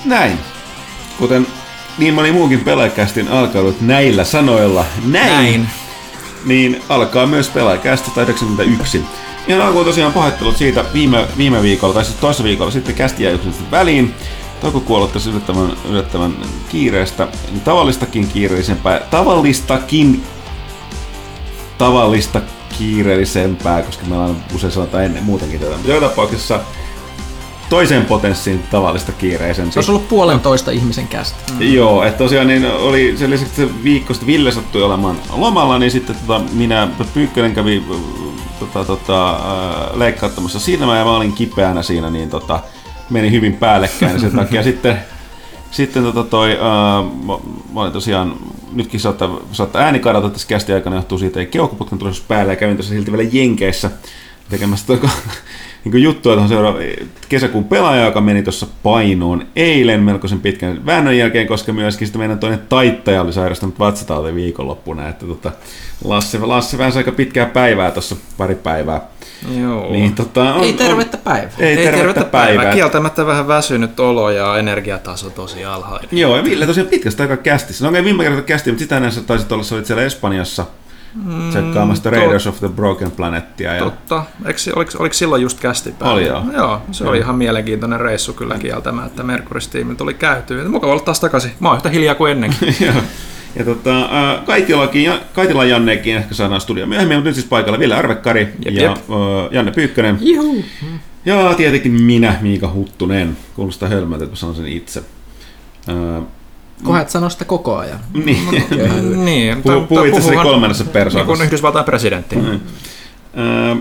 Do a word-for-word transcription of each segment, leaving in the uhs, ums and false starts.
näin. Kuten niin moni muukin Pelaajakästin alkanut näillä sanoilla, näin, näin. Niin alkaa myös Pelaajakästi sata yhdeksänkymmentäyksi. Ihan alkuun tosiaan pahoittelut siitä viime, viime viikolla, tai siis toisessa viikolla sitten kästi jäi väliin. Toukokuun aloittaisi yllättävän, yllättävän kiireestä, tavallistakin kiireellisempää, tavallistakin tavallista kiireellisempää, koska meillä on usein sanotaan ennen muutenkin tätä. Mutta joka tapauksessa toisen potenssiin tavallista kiireisempi. Se olisi ollut puolentoista ihmisen kästä. Mm. Joo, että tosiaan niin oli sen lisäksi, että viikko sitten Ville sattui olemaan lomalla, niin sitten tota, minä Pyykkönen kävi tota, tota, leikkauttamassa silmää ja mä olin kipeänä siinä, niin tota, meni hyvin päällekkäin ja sen takia sitten, sitten tota toi, uh, mä olin tosiaan, nytkin saattaa, saattaa ääni kadata tässä kästi aikana, johtuu siitä, ei keuhkoputken tulossa päällä ja kävin tuossa silti vielä Jenkeissä tekemässä toi, niin juttua tuohon seuraava kesäkuun pelaaja, joka meni tuossa painoon eilen melkoisen pitkän väännön jälkeen, koska myöskin sitten meidän toinen taittaja oli sairastanut vatsatauteen viikonloppuna, että tota, Lassi, Lassi väänsi aika pitkää päivää tuossa pari päivää. Joo. Niin, tota, on, ei tervettä päivää. Ei, ei tervettä, tervettä päivää. päivää. Kieltämättä vähän väsynyt olo ja energiataso tosi alhainen. Joo, ja Ville tosiaan pitkästä aikaa kästissä. No okei, viime kertaa kästi, mutta sitä ennen sä taisit olla, sä olit siellä Espanjassa mm, tsekkaamassa Raiders tot... of the Broken Planettia. Ja... Totta. Eikö, oliko, oliko silloin just kästi päällä? Oli joo. Joo, se oli ihan mielenkiintoinen reissu kyllä kieltämättä. Mercury-tiimiltä oli käyty. Mukava olla taas takaisin. Mä oon yhtä hiljaa kuin ennenkin. Ja tota, Kaitilakin, Kaitilan Jannekin ehkä saadaan studio myöhemmin, mutta nyt siis paikalla Ville Arvekkari jep, ja jep. Janne Pyykkönen. Juhu. Ja tietenkin minä, Miika Huttunen. Kuulostaa hölmöltä, että mä sanon sen itse. Kohan et sano sitä koko ajan. Niin. niin. Puhu, puhu itse kolmannessa persoonassa. Niin kuin Yhdysvaltain presidentti. Mm. Uh,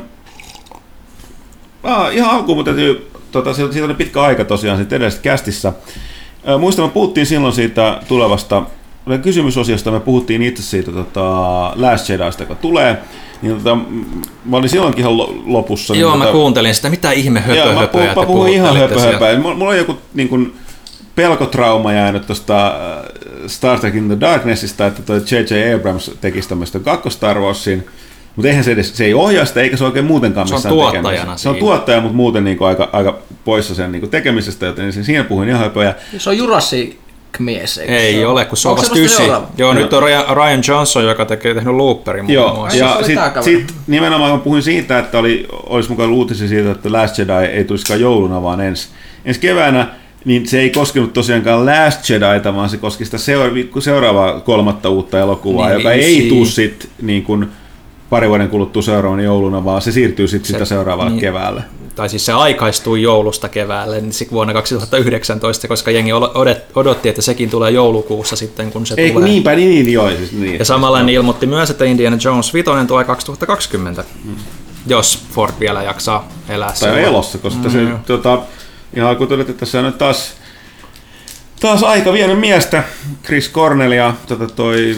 ah, ihan alkuun, mutta täytyy, tota, siitä oli pitkä aika tosiaan sitten edellisessä kästissä. Uh, muistan, me puhuttiin silloin siitä tulevasta kysymysosiosta, me puhuttiin itse siitä tota, Last Jedista, joka tulee. Niin, tota, mä olin silloinkin ihan lopussa. Joo, niin, mä tota, kuuntelin sitä. Mitä ihme höpö höpöä te puhuttelitte. Mä puhuin ihan höpö höpöä. Mulla on joku niin kuin, pelkotrauma jäänyt tuosta Star Trek in the Darknessista, että toi J J Abrams tekisi tämmöistä kakko-Star Warsin. Mutta eihän se edes, se ei ohjaa sitä, eikä se oikein muutenkaan missään tekemisessä. Se on tuottajana. Se on tuottaja, mutta muuten niin kuin aika, aika poissa sen niin kuin tekemisestä, joten siinä puhuin ihan höpöjä. Se on Jurassic mies, eikö? Ei se ole, kun se on vasta ysi. Joo, no. Nyt on Ryan Johnson, joka tekee tehnyt Looperin muun Joo, muassa. Ja sitten sit, nimenomaan mä puhuin siitä, että oli, olisi mukaan uutisia siitä, että Last Jedi ei tulisikaan jouluna, vaan ensi, ensi keväänä. Niin se ei koskenut tosiaankaan Last Jedita, vaan se koski sitä seura- seuraavaa kolmatta uutta elokuvaa, niin, joka ei tule sitten niin kuin pari vuoden kuluttua seuraavana jouluna, vaan se siirtyy sitten sitä seuraavalle niin, keväälle. Tai siis se aikaistuu joulusta keväälle niin vuonna kaksituhattayhdeksäntoista, koska jengi odotti, että sekin tulee joulukuussa sitten, kun se ei, tulee. Niinpä, niin, niin, joo. Siis niin. Ja samalla niin ilmoitti myös, että Indiana Jones viisi tulee kaksituhattakaksikymmentä, mm. jos Ford vielä jaksaa elää. Tai elossa, koska mm. se tota, ihan kun tulitte tässä nyt taas, taas aika vienyt miestä, Chris Cornell ja tota toi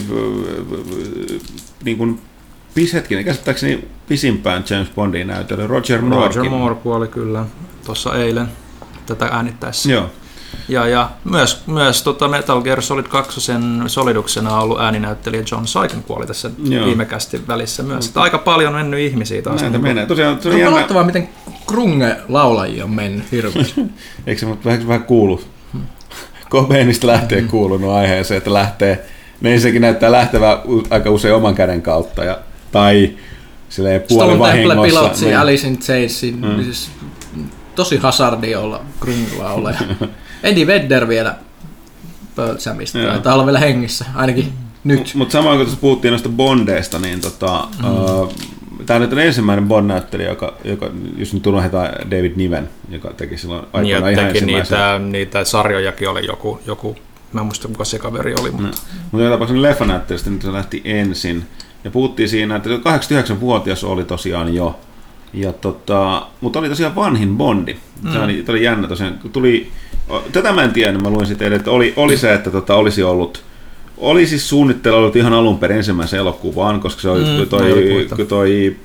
niin kuin pis hetkinen, käsittääkseni pisimpään James Bondin näytely, Roger Moore. Roger Moore kuoli kyllä tuossa eilen tätä äänittäessä. Joo. Ja, ja myös, myös tota Metal Gear Solid kaksi soliduksena ollut ääninäyttelijä John Saiken kuoli tässä viimekästi välissä myös. Että aika paljon on mennyt ihmisiä taas. Näitä menee. Tosiaan, se on jännä... pelottavaa, miten grunge-laulajia on mennyt hirveästi. Eikö se vähän, vähän kuulu? Cobainista lähtee mm. kuulunut aiheeseen, että lähtee, ne ensinnäkin näyttää lähtevää aika usein oman käden kautta. Ja, tai silleen puolivahingossa. Stone Temple Pilotsin, niin. Alice in Chainsin, mm. siis tosi hazardia olla grunge-laulaja. Eddie Vedder vielä Pearl Jamista, taitaa olla vielä hengissä, ainakin mm. nyt. Mutta mut samoin kun tässä puhuttiin noista Bondeista, niin tota, mm. uh, tämä nyt on ensimmäinen Bond-näyttelijä, joka, joka just nyt unohdetaan David Niven, joka teki silloin aikana ihan ensimmäisen. Niitä, niitä sarjojakin oli joku, joku, mä en muista kuka se kaveri oli. Mutta no. Mutta joka tapauksessa leffanäyttelijästä nyt se lähti ensin. Ja puhuttiin siinä, että kahdeksankymmentäyhdeksänvuotias oli tosiaan jo. Ja tota, mutta oli tosiaan vanhin Bondi. Mm. Se oli, oli jännä tosiaan. Tuli, tätä mä en tiedä, mä luin sitten, että oli, oli se, että tota, olisi ollut oli siis suunnittelu ollut ihan alun perin ensimmäisen elokuvaan, koska se oli mm, toi, toi, toi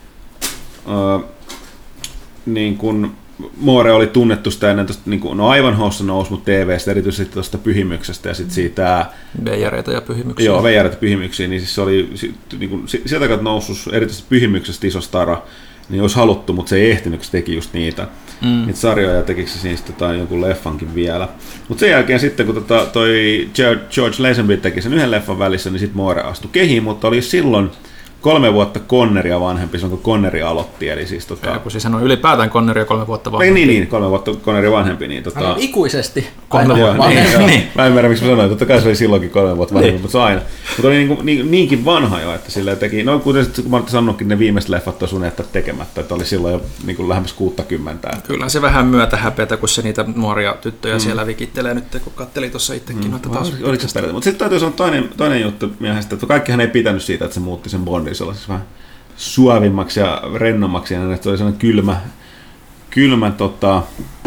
uh, niin kuin Moore oli tunnettu sitä ennen tosta, niin kuin, no aivan haussa nousi, mutta T V:stä erityisesti tuosta Pyhimyksestä ja sitten siitä veijareita ja pyhimyksiä. Joo, veijareita ja pyhimyksiä, niin siis se oli niin kuin, sieltä kautta noussut erityisesti Pyhimyksestä iso stara. niin olisi haluttu, mutta se ei ehtinyt, kun se teki just niitä, Mm. niitä sarjoja ja tekikö se siis tota, jonkun leffankin vielä. Mutta sen jälkeen sitten, kun tota, toi George Lazenby teki sen yhden leffan välissä, niin sitten Moore astui kehiin, mutta oli silloin kolme vuotta Conneria vanhempi, silloin kun Conneri aloitti. Eli siis, tota... ja kun siis hän on ylipäätään Conneria kolme vuotta vanhempi. Niin, niin, kolme vuotta Conneri vanhempi. Niin, tota... Hän on ikuisesti kolme aina vuotta. vanhempi. Niin, niin. Mä en ymmärrä, miksi mä sanoin, totta kai se oli silloinkin kolme vuotta vanhempi, niin. Mutta se aina. Mutta oli niin, niin, niinkin vanha jo, että sillä teki, no kuten kun mä olin sanonutkin, ne viimeiset leffat on sun jättää tekemättä, että oli silloin jo niin kuin lähemmäs kuuttakymmentä. Kyllä se vähän myötä häpeätä, kun se niitä nuoria tyttöjä mm. siellä vikittelee nyt, kun katteli tuossa itsekin mm. noita taas. Oliko se periaate? Mutta sitten täytyy sanoa toinen, toinen juttu miehestä, että kaikkihan ei pitänyt siitä, että se muutti sen Bondin sellaisessa vähän suavimmaksi ja rennommaksi, ja että se oli sellainen kylmä, kylmä tota,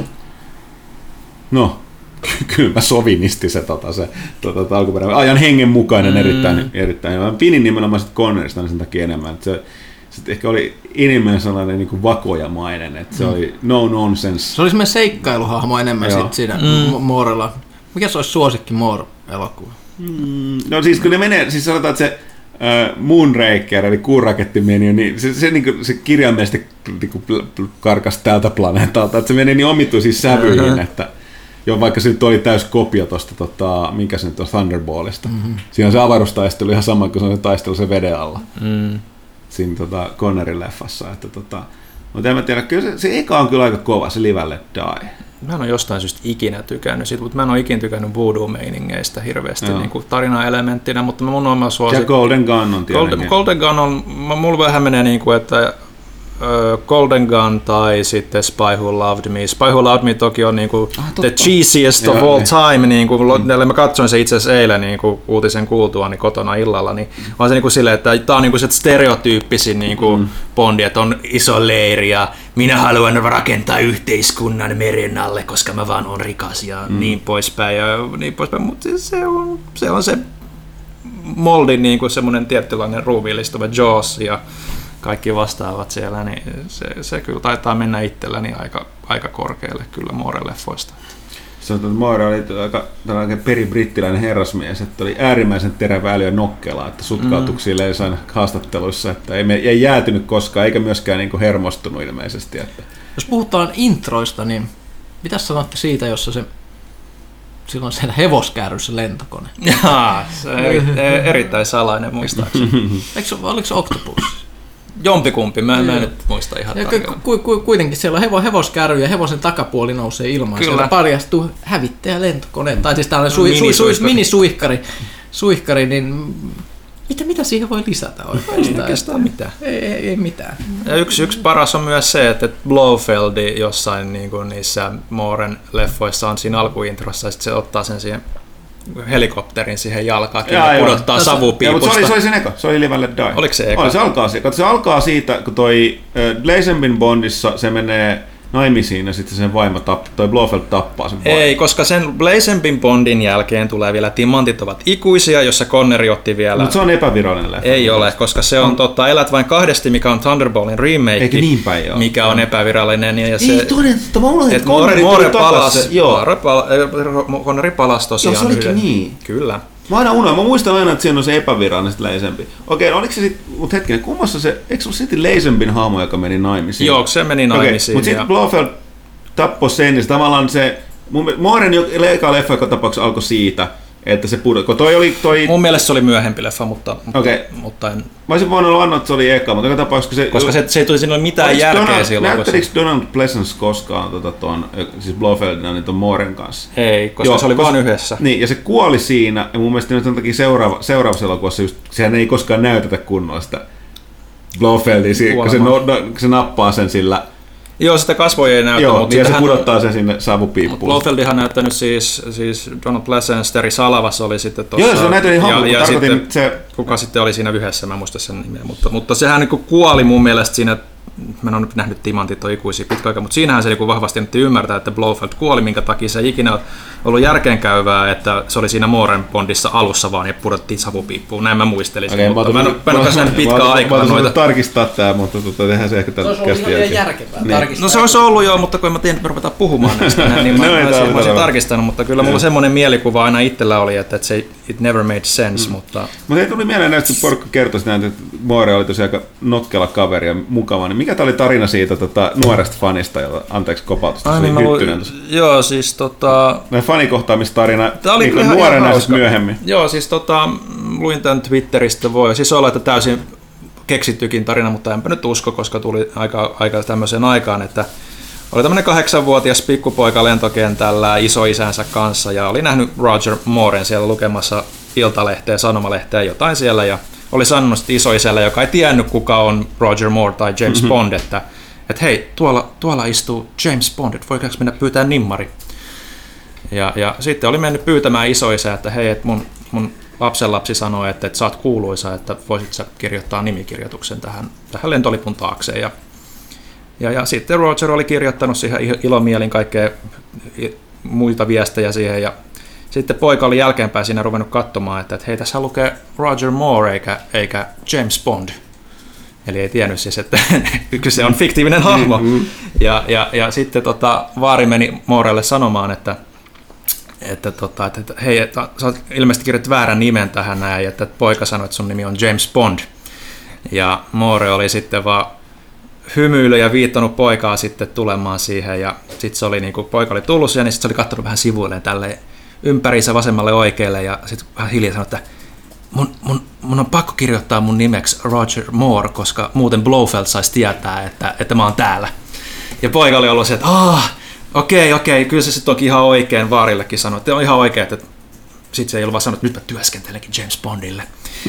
no, kylmä sovinisti se, tota, se tota, alkuperäinen, ajan hengen mukainen, mm. erittäin, erittäin. Mä pinin nimenomaan sit Connerista niin sen takia enemmän, että se sitten ehkä oli inhimillinen sellainen niin kuin vakojamainen, että se mm. oli no nonsense. Se oli semmoinen seikkailuhahmo enemmän sit siinä mm. Moorella. Mikä se olisi suosikki Moore-elokuva? Mm. No siis kun ne menee, siis sanotaan, että se Moonraker, eli kuurakettimeni, niin se, se, niin se kirjaimellisesti niin karkasi tältä planeetalta, että se meni niin omituisiin sävyihin, mm-hmm. että jo vaikka se nyt oli täys kopio tuosta, tota, mikä se nyt on, Thunderballista. Mm-hmm. Siinä on se avaruustaistelu ihan sama kuin se on se taistelu se veden alla. Mm. Siinä tota, Connerin leffassa. Että, tota, mutta en mä tiedä, kyllä se, se eka on kyllä aika kova, se Live and Let Die. Mä en ole jostain syystä ikinä tykännyt siitä, mutta mä en ole ikinä tykännyt voodoo-meiningeistä hirveästi niin kuin tarina-elementtinä, mutta mun oma suosikki. Ja Golden Gun on tietenkin. Golden, Golden Gun on, mulla vähän menee niin kuin, että Golden Gun tai sitten Spy Who Loved Me. Spy Who Loved Me toki on niinku ah, the cheesiest of all time. Niinku, mm. Mä katsoin se itse asiassa eilen niinku, uutisen kuultua niin kotona illalla. Niin on se niinku silleen, että tää on niinku se stereotyyppisin niinku mm. Bondi, että on iso leiri ja minä haluan rakentaa yhteiskunnan meren alle, koska mä vaan on rikas ja mm. niin poispäin. Ja niin poispäin. Mutta se on se, on se moldin niinku semmoinen tietynlainen ruumiillistuva Jaws ja kaikki vastaavat siellä, niin se, se kyllä taitaa mennä itselläni aika, aika korkealle kyllä Moore-leffoista. Se on, että Moore oli aika tällainen peribrittiläinen herrasmies, että oli äärimmäisen terävä äly ja nokkela, että sutkautuksia mm. jossain haastatteluissa, että ei, ei jäätynyt koskaan, eikä myöskään niin kuin hermostunut ilmeisesti. Että. Jos puhutaan introista, niin mitä sanotte siitä, jossa se silloin siellä hevoskääryssä lentokone? Jaa, se on eri, erittäin salainen muistaakseni. Eikö, oliko se Octopus? Jompikumpi, mä, mä en nyt muista ihan tarkkaan. Ku, ku, kuitenkin siellä on hevo, hevoskärry ja hevosen takapuoli nousee ilmaan. Kyllä. Siellä paljastuu hävittäjä lentokone, tai siis tällainen sui, sui, sui, minisuihkari, suihkari, niin mitä, mitä siihen voi lisätä oikeastaan? Ei oikeastaan mitään. Ei, ei, ei mitään. Ja yksi, yksi paras on myös se, että Blofeldi jossain niin kuin niissä Mooren leffoissa on siinä alkuintrossa, ja sitten se ottaa sen siihen helikopterin siihen jalkaan ja pudottaa no, savupiipusta. Ja, se, oli, se oli sen eka, se oli Live and Let Die. Oliko se eka? Oli, se, alkaa, se alkaa siitä, kun toi äh, Lazenbyn Bondissa se menee naimisiin ja sitten sen vaimo tappaa, toi Blofeld tappaa sen vaimo. Ei, koska sen Lazenbyn Bondin jälkeen tulee vielä Timantit ovat ikuisia, jossa Conneri otti vielä. Mutta se on epävirallinen leffa. Ei ole, koska se on, on. Tota, Elät vain kahdesti, mikä on Thunderballin remake. Eikä niin päin joo. Mikä on epävirallinen. Ja se, ei toden, että mä unohdin, että Conneri tuli takaisin. Conneri palasi tosiaan. Joo, se olikin niin. Kyllä. Mä aina unoin, mä muistan aina, että siinä on se epävirallinen Lazenby. Okei, oliko se sitten, mutta hetkinen, kummassa se, eikö se ole sitten Lazenbyn hahmo, joka meni naimisiin? Joo, se meni naimisiin. Mutta sitten Blofeld tappoi sen, niin tavallaan se, Mooren eka leffa, joka tapauksessa alkoi siitä, että se pudotti. Toi oli toi. Mun mielestä se oli myöhempi leffa, mutta, okay. mutta en. Mä olisin voinut annoa, että se oli eka, mutta joka tapauksessa se. Koska se, se ei tuli siinä mitään järkeä Donald, silloin. Näyttelikö Donald Pleasence koskaan tota, ton, siis Blofeldina niin ton Mooren kanssa? Ei, koska joo, se oli vain yhdessä. Niin, ja se kuoli siinä, ja mun mielestä sen takia seuraava, seuraavassa elokuvassa just, sehän ei koskaan näytetä kunnolla sitä Blofeldia, kun se, no, no, se nappaa sen sillä. Joo, sitä kasvoja ei näytä. Joo, mutta ja se hän, pudottaa sen sinne savupiippuun. Blofeldihan näyttänyt siis, siis Donald Pleasence, Terry Salavas oli sitten tuossa. Joo, se näyttänyt ihan hahmo, ja sitten se. Kuka sitten oli siinä yhdessä, mä en muista sen nimeä, mutta, mutta sehän niin kuoli mun mielestä siinä, mä en ole nyt nähnyt Timantit on ikuisia pitkä aika, mutta siinähän se niin vahvasti annettiin ymmärtää, että Blofeld kuoli, minkä takia se ei ikinä ollut järkeenkäyvää, että se oli siinä Mooren Bondissa alussa vaan ja pudottiin savupiippuun, näin mä muistelisin, okay, mutta mä en, mä en ole nähnyt pitkään aikaa noita. Mä tarkistaa tää, mutta tuota, tehdään se ehkä tämän kästi jälkeen. Järkevää niin. tarkistaa. No se olisi ollut joo, mutta kun en mä tiedä, että me ruvetaan puhumaan näistä, niin mä, no, mä, olisin, mä olisin tarkistanut, mutta kyllä mulla semmoinen mielikuva aina itsellä oli, että se it never made sense, mm. mutta. Mutta ei tuli mieleen näistä, kun porukka kertoi sitä, että Moore oli tosiaan aika notkela kaveri ja mukava, niin Mikä tämä oli tarina siitä tota, nuoresta fanista, jota anteeksi kopautusta, se oli hyttynen tuossa. Joo, siis tota... fanikohtaamistarina niin nuorena ja myöhemmin. Joo, siis tota, luin tämän Twitteristä, voi siis olla, että täysin keksittykin tarina, mutta enpä nyt usko, koska tuli aika, aika tämmöiseen aikaan, että oli tämmöinen kahdeksanvuotias pikkupoika lentokentällä isoisänsä kanssa ja oli nähnyt Roger Mooren siellä lukemassa Iltalehteä, Sanomalehteä, jotain siellä ja oli sanonut isoisällä, joka ei tiennyt kuka on Roger Moore tai James mm-hmm. Bond, että, että hei, tuolla, tuolla istuu James Bond, että voiko mennä pyytää nimmari. Ja, ja sitten oli mennyt pyytämään isoisä, että hei, että mun, mun lapsenlapsi sanoi, että, että sä oot kuuluisa, että voisit sä kirjoittaa nimikirjoituksen tähän, tähän lentolipun taakseen. Ja, ja, ja sitten Roger oli kirjoittanut siihen ilomielin kaikkea muita viestejä siihen ja sitten poika oli jälkeenpäin siinä ruvennut katsomaan, että, että hei, tässä lukee Roger Moore eikä, eikä James Bond. Eli ei tiennyt siis, että se on fiktiivinen hahmo. Mm-hmm. Ja, ja, ja sitten tota, vaari meni Moorelle sanomaan, että, että, tota, että, että hei, että, sä oot ilmeisesti kirjoittanut väärän nimen tähän näin, että poika sanoi, että sun nimi on James Bond. Ja Moore oli sitten vaan hymyillyt ja viittonut poikaa sitten tulemaan siihen. Ja sitten se oli, niin kuin poika oli tullut siihen, niin sitten se oli katsonut vähän sivuilleen tälleen ympäriinsä vasemmalle oikealle ja sitten vähän hiljaa sanoi, että mun, mun, mun on pakko kirjoittaa mun nimeksi Roger Moore, koska muuten Blofeld saisi tietää, että, että mä oon täällä. Ja poika oli ollut se, että aah, okei, okei, kyllä se sitten onkin ihan oikein, vaarillekin sanoi, että on ihan oikein, että sitten se ei ollut vaan sanonut, että nyt mä työskentelenkin James Bondille.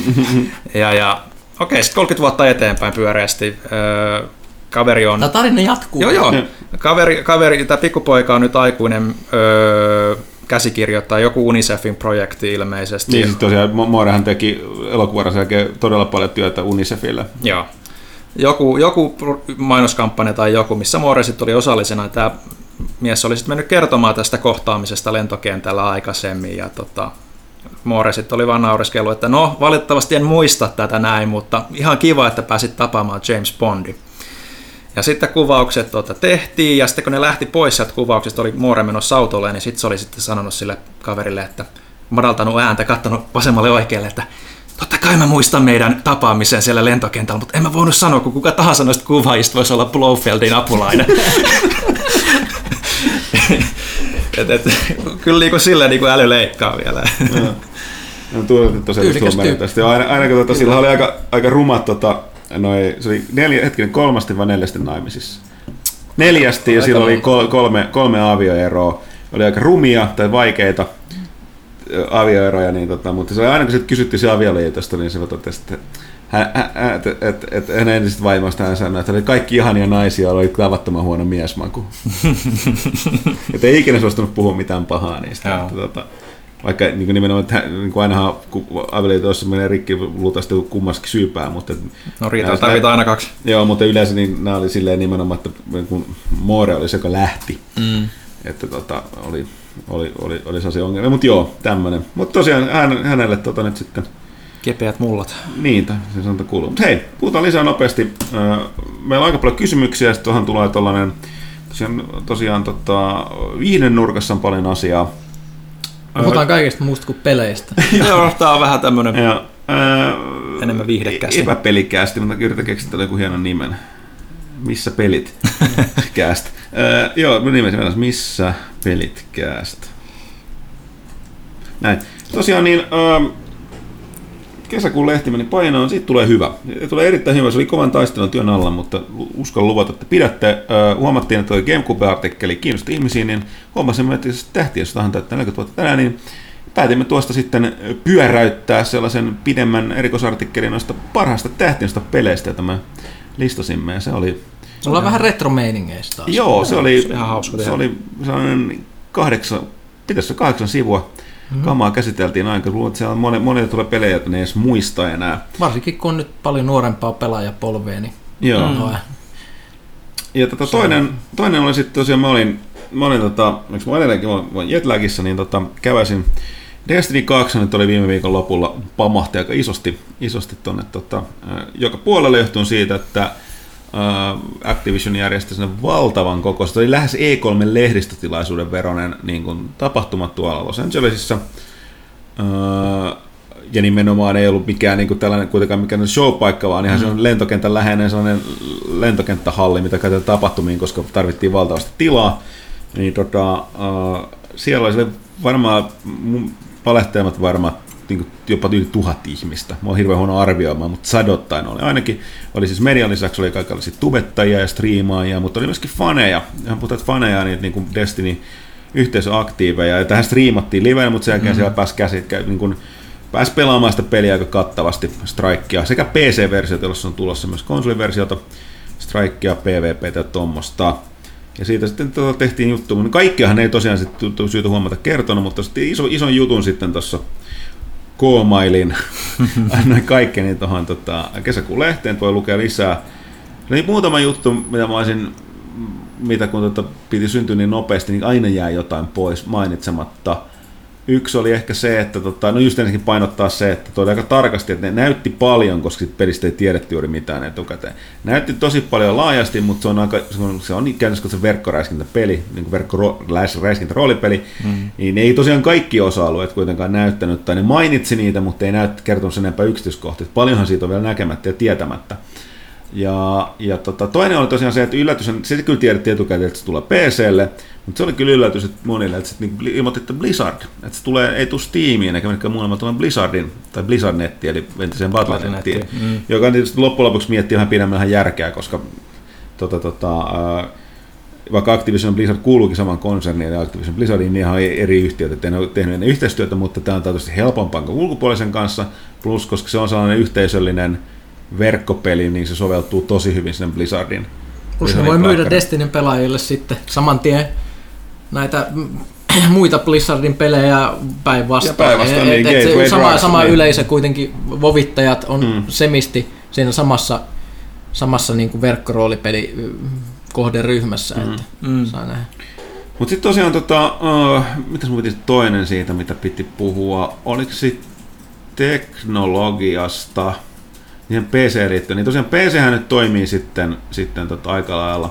ja ja okei, sitten kolmekymmentä vuotta eteenpäin pyöreästi. Öö, kaveri on... Tämä tarina jatkuu. Joo, joo. Kaveri, kaveri, tämä pikkupoika on nyt aikuinen... Öö, käsikirjoittaa joku UNICEFin projekti ilmeisesti. Niin, siis tosiaan Moorehan teki elokuvan jälkeen todella paljon työtä UNICEFille. Joo. Joku, joku mainoskampanja tai joku, missä Moore sitten oli osallisena. Tämä mies oli sitten mennyt kertomaan tästä kohtaamisesta lentokentällä aikaisemmin. Ja tota, Moore sitten oli vaan naureskellut, että no valitettavasti en muista tätä näin, mutta ihan kiva, että pääsit tapaamaan James Bondin. Ja sitten kuvaukset tuota, tehtiin, ja sitten kun ne lähti pois sieltä kuvauksista, oli Moore menossa autolle, niin sitten se oli sitten sanonut sille kaverille, että madaltanut ääntä, katsonut vasemmalle oikealle, että totta kai mä muistan meidän tapaamisen siellä lentokentällä, mutta en mä voinut sanoa, kun kuka tahansa noista kuvaajista voisi olla Blofeldin apulainen. et, et, kyllä niin kuin silleen niin kuin äly leikkaa vielä. No, tuotettu tosiaan tästä. Aina, aina kun tuota, sillä oli aika, aika rumat... Tota, Noi, se oli neljä, hetkinen, kolmasti vai neljästi naimisissa? Neljästi ja sillä oli kolme, kolme avioeroa. Oli aika rumia tai vaikeita avioeroja, niin tota, mutta se oli aina kun sitten kysyttiin se avioliitosta, niin se totesi, että hän, et, et, et, hänen entisestä vaimosta hän sanoi, että oli kaikki ihania naisia, oli tavattoman huono miesmaku. Että ei ikinä suostunut puhua mitään pahaa niistä. Että, tota, vaikka niin nimenomaan, että niin ainahan kun avioliitossa menee rikki, luultavasti kummaskin syypää. Mutta, no riitaa, tarvitaan aina kaksi. Joo, mutta yleensä niin, nämä oli silleen nimenomaan, että kun Moore oli se, joka lähti. Mm. Että tota, oli, oli, oli, oli sellaisia ongelmia. Mutta joo, tämmöinen. Mutta tosiaan hän, hänelle tota, nyt sitten... Kepeät mullat. Niin, se sanotaan kuuluu. Mutta hei, puhutaan lisää nopeasti. Meillä on aika paljon kysymyksiä, ja sitten tuohon tulee tuollainen... Tosiaan, tosiaan tota, viiden nurkassa on paljon asiaa. Puhutaan kaikesta muusta kuin peleistä. Joo, tämä on vähän tämmöinen enemmän viihdekästi. Epäpelikästi, mutta yritän keksiä joku hienon nimen. Missä pelit? Cast. Äh, joo, nimesi mennään. Missä pelit cast? Näin. Tosiaan niin... Ähm, kesäkuun lehti meni painoon, siitä tulee hyvä. Tulee erittäin hyvä, se oli kovan taistelun työn alla, mutta uskon luvata, että pidätte. Huomattiin, että tuo GameCube-artikkeli kiinnosti ihmisiä, niin huomasimme, että tähti, jos tahan täyttää neljäkymmentä vuotta tänään, niin päätimme tuosta sitten pyöräyttää sellaisen pidemmän erikoisartikkelin noista parhaista tähtinoista peleistä, joita me listasimme, ja se oli... Se oli vähän retro-meiningeistä taas. Joo, se oli, ihan hauska se oli sellainen kahdeksan, pitäisi kahdeksan sivua. Mm-hmm. Kamaa käsiteltiin aika, luulen, että siellä on monille tulee pelejä, joita ne ei edes muista enää. Varsinkin kun on nyt paljon nuorempaa pelaajapolvea, niin... Joo. Mm. Ja tota, toinen, toinen oli sitten tosiaan, mä olin, mä olin tota, eikö mä edelleenkin, mä olin Jetlagissa, niin tota, käväsin Destiny kaksi, nyt oli viime viikon lopulla, pamahti aika isosti, isosti tonne tota, joka puolelle johtuen siitä, että Activision järjesti sen valtavan kokoista. Se oli lähes E kolme lehdistötilaisuuden veroinen niin kuin tapahtuma tuolla Los Angelesissa. ja nimenomaan ei ollut mikään niin kuin tällainen kuitenkaan mikään showpaikka, vaan ihan mm. se on lentokentän läheinen sellainen lentokenttähalli, mitä käytetään tapahtumiin, koska tarvittiin valtavasti tilaa. Niin tota, uh, siellä oli varmaan, valehtelemat varmaan niin jopa yli tuhat ihmistä. Mä oon hirveän huono arvioimaan, mutta sadottain oli. Ainakin oli siis median lisäksi oli kaikenlaisia tubettajia ja striimaajia, mutta oli myöskin faneja. Ihan puhutaan faneja, niitä niin kuin Destiny yhteisöaktiiveja. Ja tähän striimattiin liveen, mutta sen jälkeen mm-hmm. siellä pääsi käsit, niin kuin, pääsi pelaamaan sitä peliä aika kattavasti, Strikea, sekä P C-versiota, jossa on tulossa myös konsoliversiota, Strikea, P V P:tä ja tuommoista. Ja siitä sitten tota tehtiin juttu, mutta kaikkiahan ei tosiaan sitten syytä huomata kertonut, mutta sitten iso, ison jutun sitten tuossa K-mailin, annoin kaikkeni tuohon tota, kesäkuun lehteen, voi lukea lisää. Niin muutama juttu, mitä mä olisin, mitä kun tota, piti syntyä niin nopeasti, niin aina jää jotain pois mainitsematta. Yksi oli ehkä se, että tota, no just ensinnäkin painottaa se, että toi aika tarkasti, että ne näytti paljon, koska sit pelistä ei tiedetty juuri mitään etukäteen. Näytti tosi paljon laajasti, mutta se on aika, se on käytännössä se verkkoräiskintäpeli, niin kuin verkkoräiskintäroolipeli, mm. niin ei tosiaan kaikki osa-alueet kuitenkaan näyttänyt, tai ne mainitsi niitä, mutta ei näyt, kertonut sen enempää yksityiskohtia. Paljonhan siitä on vielä näkemättä ja tietämättä. Ja, ja tota, toinen oli tosiaan se, että yllätys, se kyllä tiedettiin etukäteen, että se tulee P C:lle, mutta se oli kyllä yllätys että monille, että sitten niin ilmoitti Blizzard, että se tulee, ei tule Steamiin eikä menekään muualla, tulee Blizzardin, tai Blizzard-nettiin, eli entiseen Battle.nettiin, mm. joka tietysti loppujen lopuksi miettii vähän pidemmällähän järkeä, koska tota, tota, äh, vaikka Activision Blizzard kuuluukin saman konserniin ja Activision Blizzardin, niin ihan eri yhtiöt, että ne ole tehnyt ennen yhteistyötä, mutta tämä on tietysti helpompaa kuin ulkopuolisen kanssa, plus koska se on sellainen yhteisöllinen verkkopeli, niin se soveltuu tosi hyvin sinne Blizzardin. Plus ne voi myydä Destinyn pelaajille sitten saman tien näitä muita Blizzardin pelejä päinvastoin. Päinvastoin, niin et, et sama, sama niin. Yleisö kuitenkin, vovittajat on mm. semisti siinä samassa, samassa niin kuin verkkoroolipeli kohderyhmässä. Mm. Että mm. saa nähdä. Mutta sitten tosiaan, tota, uh, mitäs mun piti toinen siitä, mitä piti puhua, oliko sitten teknologiasta, niihin P C liittyen, niin tosiaan P C:hän nyt toimii sitten, sitten tota aika lailla.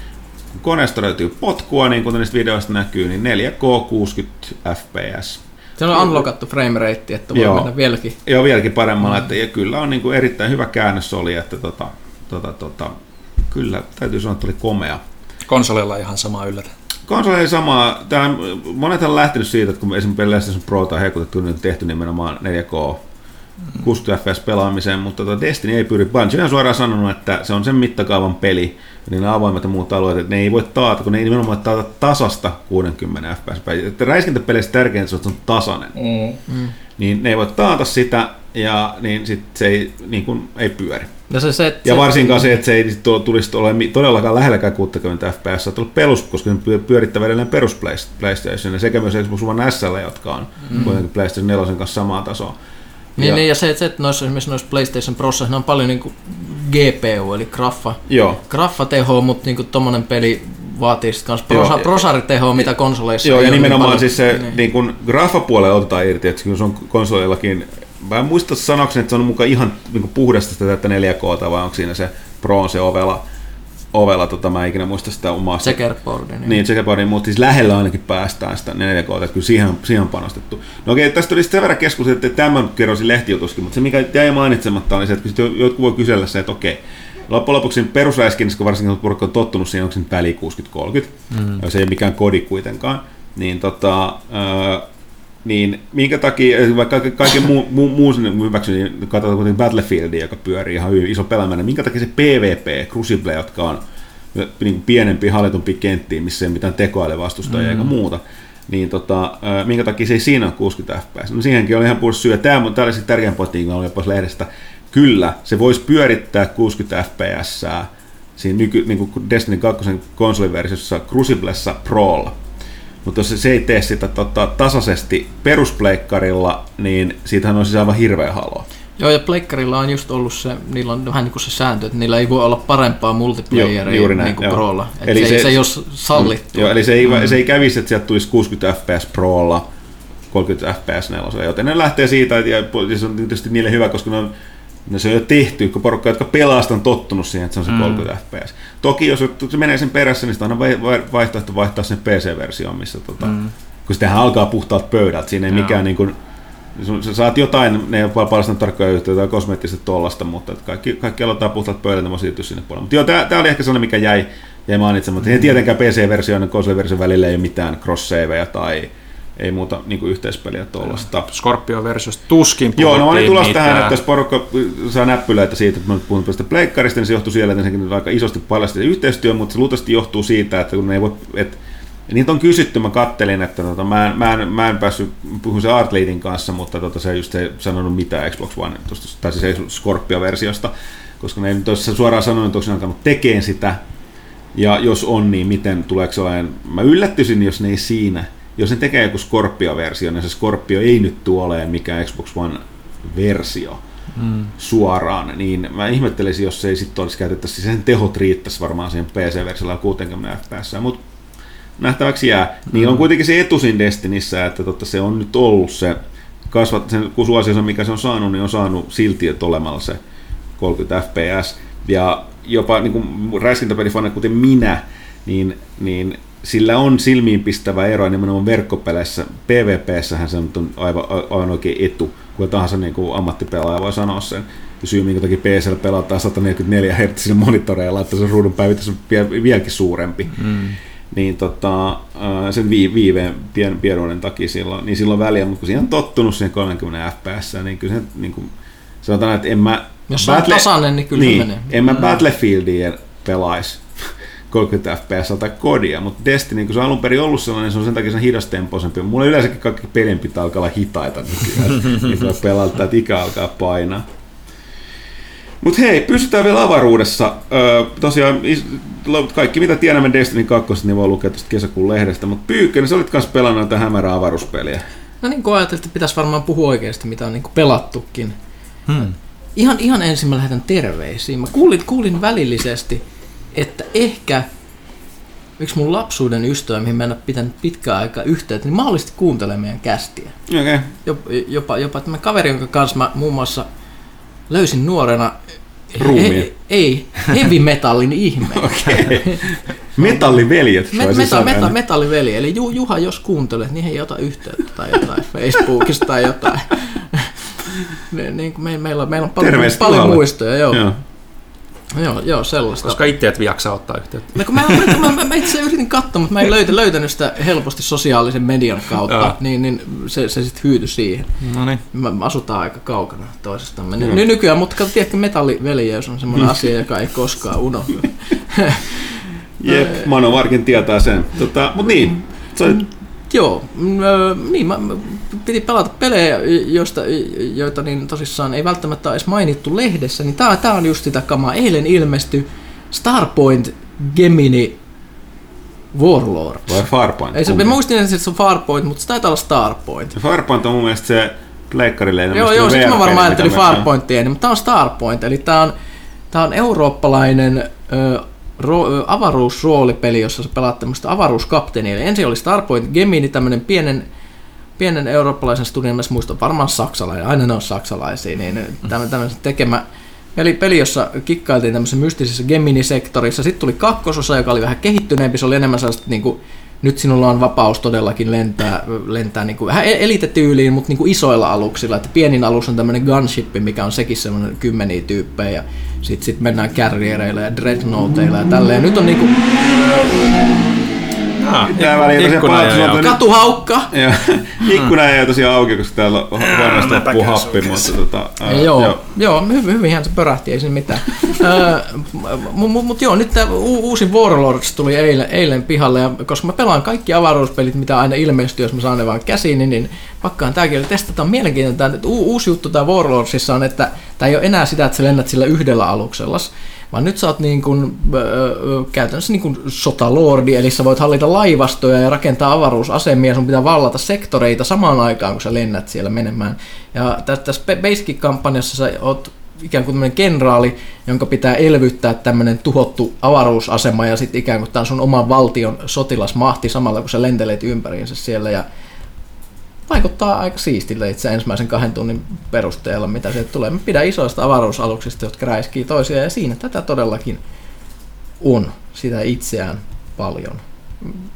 Kun koneesta löytyy potkua, niin kuten niistä videoista näkyy, niin neljä K kuusikymmentä F P S. Se on unlockattu frame rate, että voi joo, mennä vieläkin. Joo, vieläkin paremmalla. Mm. Että, ja kyllä on niin kuin erittäin hyvä käännös oli, että tota, tota, tota, kyllä täytyy sanoa, että oli komea. Konsolilla ihan sama yllätä. Konsolilla ei samaa. Tää, monet on lähtenyt siitä, että kun esimerkiksi PlayStation Pro tai hekutettu, niin on tehty nimenomaan neljä K kuusikymmentä F P S pelaamiseen, mutta tota Destiny ei pyri. Bungie on suoraan sanonut, että se on sen mittakaavan peli, niin nämä avoimet ja muut alueet, että ne ei voi taata, kun ne ei nimenomaan taata tasasta kuusikymmentä F P S. Räiskintäpeleissä tärkeintä on, että se on tasainen. Mm. Mm. Niin ne ei voi taata sitä, ja niin sit se ei, niin kuin, ei pyöri. Ja, se, se, ja varsinkaan se, että se ei tulisi ole todellakaan lähelläkään kuusikymmentä F P S, se on tullut perus, koska ne pyörittävät edelleen perus PlayStation, sekä myös Xbox One S L, jotka on mm. kuitenkin PlayStation neljä kanssa samaa tasoa. Niin, ja, niin, ja se, että, että noissa, esimerkiksi noissa PlayStation Prossa on paljon niin kuin G P U, eli graffa, graffa-tehoa, mutta niin tuommoinen peli vaatii sitten myös prosa, prosaritehoa, mitä konsoleissa joo, ja nimenomaan niin siis se niin. Niin kuin graffa-puolella otetaan irti, että se on konsoleillakin, mä en muista sanoksen, että se on mukaan ihan niin kuin puhdasta sitä tätä neljä K:ta, vai onko siinä se Pro on se ovela, ovela tota, mä en ikinä muista sitä omaa. Checkerboardin. Niin, checkerboardin, mutta siis lähellä ainakin päästään sitä neljä K:ta, että kyllä siihen, siihen on panostettu. No okei, tästä tuli sen verran keskustelua, että tämän kerrosin lehtijutuskin, mutta se mikä jäi mainitsematta oli se, että jotkut voi kysellä se, että okei, loppujen lopuksi perusräiskinnässä, kun varsinkin porukka on tottunut siihen, onko se nyt väli kuusikymmentä kolmekymmentä, mm. se ei ole mikään kodi kuitenkaan, niin tota, äh, niin minkä takia, vaikka kaiken muun muu, muu hyväksyn, niin katsotaan kuitenkin Battlefieldia, joka pyörii ihan hyvin iso pelaaminen, minkä takia se P V P, Crucible, jotka on niin pienempi, hallitumpi kenttiin, missä ei mitään tekoälevastustajia mm. eikä muuta, niin tota, minkä takia se ei siinä ole kuusikymmentä F P S. No siihenkin oli ihan puhuttu syy, ja tämä oli sitten tärkeän pointti, kun oli pois lehdestä. Kyllä, se voisi pyörittää kuusikymmentä F P S siinä nyky, niin kuin Destiny kaksi konsoliversiossa Cruciblessa Prolla. Mutta jos se ei tee sitä tota, tasaisesti peruspleikkarilla, niin siitähän on siis aivan hirveä haloo. Joo, ja pleikkarilla on just ollut se, niillä on vähän niin kuin se sääntö, että niillä ei voi olla parempaa multiplayeria niin kuin Prolla. Eli se, se, se ei ole sallittu. Mm, joo, eli se ei, mm. se ei kävisi, että sieltä tulisi kuusikymmentä F P S Prolla, kolmekymmentä F P S neljä, joten ne lähtee siitä, ja se on tietysti niille hyvä, koska ne on, ne se on jo tehty, kun porukka, jotka pelaa, on tottunut siihen, että se on se kolmekymmentä mm. F P S. Toki jos se menee sen perässä, niin sitä on vaihtoehto vaihtaa sen P C-versioon, missä tota, mm. kun se tehdään alkaa puhtaalta pöydältä, siinä ei mikään niin kuin, Sä saat jotain, ne ei ole paljastanut tarkkoja yhteyttä tai kosmeettisesti tollasta, mutta kaikki, kaikki aloittaa puhtaat pöydät, ne voi siirtyä sinne puolelle. Mutta joo, tää, tää oli ehkä sellainen, mikä jäi, jäi mainitsematta. Ei tietenkään P C-version ja konsoliversion välillä ei ole mitään cross-saveja tai ei muuta niin kuin yhteispeliä tuollaista. Scorpio-versiosta tuskin puhuttiin. Joo, no mä olin tulossa tähän, että jos porukka saa näppyläitä siitä, että mä puhun tästä pleikkarista, niin se johtuu siellä, että ensinnäkin aika isosti paljasti yhteistyö, mutta se luultavasti johtuu siitä, että kun ne ei voi, että niitä on kysytty, mä kattelin, että tota, mä, en, mä, en, mä en päässyt puhumaan se Artleadin kanssa, mutta tota, se just ei sanonut mitään Xbox One, tai siis Scorpio-versiosta, koska ne ei nyt olisi suoraan sanonut, että olisi alkanut tekemään sitä, ja jos on, niin miten tuleeko se olemaan, mä yllättyisin, jos ne ei siinä. Jos ne tekee joku Scorpio-versio, niin se Scorpio ei nyt tule olemaan mikään Xbox One-versio mm. suoraan, niin mä ihmettelisin, jos se ei sitten olisi käytettäisi, sen tehot riittäisi varmaan siihen P C-versiolla kuusikymmentä F P S, mutta nähtäväksi jää. Mm. Niillä on kuitenkin se etu siinä Destinissä, että totta, se on nyt ollut se, kasvat, sen suosionsa, mikä se on saanut, niin on saanut silti, että olemalla se kolmekymmentä F P S, ja jopa niin kuin räiskintäpelifanat, kuten minä, niin, niin sillä on silmiinpistävä ero, ja nimenomaan verkkopeleissä. PvPssähän se on aivan, aivan oikein etu, kun tahansa niin kuin ammattipelaaja voi sanoa sen. Ja syy, minkä takia P C:llä pelataan sata neljäkymmentäneljä hertsiä monitoreilla, että se ruudun päivitys on vieläkin suurempi. Mm. Niin tota, sen viiveen pien, pienuuden takia silloin, niin silloin väliä, mutta kun siihen on tottunut siihen kolmekymmentä F P S, niin kyllä se niin kuin, sanotaan, että en mä jos battle, on tasainen, niin kyllä niin, menee. En mä Battlefieldia pelaisi kolmekymmentä F P S tai kodia, mutta Destiny, kun se on alun perin ollut sellainen, se on sen takia sen hidastempoisempi. Mulla yleensäkin kaikki pelin pitää alkaa olla hitaita nykyään, niin kun pelata, että ikä alkaa painaa. Mutta hei, pysytään vielä avaruudessa. Öö, tosiaan kaikki mitä tiedämme Destiny kaksi, niin voi lukea tuosta kesäkuun lehdestä, mutta Pyykkönen, sä olit kanssa pelannut näitä hämärää avaruuspeliä. No niin kuin ajattelin, että pitäisi varmaan puhua oikeasti, mitä on niin kuin pelattukin. Hmm. Ihan, ihan ensin mä lähetän terveisiin. Mä kuulin, kuulin välillisesti, että ehkä yksi mun lapsuuden ystävä, mihin mä en ole pitänyt pitkään aikaa yhteyttä, niin mahdollisesti kuuntelee meidän kästiä. Okay. Jopa, jopa, jopa tämä kaveri, jonka kanssa mä muun muassa löysin nuorena Ruumia. Ei, heavy metallin ihme. Okay. Metalliveljet. Met, meta, meta, metalliveli. Eli Juha, jos kuuntelet, niin hei, ota yhteyttä tai jotain Facebookista tai jotain. niin, me, meillä, meillä on paljon, paljon muistoja. Joo. Joo. Joo, joo, sellaista. Koska itse et jaksa ottaa yhteyttä. No, mä, mä, mä, mä itse yritin katsoa, mutta mä en löytä, löytänyt sitä helposti sosiaalisen median kautta, niin, niin se, se sitten hyytyi siihen. No niin. Me asutaan aika kaukana toisestamme. Ny, ny, nykyään, mutta tiedätkö, metalliveljeys on semmoinen asia, joka ei koskaan unohdu. Jep, Mano Varkin tietää sen. Tota, mut niin, se oli... Joo, niin, mä, piti pelata pelejä, joista, joita niin tosissaan ei välttämättä ole edes mainittu lehdessä, niin tää, tää on just sitä kamaa. Eilen ilmestyi Starpoint Gemini Warlord. Vai Farpoint? Ei, se, mä muistin, että se on Farpoint, mutta se taitaa olla Starpoint. Farpoint on mun mielestä se pleikkarille. Joo, joo, sitten mä varmaan ajattelin Farpointia, mutta tää on Starpoint, eli tää on, tää on eurooppalainen... Ö, Ro- avaruusroolipeli, jossa sä pelaat tämmöistä avaruuskapteenia. Eli ensin oli Starpoint Gemini, tämmöinen pienen, pienen eurooppalaisen studion, mä muistan, varmaan saksalainen, aina ne on saksalaisia, niin tämmöisen tekemä peli, peli, jossa kikkailtiin tämmöisessä mystisessä Gemini-sektorissa. Sitten tuli kakkososa, joka oli vähän kehittyneempi, se oli enemmän sellaista, niin kuin, nyt sinulla on vapaus todellakin lentää, lentää niin kuin, vähän elitetyyliin, mutta niin kuin isoilla aluksilla. Että pienin alus on tämmöinen gunship, mikä on sekin semmoinen kymmeniä tyyppejä. Sitten sit mennään carriereilla ja dreadnoughtailla ja tälleen. Nyt on niinku... Ah, ikkuna katuhaukka. Ikkuna ei ole tosiaan auki, koska täällä on huoneesta loppuu happi. Mutta tota, ää, joo, joo. joo hyvin, hyvinhän se pörähti, ei siinä mitään. Mutta mut joo, nyt tämä uusi Warlords tuli eilen, eilen pihalle, ja koska mä pelaan kaikki avaruuspelit, mitä aina ilmestyy, jos mä saan ne vaan käsiin, niin, niin pakkaan tämäkin testataan mielenkiintoista. Että uusi juttu tää Warlordsissa on, että tämä ei ole enää sitä, että sä lennät sillä yhdellä aluksella, vaan nyt sä oot niin kuin, öö, käytännössä niin kuin sotalordi, eli sä voit hallita laivastoja ja rakentaa avaruusasemia, sun pitää vallata sektoreita samaan aikaan, kun sä lennät siellä menemään. Ja tässä Basic-kampanjassa sä oot ikään kuin tämmöinen kenraali, jonka pitää elvyttää tämmöinen tuhottu avaruusasema, ja sitten ikään kuin tämä on sun oman valtion sotilasmahti samalla, kun sä lentelet ympäriinsä siellä, ja vaikuttaa aika siistiltä itse ensimmäisen kahden tunnin perusteella, mitä sieltä tulee. Mä pidän isoista avaruusaluksista, jotka räiskii toisiaan, ja siinä tätä todellakin on, sitä itseään paljon.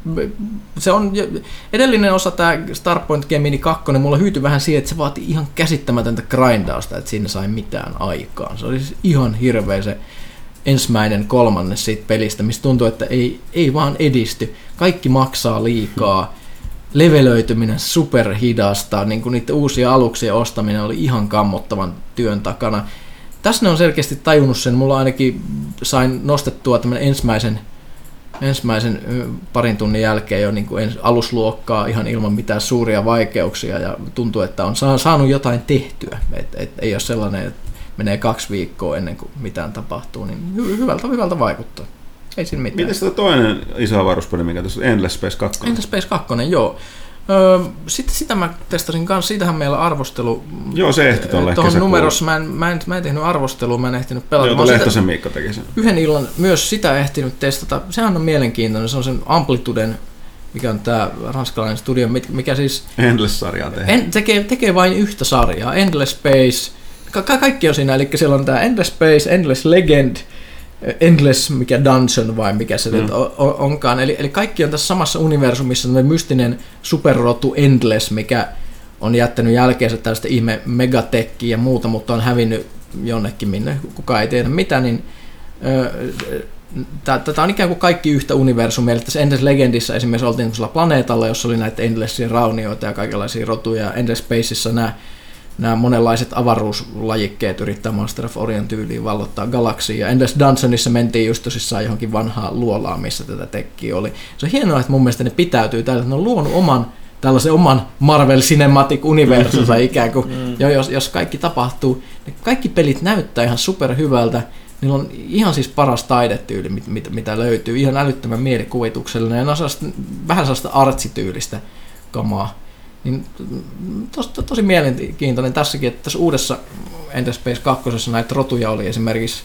se on edellinen osa, tämä Starpoint Gemini kaksi, mulla hyytyi vähän siihen, että se vaati ihan käsittämätöntä grindausta, että siinä sai mitään aikaan. Se oli siis ihan hirveä se ensimmäinen kolmannes siitä pelistä, mistä tuntuu, että ei, ei vaan edisty. Kaikki maksaa liikaa. Levelöityminen superhidasta, niin kuin niiden uusien aluksien ostaminen oli ihan kammottavan työn takana. Tässä ne on selkeästi tajunnut sen. Mulla ainakin sain nostettua tämän ensimmäisen, ensimmäisen parin tunnin jälkeen jo niin kuin alusluokkaa ihan ilman mitään suuria vaikeuksia ja tuntuu, että on saanut jotain tehtyä. Et, et, ei ole sellainen, että menee kaksi viikkoa ennen kuin mitään tapahtuu, niin hy- hyvältä, hyvältä vaikuttaa. Ei siinä mitään. Miten sitä toinen iso avaruuspeli, mikä tuossa on Endless Space kaksi? Endless Space kaksi, joo. Öö, sitten sitä mä testasin kanssa, siitähän meillä arvostelu. Joo, se ehti tuolle tuohon numerossa, mä en, mä, en, mä en tehnyt arvostelua, mä en ehtinyt pelata. Joo, tuo Lehtosen Miikka teki sen. Yhden illan myös sitä ehtinyt testata. Sehän on mielenkiintoinen, se on sen Amplituden, mikä on tää ranskalainen studio, mikä siis Endless-sarjaa tehdään. En, tekee, tekee vain yhtä sarjaa, Endless Space. Ka- kaikki on siinä, eli siellä on tää Endless Space, Endless Legend, Endless mikä Dungeon vai mikä se mm. nyt onkaan. Eli, eli kaikki on tässä samassa universumissa, tämmöinen mystinen superrotu Endless, mikä on jättänyt jälkeensä tällaista ihme megatekkiä ja muuta, mutta on hävinnyt jonnekin, minne kukaan ei tiedä mitä, niin tätä on ikään kuin kaikki yhtä universumia. Eli tässä Endless Legendissa esimerkiksi oltiin planeetalla, jossa oli näitä Endlessin raunioita ja kaikenlaisia rotuja. Endless Spaceissa nämä Nämä monenlaiset avaruuslajikkeet yrittää Master of Orion tyyliin vallottaa galaksia. Ja Endless Dungeonissa mentiin just tosissaan johonkin vanhaan luolaan, missä tätä tekkiä oli. Se on hienoa, että mun mielestä ne pitäytyy täällä, että ne on luonut oman, tällaisen oman Marvel Cinematic Universunsa ikään kuin. Mm. Ja jos, jos kaikki tapahtuu, niin kaikki pelit näyttää ihan superhyvältä. Niillä on ihan siis paras taidetyyli, mit, mit, mitä löytyy. Ihan älyttömän mielikuvituksellinen ja sellaista, vähän sellaista artsityylistä kamaa. Niin tos, to, tosi mielenkiintoinen tässäkin, että tässä uudessa Endless Space kaksi näitä rotuja oli esimerkiksi,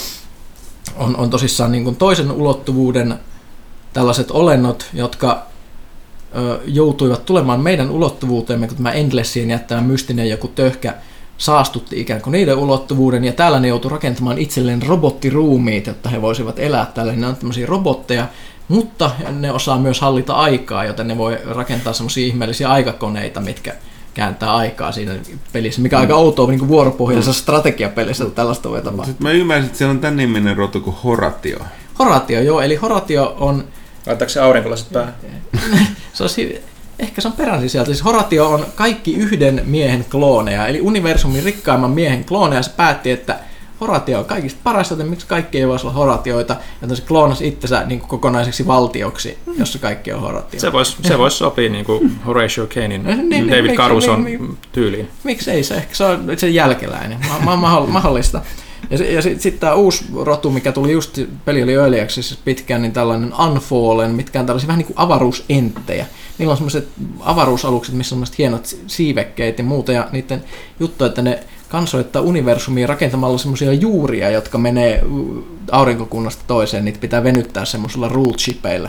on, on tosissaan niin kuin toisen ulottuvuuden tällaiset olennot, jotka ö, joutuivat tulemaan meidän ulottuvuuteemme, kun tämä Endlessien jättämä mystinen joku töhkä saastutti ikään kuin niiden ulottuvuuden, ja täällä ne joutui rakentamaan itselleen robottiruumiit, jotta he voisivat elää täällä. Ne on tämmöisiä robotteja, mutta ne osaa myös hallita aikaa, joten ne voi rakentaa semmoisia ihmeellisiä aikakoneita, mitkä kääntää aikaa siinä pelissä, mikä on aika outoa niin kuin vuoropohjaisessa mm. strategiapelissä, että tällaista voi tapahtua. Mä ymmärsin, että siellä on tämän niminen rotu kuin Horatio. Horatio, joo, eli Horatio on... Laittaako se aurinkolasit päähän? Se on si- ehkä se on peräisin sieltä. Siis Horatio on kaikki yhden miehen klooneja, eli universumin rikkaimman miehen klooneja. Se päätti, että Horatio on kaikista paras, joten miksi kaikki ei voisi olla Horatioita, joten se kloonasi itsensä niin kuin kokonaiseksi valtioksi, jossa kaikki on Horatio. Se voisi se vois sopia niin kuin Horatio Kanein niin, David niin, Caruson niin, niin, tyyliin. Miksi ei se? Ehkä se on se jälkeläinen. Ma- ma- mahdollista. Ja, ja sitten sit tämä uusi rotu, mikä tuli just, peli oli early access pitkään, niin tällainen Unfallen, mitkä on tällaisia vähän niin kuin avaruusenttejä. Niillä on semmoiset avaruusalukset, missä on semmoiset hienot siivekkeet ja muuta, ja niiden juttu, että ne kansoittaa universumia rakentamalla semmoisia juuria, jotka menee aurinkokunnasta toiseen, niitä pitää venyttää semmoisilla root shipeillä.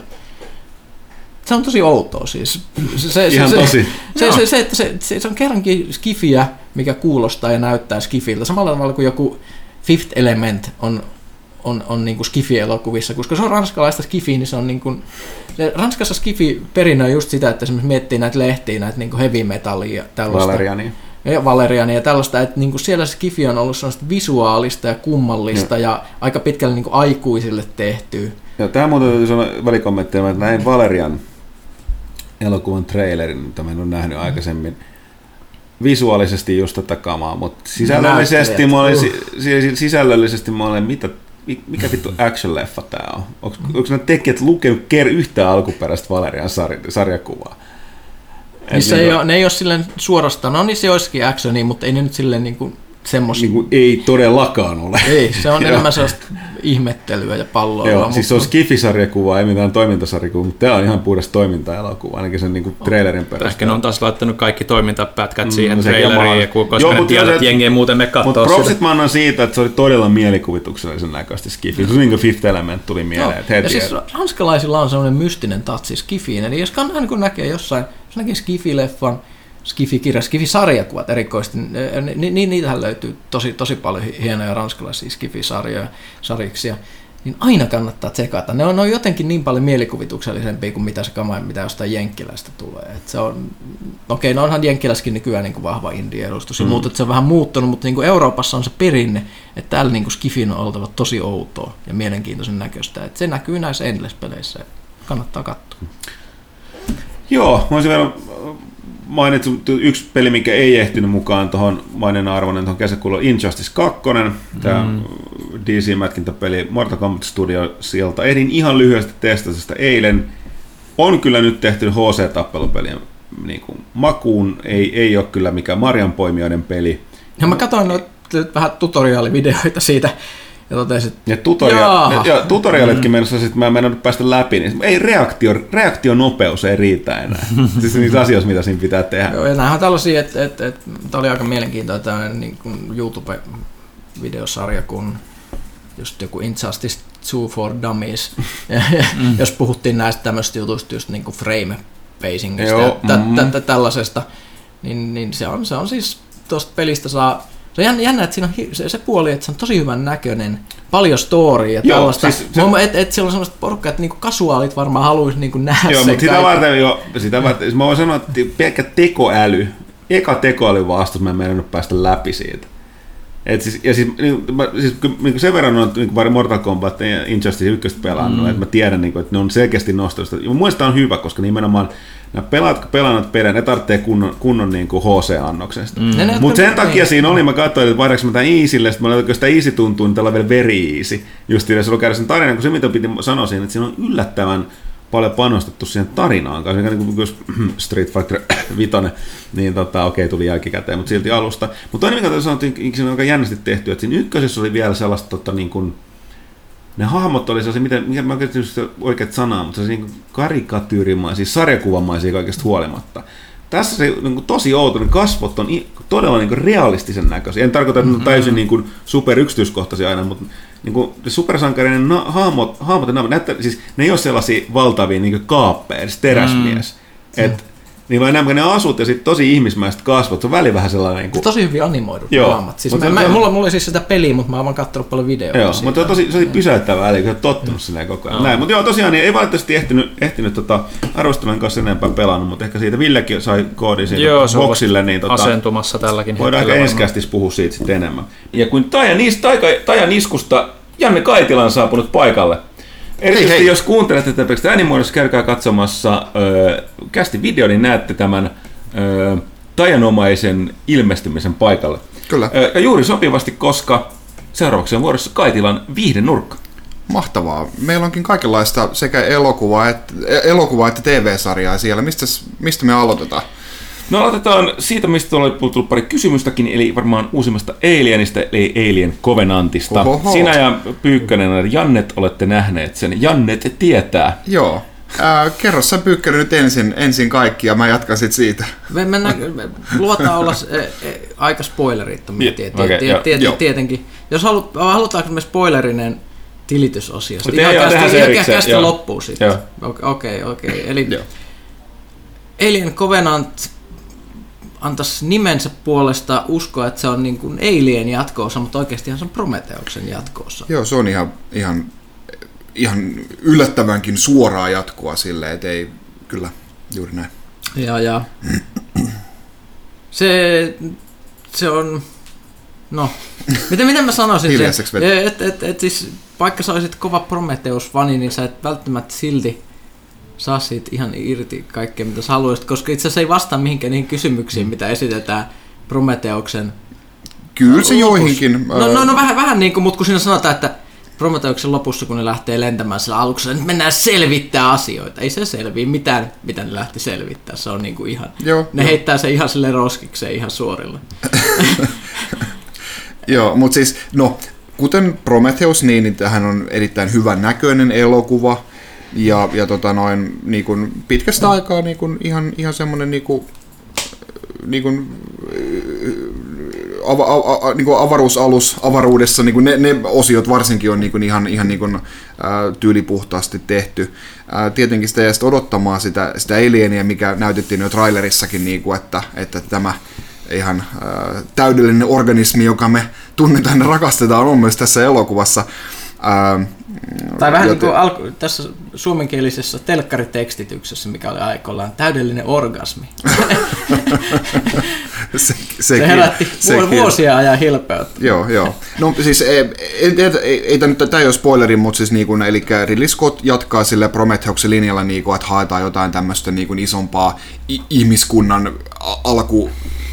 Se on tosi outoa siis. Se, se, Ihan se, tosi. Se, se, se, se, se, se on kerrankin skifiä, mikä kuulostaa ja näyttää skifiltä. Samalla tavalla kuin joku Fifth Element on, on, on niin kuin skifi-elokuvissa, koska se on ranskalaista skifiä, niin se on niin kuin, Ranskassa skifi perinnö on just sitä, että esimerkiksi miettii näitä lehtiä, näitä niin kuin heavy metallia ja tällaista. Valeriania. Ja Valeriania ja tällaista, että niin kuin siellä skifi on ollut sellaista visuaalista ja kummallista ja, ja aika pitkälle niin kuin aikuisille tehtyä. Ja tämä muuten täytyy sanoa välikommentteja, että näin Valerian elokuvan trailerin, mitä mä en ole nähnyt aikaisemmin. Visuaalisesti just tätä kamaa, mutta sisällöllisesti mä olin, uh. sisällöllisesti mä olin, mitä, mikä vittu action-leffa tää on? Onko, onko nämä tekijät lukenut ker yhtään alkuperäistä Valerian sar, sarjakuvaa? Niissä niin ei ole, ne ei ole silleen suorastaan, no niissä olisikin actionia, mutta ei ne nyt silleen niin kuin semmoista. Niin kuin ei todellakaan ole. Ei, se on enemmän sellaista ihmettelyä ja palloa. Joo, siis se on Skifi-sarjakuva, ei mitään toimintasarjakuva, mutta tämä on ihan puhdas toiminta-elokuva, ainakin sen niin kuin trailerin perästä. Ehkä ne on taas laittanut kaikki toimintapätkät siihen mm, traileriin, koska joo, ne tiedät, että jengi ei muuten me kattoo sitä. Mutta propsit mä annan siitä, että se oli todella mielikuvituksellisen näköistä Skifi. Se on niin kuin Fifth Element tuli mieleen. No, ja siis ranskalaisilla on sellainen mystinen tatsi Skifiin, eli jos aina kun näkee jossain, jos näkee Skifi-leffan, Skifi-kirja, Skifi-sarjakuvat erikoisesti, niin ni, ni, niitähän löytyy tosi, tosi paljon hienoja ranskalaisia Skifi-sarjoja, sarjiksia. niin aina kannattaa tsekata. Ne on, ne on jotenkin niin paljon mielikuvituksellisempia kuin mitä se kama, mitä jostain jenkkiläistä tulee. Et se on, okei, no onhan jenkkiläskin nykyään niin kuin vahva indie-edustus ja mm. muuta, että se on vähän muuttunut, mutta niin kuin Euroopassa on se perinne, että täällä niin kuin Skifin on oltava tosi outoa ja mielenkiintoisen näköistä. Et se näkyy näissä Endless-peleissä. Kannattaa katsoa. Joo, mä olisin vielä mainittu yksi peli, mikä ei ehtinyt mukaan tuohon maininnan arvoinen tuohon kesäkuulla Injustice kaksi, tämä mm. D C-mätkintäpeli Mortal Kombat Studiosilta. Ehdin ihan lyhyesti testata sitä eilen. On kyllä nyt tehty H C-tappelupelien niin kuin makuun, ei, ei ole kyllä mikään marjanpoimijoiden peli. Ja mä katsoin noita vähän tutoriaalivideoita siitä, ja totesin, ja, tutoria- ja tutorialitkin mm. menossa, että mä en mennyt päästä läpi, niin ei reaktio, reaktionopeus ei riitä enää. Siis niitä asioita, mitä siinä pitää tehdä. Joo, ja nämä on tällaisia, että, että, että tämä oli aika mielenkiintoinen tämmöinen niin kuin YouTube-videosarja, kun just joku Injustice two for Dummies, ja, mm. jos puhuttiin näistä tämmöistä jutuista, just niin kuin frame-pacingista ja tä, tä, tä, tällaisesta, niin, niin se, on, se on siis tuosta pelistä saa. Se on jännä, että siinä on se, se puoli, että se on tosi hyvän näköinen, paljon storya ja joo, tällaista. Siis se... Että et siellä on sellaista porukkaa, että niinku kasuaalit varmaan haluaisi niinku nähdä joo, sen. Mutta sitä varten jo, sitä varten, mä voin sanoa, että pelkkä tekoäly, eka tekoäly vastus, mä en mennyt päästä läpi siitä. Et siis, ja siis, niin, mä, siis niin sen verran on niin Mortal Kombat ja Injustice yksi pelannut, mm. että mä tiedän, niin kuin, että ne on selkeästi nostoista. Ja mun mielestä on hyvä, koska nimenomaan nämä pelaat, jotka pelannut pelejä, ne tarvitsee kunnon, kunnon niin kuin H C-annoksesta. Mm. Mutta sen takia niin. Siinä oli, mä katsoin, että vaihdaanko mä tämän easylle, sitten mä olin, että sitä easy tuntuu, niin tällä on vielä very easy. Just se on käydä sen tarinan, kun se mitä piti sanoa siinä, että siinä on yllättävän paljon panostettu siihen tarinaan kanssa, niin kuin Street Fighter viisi, niin tota, okei, okay, tuli jälkikäteen, mutta silti alusta. Mutta toinen, mikä sanottiin, se on aika jännästi tehty, että siinä ykkösessä oli vielä sellaista, tota, niin kuin, ne hahmot oli sellaisia, miten, mikä mä oikein oikeat sanaa, mutta se niin karikatyyrimaisia, sarjakuvamaisia kaikesta huolimatta. Tässä se niin tosi outo, niin kasvot on todella niin realistisen näköisiä. En tarkoita, että ne on täysin niin super yksityiskohtaisia aina, mutta niin supersankarinen na- hahmot, hahmot näyttää, siis ne ei ole sellaisia valtavia niin kaappeja, edes teräsmies. Mm. Et, niillä on enemmän ne asut ja sitten tosi ihmismäiset kasvot, se on väli vähän sellainen... Niin kuin... Tosi hyvin animoidut hahmot. Siis mä, mä, mulla, mulla ei siis sitä peliä, mutta mä oon vaan katsonut paljon videoita. Joo, mutta on tosi, tosi pysäyttävää, eli kun olet tottunut silleen koko ajan. Näin, mutta joo, tosiaan niin ei valitettavasti ehtinyt, ehtinyt tota, arvostelujen kanssa enempää pelannut, mutta ehkä siitä Villekin sai koodin siitä joo, boksille. Niin, tota, asentumassa tälläkin voidaan aika ensikästis puhua siitä sitten enemmän. Ja kun Taja, nis, taika, taja Niskusta Janne Kaitila on saapunut paikalle. Erityisesti hei, hei. Jos kuuntelette tätä äänimuodossa, käykää katsomassa öö, kästi video, niin näette tämän öö, tajanomaisen ilmestymisen paikalle. Kyllä. Öö, ja juuri sopivasti, koska seuraavaksi on vuorossa Kaitilan viihdenurkka. Mahtavaa. Meillä onkin kaikenlaista sekä elokuvaa että, elokuvaa että T V-sarjaa siellä. Mistä, mistä me aloitetaan? No aloitetaan siitä, mistä oli tullut pari kysymystäkin, eli varmaan uusimmasta Alienista, eli Alien Covenantista. Ohoho. Sinä ja Pyykkönen ja Jannet olette nähneet sen. Jannet tietää. Joo. Äh, kerro sä Pyykkönen nyt ensin, ensin kaikki ja mä jatkan sit siitä. Me, mennään, me luotaan olla e, e, aika spoilerittomia tiet, okay, tiet, tiet, tiet, tietenkin. Jos halut, halutaanko me spoilerinen tilitysosio? Ihan kästi, kästi loppuu sitten. Okei, okay, okei. Okay. Eli joo. Alien Covenant antaisi nimensä puolesta uskoa, että se on niin kuin Alien jatko-osa, mutta oikeastihan se on Prometheuksen jatko-osa. Joo, se on ihan, ihan, ihan yllättävänkin suoraa jatkoa silleen, että ei, kyllä, juuri näin. Ja, ja. Se, se on, no, miten, miten mä sanoisin sen, että et, et, siis, vaikka sä olisit kova Prometheus-fani, niin sä et välttämättä silti saa siitä ihan irti kaikkea, mitä sä haluaisit, koska itse asiassa ei vastaa mihinkään niihin kysymyksiin, mitä esitetään Prometheuksen. Kyllä se joihinkin. No, no, no vähän, vähän niin kuin, mutta kun siinä sanotaan, että Prometheuksen lopussa, kun ne lähtee lentämään sillä aluksella, nyt mennään selvittää asioita. Ei se selviä mitään, mitä ne lähti selvittää. Se on niin kuin ihan, joo, ne jo. heittää se ihan sille roskikseen ihan suorilla. Joo, mutta siis, no, kuten Prometheus, niin, niin tämähän on erittäin hyvän näköinen elokuva. Ja, ja tota noin, niin kuin pitkästä aikaa niin kuin ihan, ihan semmoinen niin kuin, niin kuin, ava, a, a, niin kuin avaruusalus, avaruudessa, niin kuin ne, ne osiot varsinkin on niin kuin ihan, ihan niin kuin, ä, tyylipuhtaasti tehty. Ä, tietenkin sitä jäi odottamaan sitä, sitä alienia, mikä näytettiin jo trailerissakin, niin kuin, että, että tämä ihan ä, täydellinen organismi, joka me tunnetaan ja rakastetaan, on myös tässä elokuvassa. Ä, Tai vähän joten... niin kuin alku, tässä suomenkielisessä telkkaritekstityksessä, mikä oli aikoinaan täydellinen orgasmi. se, se herätti sekin. Vuosia ajan hilpeyttä. Joo, joo. No siis ei, ei, ei, ei tämä nyt, tämä ei ole spoileri, mutta siis niin kuin, eli Ridley Scott jatkaa sille Prometheuksen linjalla, niin kuin, että haetaan jotain tämmöistä niin kuin isompaa ihmiskunnan alku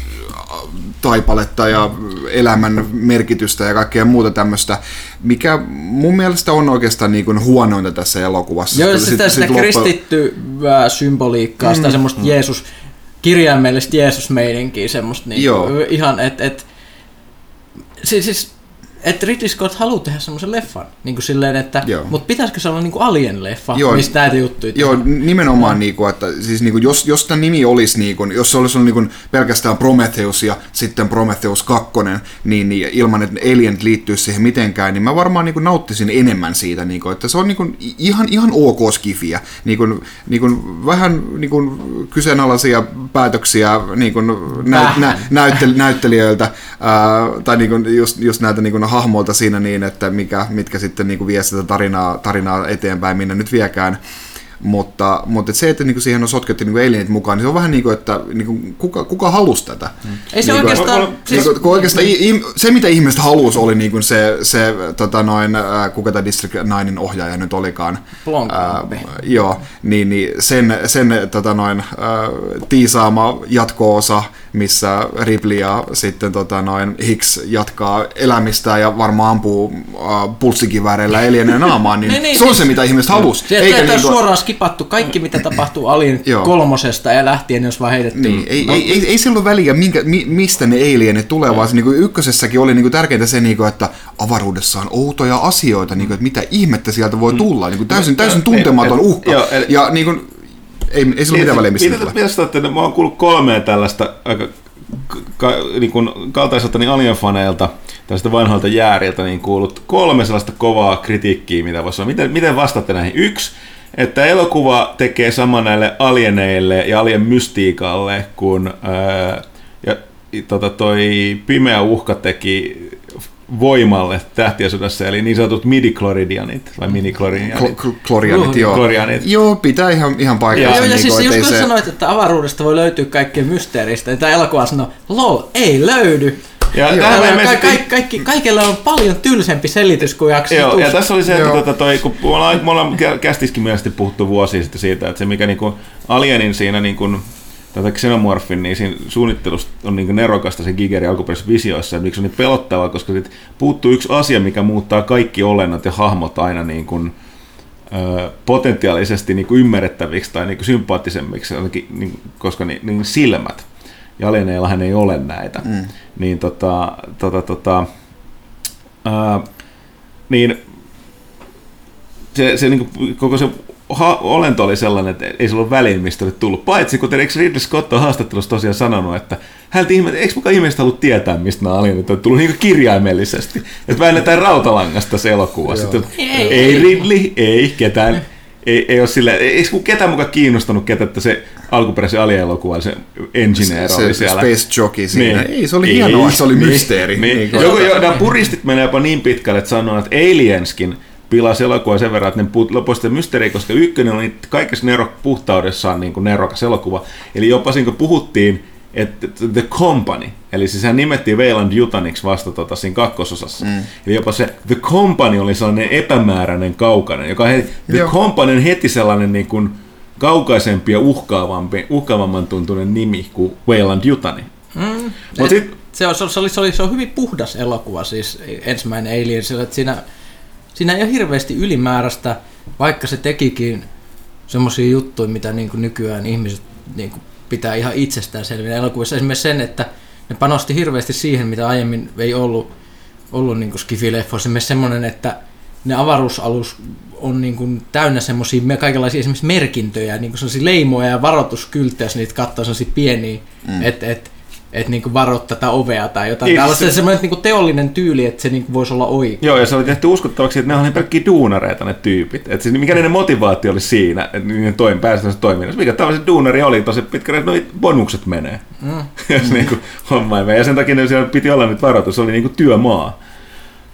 taipaletta ja elämän merkitystä ja kaikkea muuta tämmöistä, mikä mun mielestä on oikeastaan niin kuin huonointa tässä elokuvassa. Joo, sitä, sitä, sitä kristittyä symboliikkaa, mm, sitä semmoista mm. Jeesus, kirjaimellistä Jeesus-meininkiä, semmoista niin kuin, ihan, että et, siis, siis että Ridley Scott haluaa tehdä semmoisen leffan, niin kuin silleen, että, mutta pitäisikö se olla niin kuin Alien-leffa, joo, mistä näitä juttuja tehdään? Joo, nimenomaan, niin kuin, että siis, niin kuin, jos, jos tämä nimi olisi, niin kuin, jos se olisi niin kuin, pelkästään Prometheus ja sitten Prometheus kaksi, niin, niin ilman, että Alien liittyisi siihen mitenkään, niin mä varmaan niin kuin, nauttisin enemmän siitä, niin kuin, että se on niin kuin, ihan, ihan ok skifiä, niin kuin, niin kuin, vähän niin kuin, kyseenalaisia päätöksiä niin kuin, nä, nä, näyttel, näyttelijöiltä, ää, tai niin kuin, just, just näitä niin kuin, hahmoilta siinä niin, että mikä, mitkä sitten niin kuin vie sitä tarinaa, tarinaa eteenpäin, minne nyt viekään. Mutta, mutta se, että niin kuin siihen on sotkettu niin kuin Alienit mukaan, niin se on vähän niin kuin, että niin kuin, kuka, kuka halusi tätä? Mm. Ei se niin kuin, oikeastaan... Niin kuin, siis, kun oikeastaan mm. se, mitä ihmiset halusi, oli niin kuin se, se tota noin, äh, kuka tämä District yhdeksän ohjaaja nyt olikaan. Blomkamp. Äh, joo, niin, niin sen, sen tota noin, äh, tiisaama jatko-osa, missä Ripley ja sitten tota noin Hicks jatkaa elämistään ja varmaan ampuu äh, pulssikivääreillä alienien naamaan, niin, niin se on siis, se, mitä ihmiset halusi. Se, Eikä niin suoraan skipattu kaikki, mitä tapahtuu Alien kolmosesta ja lähtien, jos vaan heitetty. Niin, ei, no. ei, ei, ei silloin väliä, minkä, mi, mistä ne alienit tulee, no. vaan se, niin kuin ykkösessäkin oli niin kuin tärkeintä se, niin kuin, että avaruudessa on outoja asioita, niin kuin, että mitä ihmettä sieltä voi tulla, niin kuin täysin, täysin tuntematon uhka. Joo, eli, ja niin kuin, ei, ei sillä mitään väliä, mistä tulee. Mitä sitä, mä oon kuullut kolmea tällaista aika ka, niin kuin kaltaiselta niin Alien-faneilta, tällaista vanhoilta jääriltä, niin kuullut kolme sellaista kovaa kritiikkiä, mitä voisi olla. Miten, miten vastaatte näihin? Yksi, että elokuva tekee sama näille alieneille ja alien mystiikalle, kun ää, ja, tota, toi Pimeä uhka teki Voimalle Tähtien sodassa, eli niin sanotut midi-kloridianit, vai mini-kloridianit? Klorianit, joo. Klorianit. Joo, pitää ihan, ihan paikkansa. Joo, ja niin siis kuin, just kun se... sanoit, että avaruudesta voi löytyä kaikkea mysteeristä, niin tämä elokuva sanoo, lol, ei löydy. Ja ja ka- ka- kaikki, kaikilla on paljon tylsempi selitys kuin jakso. Joo, ja tässä oli se, että tota, toi, kun me ollaan, me ollaan kästiskin mielestäni puhuttu vuosia sitten siitä, että se mikä niin kuin Alienin siinä niin kuin, tätä Xenomorphin, niin siinä suunnittelusta on niin kuin nerokasta se Gigerin alkuperäisessä visioissa, että miksi on niin pelottavaa, koska siitä puuttuu yksi asia, mikä muuttaa kaikki olennot ja hahmot aina niin kuin, ö, potentiaalisesti niin kuin ymmärrettäviksi tai niin kuin sympaattisemmiksi, ainakin, niin, koska niin, niin silmät. Ja alieneillahan ei ole näitä. Mm. Niin, tota, tota, tota, ää, niin se, se niin kuin, koko se ha- olento oli sellainen, että ei se ollut väliin, mistä oli tullut. Paitsi, kuten eikö Ridley Scott on haastattelussa tosiaan sanonut, että häneltä ihme, eikö mukaan ihmiset halua tietää, mistä nämä alienit on tullut niin kuin kirjaimellisesti. Että väännetään rautalangasta se elokuva. Sitten, ei, ei Ridley, ei ketään. Ei, ei ole silleen, ei ketään mukaan kiinnostanut, ketä, että se alkuperäisen Alien-elokuva, se engineer se, oli se siellä. Space Jockey siinä. Niin. Ei, se oli ei, hienoa, se oli niin, mysteeri. Niin. Niin, Joku, jo, nämä puristit menee jopa niin pitkälle, että sanoo, että Alienskin pilasi elokuva sen verran, että ne lopuivat sitä mysteeriä, koska ykkönen oli kaikessa nerok, puhtaudessaan niin kuin nerokas elokuva. Eli jopa siinä kun puhuttiin, että The Company, eli siis hän nimettiin Weyland Yutaniksi vasta tota, siinä kakkososassa. Mm. Eli jopa se The Company oli sellainen epämääräinen, kaukainen, joka he, The Joo. Company on heti sellainen niin kuin kaukaisempi ja uhkaavampi, uhkaavamman tuntunen nimi kuin Weyland Yutani. Mm. Mut sit, se, on, se, oli, se, oli, se on hyvin puhdas elokuva, siis ensimmäinen Alien, että siinä, siinä ei ole hirveästi ylimääräistä, vaikka se tekikin semmoisia juttuja, mitä niin kuin nykyään ihmiset niin kuin pitää ihan itsestään selvinä elokuvissa. Esimerkiksi sen, että ne panosti hirveästi siihen, mitä aiemmin ei ollut, ollut niin kuin skifileffoissa. Esimerkiksi semmoinen, että ne avaruusalus on niin kuin täynnä semmoisia kaikenlaisia esimerkiksi merkintöjä, niin kuin sellaisia leimoja ja varoituskylttejä, jos niitä katsoo sellaisia pieniä, mm. että et, et niin kuin varo tätä ovea tai jotain. Täällä on se semmoinen niin kuin teollinen tyyli, että se niin kuin voisi olla oikein. Joo, ja se oli tehty uskottavaksi, että ne on niin pelkkiä duunareita ne tyypit. Että siis mikä niiden motivaatio oli siinä, että niiden toim, päästäisiin toiminnassa. Mikä tavalliset duunari oli tosi pitkä, että noi bonukset menee. Mm. Jos mm. niin kuin homma ei mene. Ja sen takia ne siellä piti olla nyt varoitus, se oli niin kuin työmaa.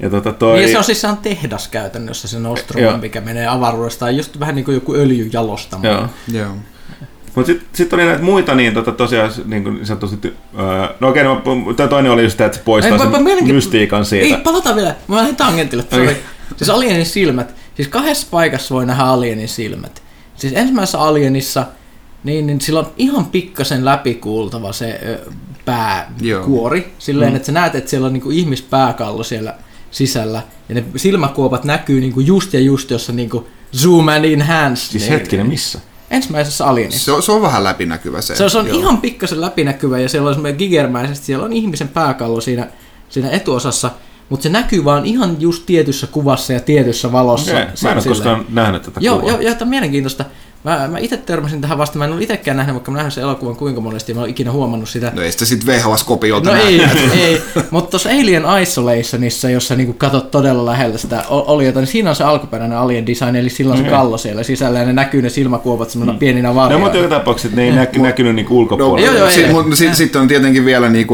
Ja, tota toi... niin, ja se on siis se on tehdas käytännössä se Nostromo, mikä menee avaruudesta, just vähän niin kuin joku öljyn jalostamo. Joo. Joo. Mutta sitten sit oli näitä muita, niin tota, tosiaan, niin kuin sanotusti, öö, no okei, no, tämä toinen oli just, että se poistaa ei, sen mielenki... mystiikan siitä. Ei, palataan vielä, mä lähdin tangentille, okay. Siis Alienin silmät, siis kahdessa paikassa voi nähdä Alienin silmät. Siis ensimmäisessä Alienissa, niin, niin sillä on ihan pikkasen läpikuultava se ö, pääkuori, Joo. silleen, mm. että sä näet, että siellä on niinku ihmispääkallo siellä sisällä, ja ne silmäkuopat näkyy niinku just ja just, jossa niinku zoom and enhance. Siis niin, hetkinen, missä? Ensimmäisessä Alienissa. Se on, se on vähän läpinäkyvä se. Se, se on Joo. ihan pikkasen läpinäkyvä, ja siellä on semmoinen gigermäisesti, siellä on ihmisen pääkallo siinä, siinä etuosassa, mutta se näkyy vaan ihan just tietyssä kuvassa ja tietyssä valossa. Okay. Mä en ole koskaan nähnyt tätä joo, kuvaa. Joo, joo, tämä on mielenkiintoista. Mä, mä itse törmäsin tähän vasta, mä en ole itsekään nähnyt, vaikka mä nähnyt sen elokuvan kuinka monesti, ja mä oon ikinä huomannut sitä. No ei sitä sit V H S-kopiolta No ei, ei. Mutta tuossa Alien Isolationissa, jossa niinku katsot todella läheltä sitä oliota, niin siinä on se alkuperäinen Alien design, eli silloin mm. se kallo siellä sisällä, ja ne näkyy ne silmäkuopat semmoina mm. pieninä varjoina. No mutta joka tapauksessa ne ei näky, näkynyt niinku ulkopuolella. No, joo, joo, si- mutta sitten sit on tietenkin vielä niinku...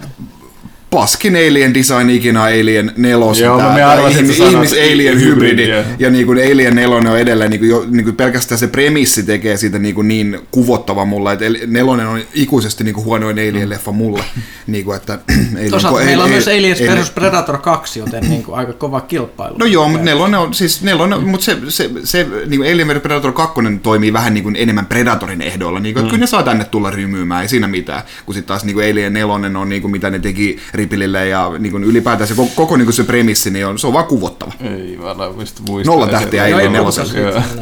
paskin alien design ikinä Alien nelosen, Joo, ihmis, ihmis alien hybridi, ja, ja niin kuin Alien nelonen on edelleen, niin kuin jo, niin kuin pelkästään se premissi tekee siitä niin, kuin niin kuvottava mulle, että nelonen on ikuisesti niin kuin huonoin Alien-leffa mulle. Niin kuin, että, Toisaalta meillä on myös Aliens versus Predator kaksi, joten niin kuin aika kova kilpailu. No joo, mutta nelonen on, siis nelonen, mutta se, se, se niin kuin Alien versus Predator kaksi toimii vähän niin kuin enemmän Predatorin ehdoilla, niin kuin, että mm. kyllä ne saa tänne tulla rymyymään, ei siinä mitään, kun sitten taas niin kuin Alien nelonen on niin kuin mitä ne teki Ripilille ja niin kuin ylipäätään se koko, koko niin kuin se premissi, niin on, se on vaan kuvottava. Ei vaan mistä muistaa. Nolla tähtiä ei ole nelosella.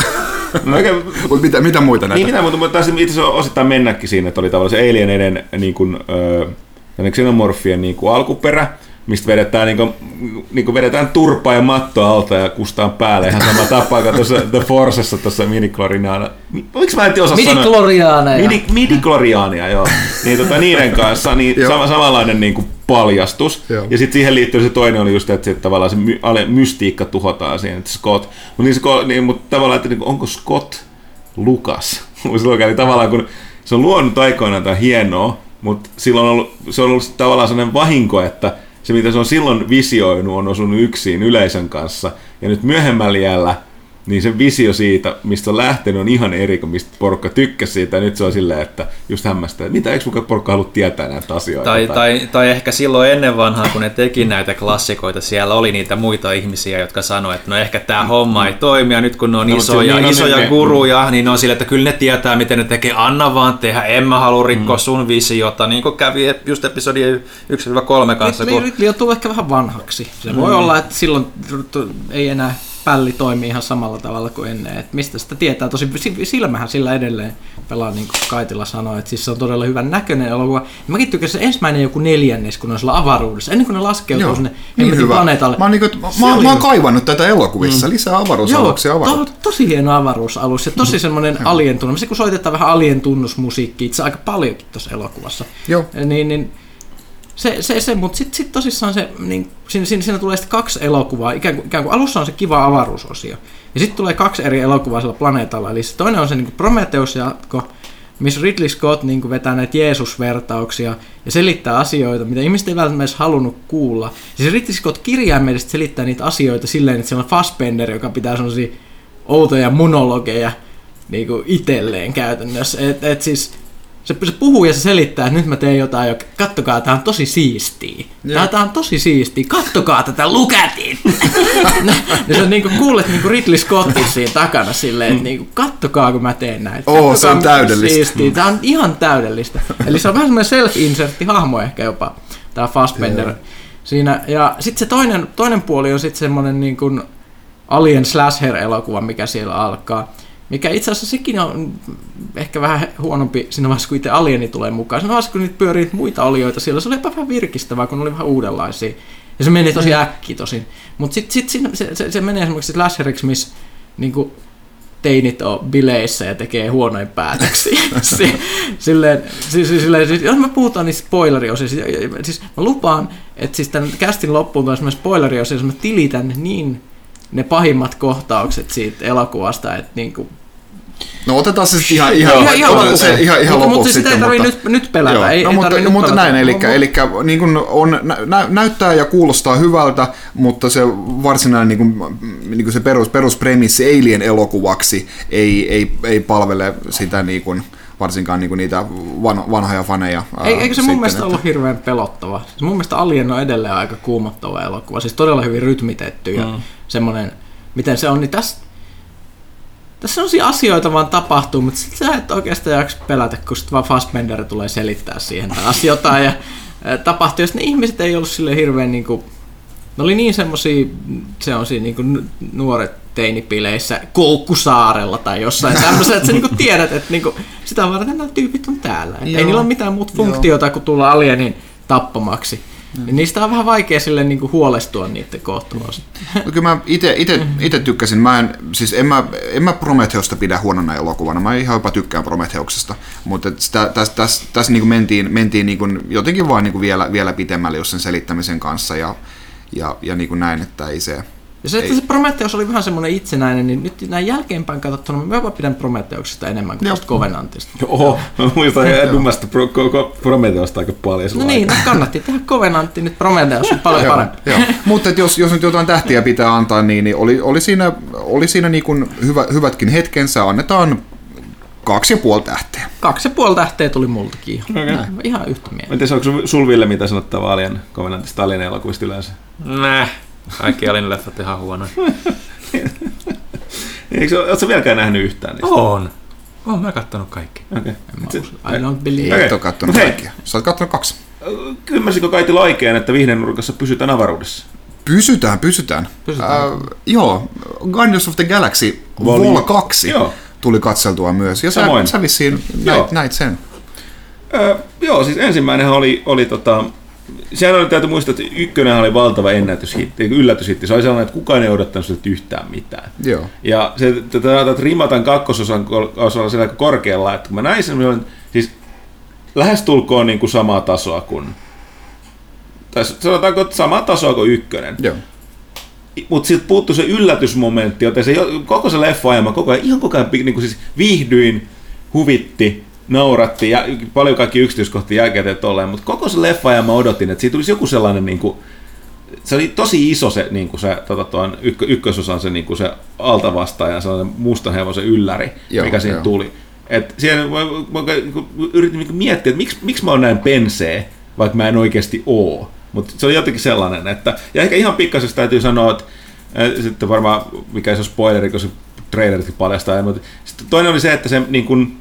No, Mutta mitä, mitä muita näitä? Niin mitä muuta, mutta taisi itse asiassa osittain mennäkin siinä, että oli tavallaan se Alieneiden niin kuin, äh, xenomorfien niin kuin alkuperä, mistä vedetään, niin kuin, niin kuin vedetään turpaa ja mattoa alta ja kustaan päälle ihan sama tapaa kuin tuossa The Forcessa tuossa midi-kloriaana. Oliko mä en osaa sanoa? Midi-kloriaaneja. Midi, midi-kloriaania, joo. Niin, tota, niiden kanssa niin sama, samanlainen niin kuin paljastus. Joo. Ja sitten siihen liittyy se toinen oli just, että se, tavallaan se my, ale, mystiikka tuhotaan siihen, että Scott. Mutta niin, niin, mut tavallaan, että niin, onko Scott Lucas? Silloin tavallaan, kun se on luonut aikoinaan tämä hienoa, mutta silloin on ollut, se on ollut tavallaan sellainen vahinko, että se mitä se on silloin visioinut on osunut yksin yleisön kanssa. Ja nyt myöhemmällä iällä, niin se visio siitä, mistä on lähtenyt, on ihan eri kuin mistä porukka tykkäsi siitä. Ja nyt se on silleen, että just hämmästää, että mitä, eikö mukaan porukka halua tietää näitä asioita? Tai, tai, tai ehkä silloin ennen vanhaa, kun ne teki näitä klassikoita, siellä oli niitä muita ihmisiä, jotka sanoivat, että no ehkä tämä homma ei toimi. Ja nyt kun ne on no, isoja, niin on isoja niin, guruja, niin ne on silleen, että kyllä ne tietää, miten ne tekee. Anna vaan tehdä, en mä halua rikkoa mm. sun visiota. Niin kuin kävi just episodi yksi kolme kanssa. Ridley, kun... Ridley joutuu ehkä vähän vanhaksi. Se mm. voi olla, että silloin ei enää... pälli toimii ihan samalla tavalla kuin ennen. Et mistä sitä tietää? Tosi silmähän sillä edelleen pelaa, niin kuin Kaitila sanoi, että siis se on todella hyvän näköinen elokuva. Mäkin tykkäsin se ensimmäinen joku neljännes, kun on sillä avaruudessa, ennen kuin ne laskeutuu sinne niin planeetalle. Mä oon, niin kuin, mä, mä oon kaivannut tätä elokuvissa, mm. lisää avaruusaluksia. Joo, to, tosi hieno avaruusalus ja tosi semmoinen alien tunnus. Se kun soitetaan vähän alien tunnusmusiikkia, itse aika paljonkin tuossa elokuvassa. Joo. Niin, niin, Se, se, se mutta sitten sit tosissaan se, niin, siinä, siinä, siinä tulee sitten kaksi elokuvaa, ikään kuin, ikään kuin alussa on se kiva avaruusosio, ja sitten tulee kaksi eri elokuvaa sillä planeetalla, eli se toinen on se niin Prometheus-jatko, missä Ridley Scott niin kuin vetää näitä Jeesus-vertauksia ja selittää asioita, mitä ihmiset ei välttämättä edes halunnut kuulla. Ja se Ridley Scott kirjaimellisesti selittää niitä asioita silleen, että se on Fassbender, joka pitää sellaisia outoja monologeja niin kuin itselleen käytännössä, että et siis... Se, se puhuu ja se selittää, että nyt mä teen jotain, joka, kattokaa, tää on tosi siistiä. Tää, tää on tosi siistiä, kattokaa tätä, look at it! Ja sä niinku kuulet niinku Ridley Scottin siinä takana silleen, että niinku, kattokaa kun mä teen näitä. Oo, se on täydellistä. Siistiä. Tää on ihan täydellistä. Eli se on vähän semmoinen self-insertti hahmo ehkä jopa, tää Fassbender siinä. Ja sit se toinen, toinen puoli on sit semmonen niinku Alien Slasher-elokuva, mikä siellä alkaa. Mikä itse asiassa sekin on ehkä vähän huonompi siinä vaiheessa, kun itse Alieni tulee mukaan. Siinä vaiheessa, kun niitä pyörii muita olioita siellä, se oli vähän virkistävää, kun ne oli vähän uudenlaisia. Ja se meni tosi äkkiä tosin. Mutta sitten sit, sit, se, se, se menee esimerkiksi slasheriksi, missä niinku, teinit on bileissä ja tekee huonoin päätöksiä. silleen, siis, silleen, siis, jos me puhutaan niistä spoileriosia, siis, siis mä lupaan, että siis tämän castin loppuun tulee semmoinen spoileriosia, jos mä tilitän niin ne pahimmat kohtaukset siitä elokuvasta, että niinku No otetaan se sitten ihan, ihan, ihan, ihan, otetaan se ihan, ihan mutta, lopuksi mutta sitä ei tarvitse nyt, nyt pelätä. Ei, no, ei mutta, nyt mutta pelätä. näin, eli, eli niin kuin on, nä, näyttää ja kuulostaa hyvältä, mutta se varsinainen niin kuin, niin kuin se perus, peruspremissi Alien elokuvaksi ei, ei, ei palvele sitä niin kuin, varsinkaan niinku niitä van, vanhoja faneja. Eikö se sitten, mun mielestä että... ollut hirveän pelottava? Siis mun mielestä Alien on edelleen aika kuumottava elokuva, siis todella hyvin rytmitetty ja mm. semmoinen, miten se on, niin tässä, tässä sellaisia asioita vaan tapahtuu, mutta sit sä et oikeastaan jaksa pelätä, kun sit vaan Fassbender tulee selittää siihen taas jotain ja äh, tapahtuu, ja ne ihmiset ei ollut silleen hirveän niinku, ne oli niin semmosia, se on siinä niinku nuoret teinipileissä Koukkusaarella tai jossain tämmöisellä, että sä niinku tiedät, että niinku, sitä varten nämä tyypit on täällä. Ei niillä ole mitään muuta funktiota kuin tulla alienin tappamaksi. Niin niistä on vähän vaikea sille niinku huolestua niiden kohtalosta. No kyllä mä ite, ite, ite tykkäsin. Mä en, siis en mä, en mä Prometheusta pidä huonona elokuvana. Mä ihan jopa tykkään Prometheuksesta. Mutta tässä täs, täs, täs niinku mentiin, mentiin niinku jotenkin vaan niinku vielä, vielä pitemmälle jos sen selittämisen kanssa ja, ja, ja niinku näin, että ei se... Ja se, että se Prometheus oli vähän semmoinen itsenäinen, niin nyt näin jälkeenpäin katsottuna mä jopa pidän Prometheuksesta enemmän kuin tuosta Covenantista. Oho, mä muistan Dumasta Prometheusta aika paljon. No niin, no kannatti tehdä Covenantti, nyt Prometheus on paljon parempi. Mutta jos, jos nyt jotain tähtiä pitää antaa, niin, niin oli, oli siinä, oli siinä niin kuin hyvä, hyvätkin hetkensä, annetaan kaksi ja puoli tähteä. Kaksi ja puoli tähteä tuli multakin. Okay. Ihan yhtä mieltä. Miten onko sul Ville mitä sanottavaa Alien Covenantista Alien elokuvista yleensä? Näh. Kaikki Alien-leffat ihan huonoja. Oletko sä vieläkään nähnyt yhtään niistä? On. Oon mä kattonut kaikki. Okay. I don't believe. Ei et ole kattonut okay. kaikkia. Sä oot kattonut kaksi. Ymmärsikö Kaiti Laikeen, että Vihden nurkassa pysytään avaruudessa? Pysytään, pysytään. pysytään. Uh, joo, Guardians of the Galaxy Vol kaksi joo. tuli katseltua myös. Ja sä, sä vissiin näit, näit sen. Uh, joo, siis ensimmäinenhän oli, oli tota... Sehän oli, täytyy muistaa, että ykkönen oli valtava ennätyshitti, yllätyshitti. Se oli sellainen, että kukaan ei odottanut siltä yhtään mitään. Joo. Ja se, että Rimatan kakkososan osalla siellä korkealla, että kun mä näin sen, olin, siis lähestulkoon niin kuin samaa tasoa kuin, tai sanotaanko samaa tasoa kuin ykkönen. Joo. Mutta sitten puuttui se yllätysmomentti, joten se, koko se leffa ajama koko ajan, ihan koko ajan niin kuin siis viihdyin, huvitti, nauratti ja paljon kaikki yksityiskohtia jälkeen tolleen, mutta koko se leffa ja mä odotin, että siitä tulisi joku sellainen, niin kuin, se oli tosi iso se, niin kuin se tota, tuon ykkö, ykkösosan se, niin kuin se altavastaajan sellainen mustan hevosen ylläri, joo, mikä siinä joo. tuli. Et siellä mä, mä, mä yritin niin miettiä, että miksi, miksi mä oon näin pensee, vaikka mä en oikeasti oo. Mutta se oli jotenkin sellainen, että, ja ehkä ihan pikkaisesti täytyy sanoa, että äh, sitten varmaan, mikä se on spoileri, kun se traileritkin paljastaa, mutta sitten toinen oli se, että se niin kuin,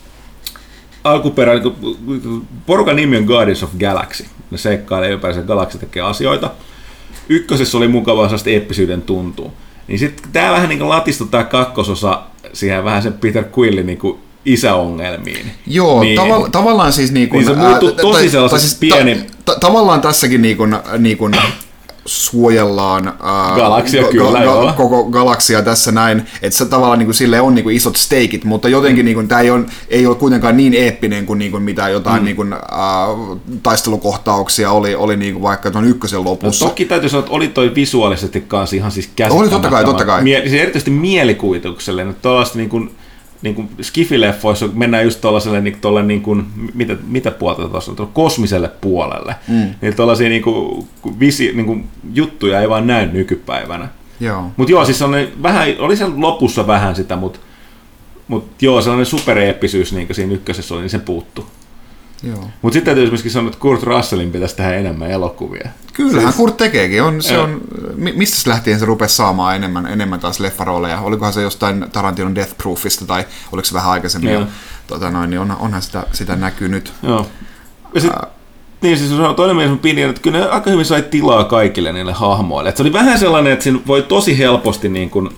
alkuperä, niin porukan nimi on Guardians of Galaxy. Ne seikkailee ympäri sen galaksi tekee asioita. Ykkösessä oli mukavaa sellaista eeppisyyden tuntua. Niin sitten tää vähän niin kuin latistui tää kakkososa siihen vähän sen Peter Quillin niin kuin isäongelmiin. Joo, niin, tav- tavallaan siis niin kuin... Niin se muuttui tosi sellaiseksi siis pieni... Ta- ta- tavallaan tässäkin niin kuin, niin kuin suojellaan ää, galaksia ga- kyllä, ga- koko galaksia tässä näin, että se tavallaan niin kuin, sille on niin kuin isot steikit, mutta jotenkin mm. niin kuin, tämä ei ole, ei ole kuitenkaan niin eeppinen kuin, niin kuin mitä jotain mm. niin kuin, ää, taistelukohtauksia oli, oli niin kuin vaikka tuon ykkösen lopussa. No, toki täytyy sanoa, että oli toi visuaalisesti kanssa ihan siis käsittämättömän. Oli totta kai, totta kai. Mie- siis erityisesti mielikuvitukselle, että tuollaista niin kuin niin kuin skifileffoissa mennään just tuollaiselle niin, tuolle, niin kuin, mitä, mitä puolta tuossa on, kosmiselle puolelle. Mm. Niin tuollaisia niin kuin, visi, niin kuin, juttuja ei vaan näy nykypäivänä. Mutta joo, siis vähän, oli sen lopussa vähän sitä, mutta mut joo, sellainen supereeppisyys niin kuin siinä ykkösessä oli, niin se puuttui. Mutta sitten täytyy myöskin sanoa, että Kurt Russellin pitäisi tehdä enemmän elokuvia. Kyllähän siis, Kurt tekeekin. On, se on, mistä se lähtien se rupesi saamaan enemmän, enemmän taas leffarooleja? Olikohan se jostain Tarantinon Death Proofista tai oliko se vähän aikaisemmin jo? Tota noin, niin on, onhan sitä, sitä näkynyt. Joo. Ja sit, Ää... niin siis toinen mies pidin, että kyllä ne aika hyvin sai tilaa kaikille niille hahmoille. Et se oli vähän sellainen, että siinä voi tosi helposti niin kuin,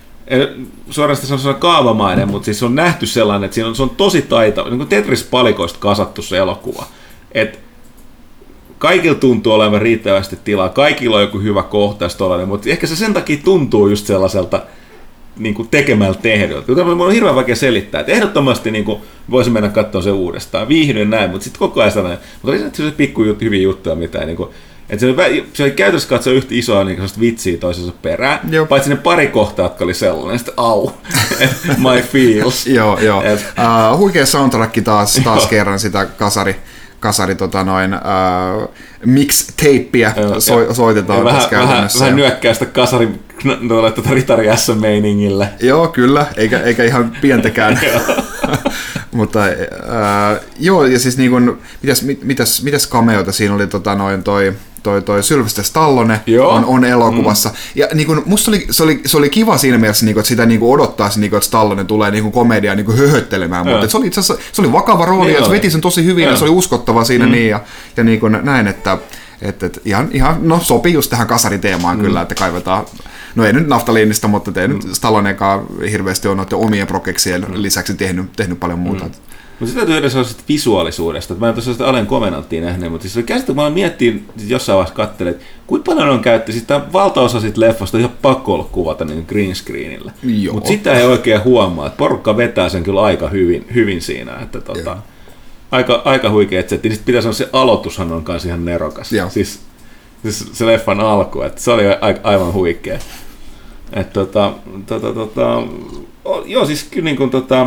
suorastaan se on kaavamainen, mutta siis se on nähty sellainen, että siinä on, se on tosi taitava, niin kuin Tetris-palikoista kasattu se elokuva. Et kaikilla tuntuu olevan riittävästi tilaa, kaikilla on joku hyvä kohtaus tollainen, mutta ehkä se sen takia tuntuu just sellaiselta niin kuin tekemällä tehdolta. Mun on hirveän vaikea selittää, että ehdottomasti niin kuin voisin mennä katsomaan se uudestaan, viihdyin näin, mutta sitten koko ajan sellainen, mutta oli se pikku juttu, hyviä juttuja, mitä ei niin kuin, Et se, oli, se oli käytössä katsoa yhtä isoa niin vitsiä toisensa perään, Joo. paitsi ne pari kohtaa, jotka oli sellainen, sitten au, my feels. Joo, joo. Et, uh, huikea soundtrack taas, taas kerran sitä kasari, kasari tota noin, uh, mixtapeä so, soitetaan vähän, tässä käytännössä. Vähän, vähän nyökkää sitä kasarin tuolla tuota Ritari S-meiningillä. Joo, kyllä, eikä, eikä ihan pientäkään. Mutta uh, joo, ja siis niin kun, mitäs, mitäs, mitäs cameota siinä oli tota noin toi, toi, toi Sylvester Stallone on, on elokuvassa. Mm. Ja niin kun, musta oli, se, oli, se oli kiva siinä mielessä, niin kun, että sitä niin kun odottaisi, niin kun, että Stallone tulee niin kun komediaa niin kun höhöttelemään, mutta se oli itse asiassa se oli vakava rooli, niin ja se veti sen tosi hyvin, ja, ja se oli uskottava siinä mm. niin, ja, ja niin kun näin, että et, et, ihan, ihan, no sopii just tähän kasariteemaan mm. kyllä, että kaivetaan. No ei nyt naftaliinista, mutta ei mm. nyt Stallonekaan hirveästi ole noiden omien prokeksien mm. lisäksi tehnyt, tehnyt paljon muuta. Mm. Mutta sitä täytyy edes olla visuaalisuudesta. Mä en tosiaan sitä Alen Covenanttia nähnyt, mutta siis se käsittää, kun mä miettiin jossain vaiheessa katselin, että kuinka paljon on käytti, siis tämä valtaosa siitä leffasta on ihan pakko olla kuvata niin green screenillä. Mutta sitä ei oikein huomaa, että porukka vetää sen kyllä aika hyvin, hyvin siinä, että tota, aika, aika huikea setti. Sitten pitäisi olla se aloitushan on kanssa ihan nerokas. Siis, siis se leffan alku, että se oli aivan huikea. Että tota, tota, tota, joo siis kyllä niin kuin tota,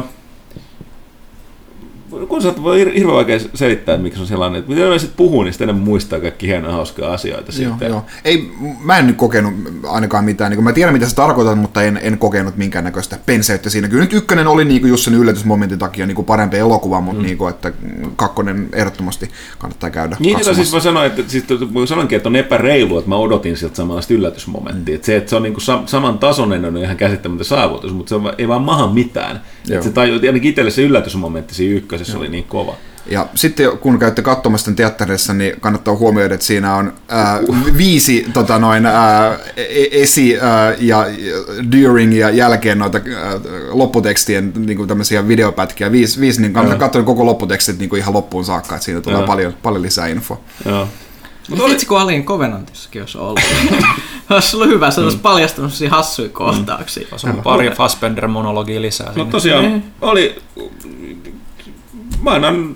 kun sä voi hirveän vaikea selittää, että miksi on sellainen, että miten sitten puhuu, niin sitten enemmän muistaa kaikki hienoja hauskaa asioita. Joo, joo. Ei, mä en nyt kokenut ainakaan mitään, niin mä tiedän mitä sä tarkoitat, mutta en, en kokenut minkäännäköistä penseyttä siinä. Kyllä nyt ykkönen oli niin kuin just sen yllätysmomentin takia niin kuin parempi elokuva, mutta mm. niin kuin, että kakkonen ehdottomasti kannattaa käydä niin, katsomassa. Niin, siis mä sanoin, että, siis, mä sanoinkin, että on epäreilu, että mä odotin sieltä samanlaista yllätysmomenttia. Mm. Että se, että se on niin kuin saman tasoinen on ihan käsittämättä saavutus, mutta se on, ei vaan maha mitään. Että se tajuu, ainakin itselle se yllätysmomentti siinä ykkösessä se oli niin kova. Ja sitten kun käytte katsomassa tämän teatterissa, niin kannattaa huomioida, että siinä on ää, viisi tota noin, ää, esi- ää, ja during ja jälkeen noita ää, lopputekstien niin kuin tämmöisiä videopätkiä. Viisi, viisi niin kannattaa katsoa koko lopputekstit niin kuin ihan loppuun saakka, että siinä tulee paljon, paljon lisää infoa. Joo. Mutta vitsi, kun Alien Covenantissakin olisi ollut. Olisi ollut hyvä, se olisi mm. paljastanut sellaisia hassuja kohtauksia. Se on pari Fassbender-monologia lisää. No tosiaan, mm. oli... Mä annan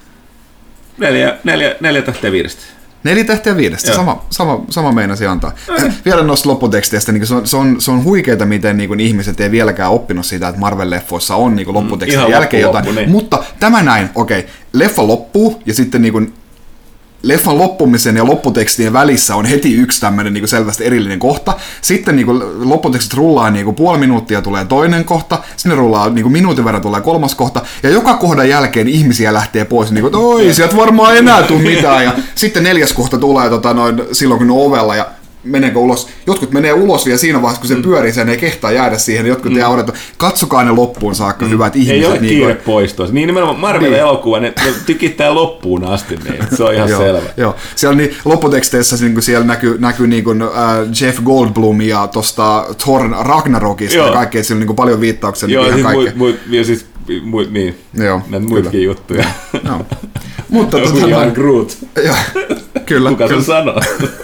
neljä, neljä, neljä tähteä viidestä. Neljä tähteä viidestä, sama, sama, sama meinasi antaa. Äh. Vielä noista lopputeksteistä, niin se, on, se, on, se on huikeeta, miten niin ihmiset ei vieläkään oppinut siitä, että Marvel-leffoissa on niin lopputekstin mm, jälkeen loppu, jotain. Loppu, niin. Mutta tämä näin, okei, okay, leffa loppuu ja sitten niin kuin, leffan loppumisen ja lopputekstien välissä on heti yksi tämmöinen niin kuin selvästi erillinen kohta. Sitten niin kuin lopputekstit rullaa niin kuin puoli minuuttia tulee toinen kohta, sinne rullaa niin kuin minuutin verran tulee kolmas kohta, ja joka kohdan jälkeen ihmisiä lähtee pois, niin kuin, että oi, sieltä varmaan enää tule mitään, ja sitten neljäs kohta tulee tota, noin, silloin kun ne on ovella, ja meneekö ulos, jotkut menee ulos vielä siinä vaiheessa, kun se mm. pyörii, sen ei kehtaa jäädä siihen, jotkut mm. jää odottaa. Katsokaa ne loppuun saakka, mm. hyvät ihmiset. Ei ole niin kiire kuin... poistua. Niin nimenomaan Marvel-elokuva, ne tykittää loppuun asti, niin se on ihan joo, selvä. Joo, siellä niin, lopputeksteissä niin siellä näkyy, näkyy niin kuin, äh, Jeff Goldblum ja tuosta Thor Ragnarokista joo. ja kaikkea, siellä on niin paljon viittauksia. Joo, niin siis muit, muit, ja siis muit, niin, joo, näitä muitakin juttuja. Joo. Mutta tota, ihan Groot. Joo, kyllä. Kuka kyllä. sen sanoo?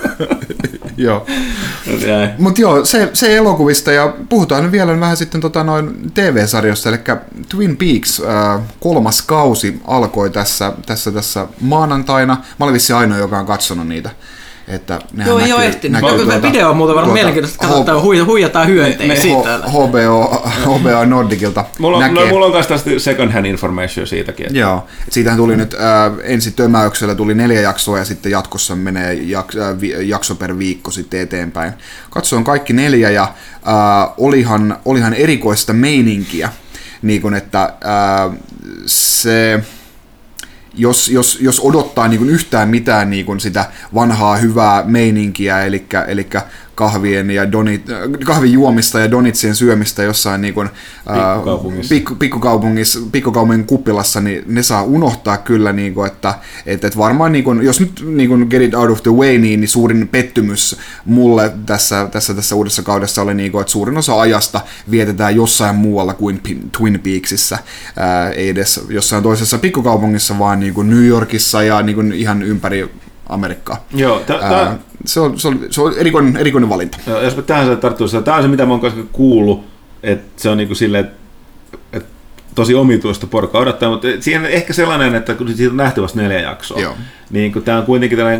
Joo. Mutta joo, se, se elokuvista, ja puhutaan nyt vielä vähän sitten tota noin T V-sarjosta, eli Twin Peaks äh, kolmas kausi alkoi tässä, tässä, tässä maanantaina. Mä olin vissiin ainoa, joka on katsonut niitä. Että joo, ei ole ehtinyt. Tuota, video on muuten varmaan mielenkiintoista, että katsotaan, H- huijataan hyöntejä siitä. H B O, H B O Nordicilta mulla on, no, mulla on myös tästä second hand information siitäkin. Että... Joo, et siitähän tuli nyt äh, ensi tömäyksellä tuli neljä jaksoa ja sitten jatkossa menee jak, äh, vi, jakso per viikko sitten eteenpäin. Katsoin kaikki neljä ja äh, olihan, olihan erikoista meininkiä, niin kun, että äh, se... Jos, jos, jos odottaa niin kuin yhtään mitään niin kuin sitä vanhaa hyvää meininkiä, eli, eli kahvien ja donit, kahvin juomista ja donitsien syömistä jossain niin kuin, pikkukaupungissa. Pikku, pikkukaupungissa, pikkukaupungin kuppilassa, niin ne saa unohtaa kyllä, niin kuin, että, että, että varmaan, niin kuin, jos nyt niin kuin get it out of the way, niin, niin suurin pettymys mulle tässä, tässä, tässä uudessa kaudessa oli, niin kuin, että suurin osa ajasta vietetään jossain muualla kuin Twin Peaksissa, ää, ei edes jossain toisessa pikkukaupungissa, vaan niin kuin New Yorkissa ja niin kuin ihan ympäri Amerikkaa. Joo, t- Ää, se on, se on, se on erikoinen, erikoinen valinta. Joo, jos mä tähän tarttuisin, tämä on se, mitä mä oon kuullut, että se on niinku silleen, että, että tosi omituista porukka odottaa, mutta siinä on ehkä sellainen, että kun siitä on nähty vasta neljä jaksoa, Joo. niin kun tämä on kuitenkin tällainen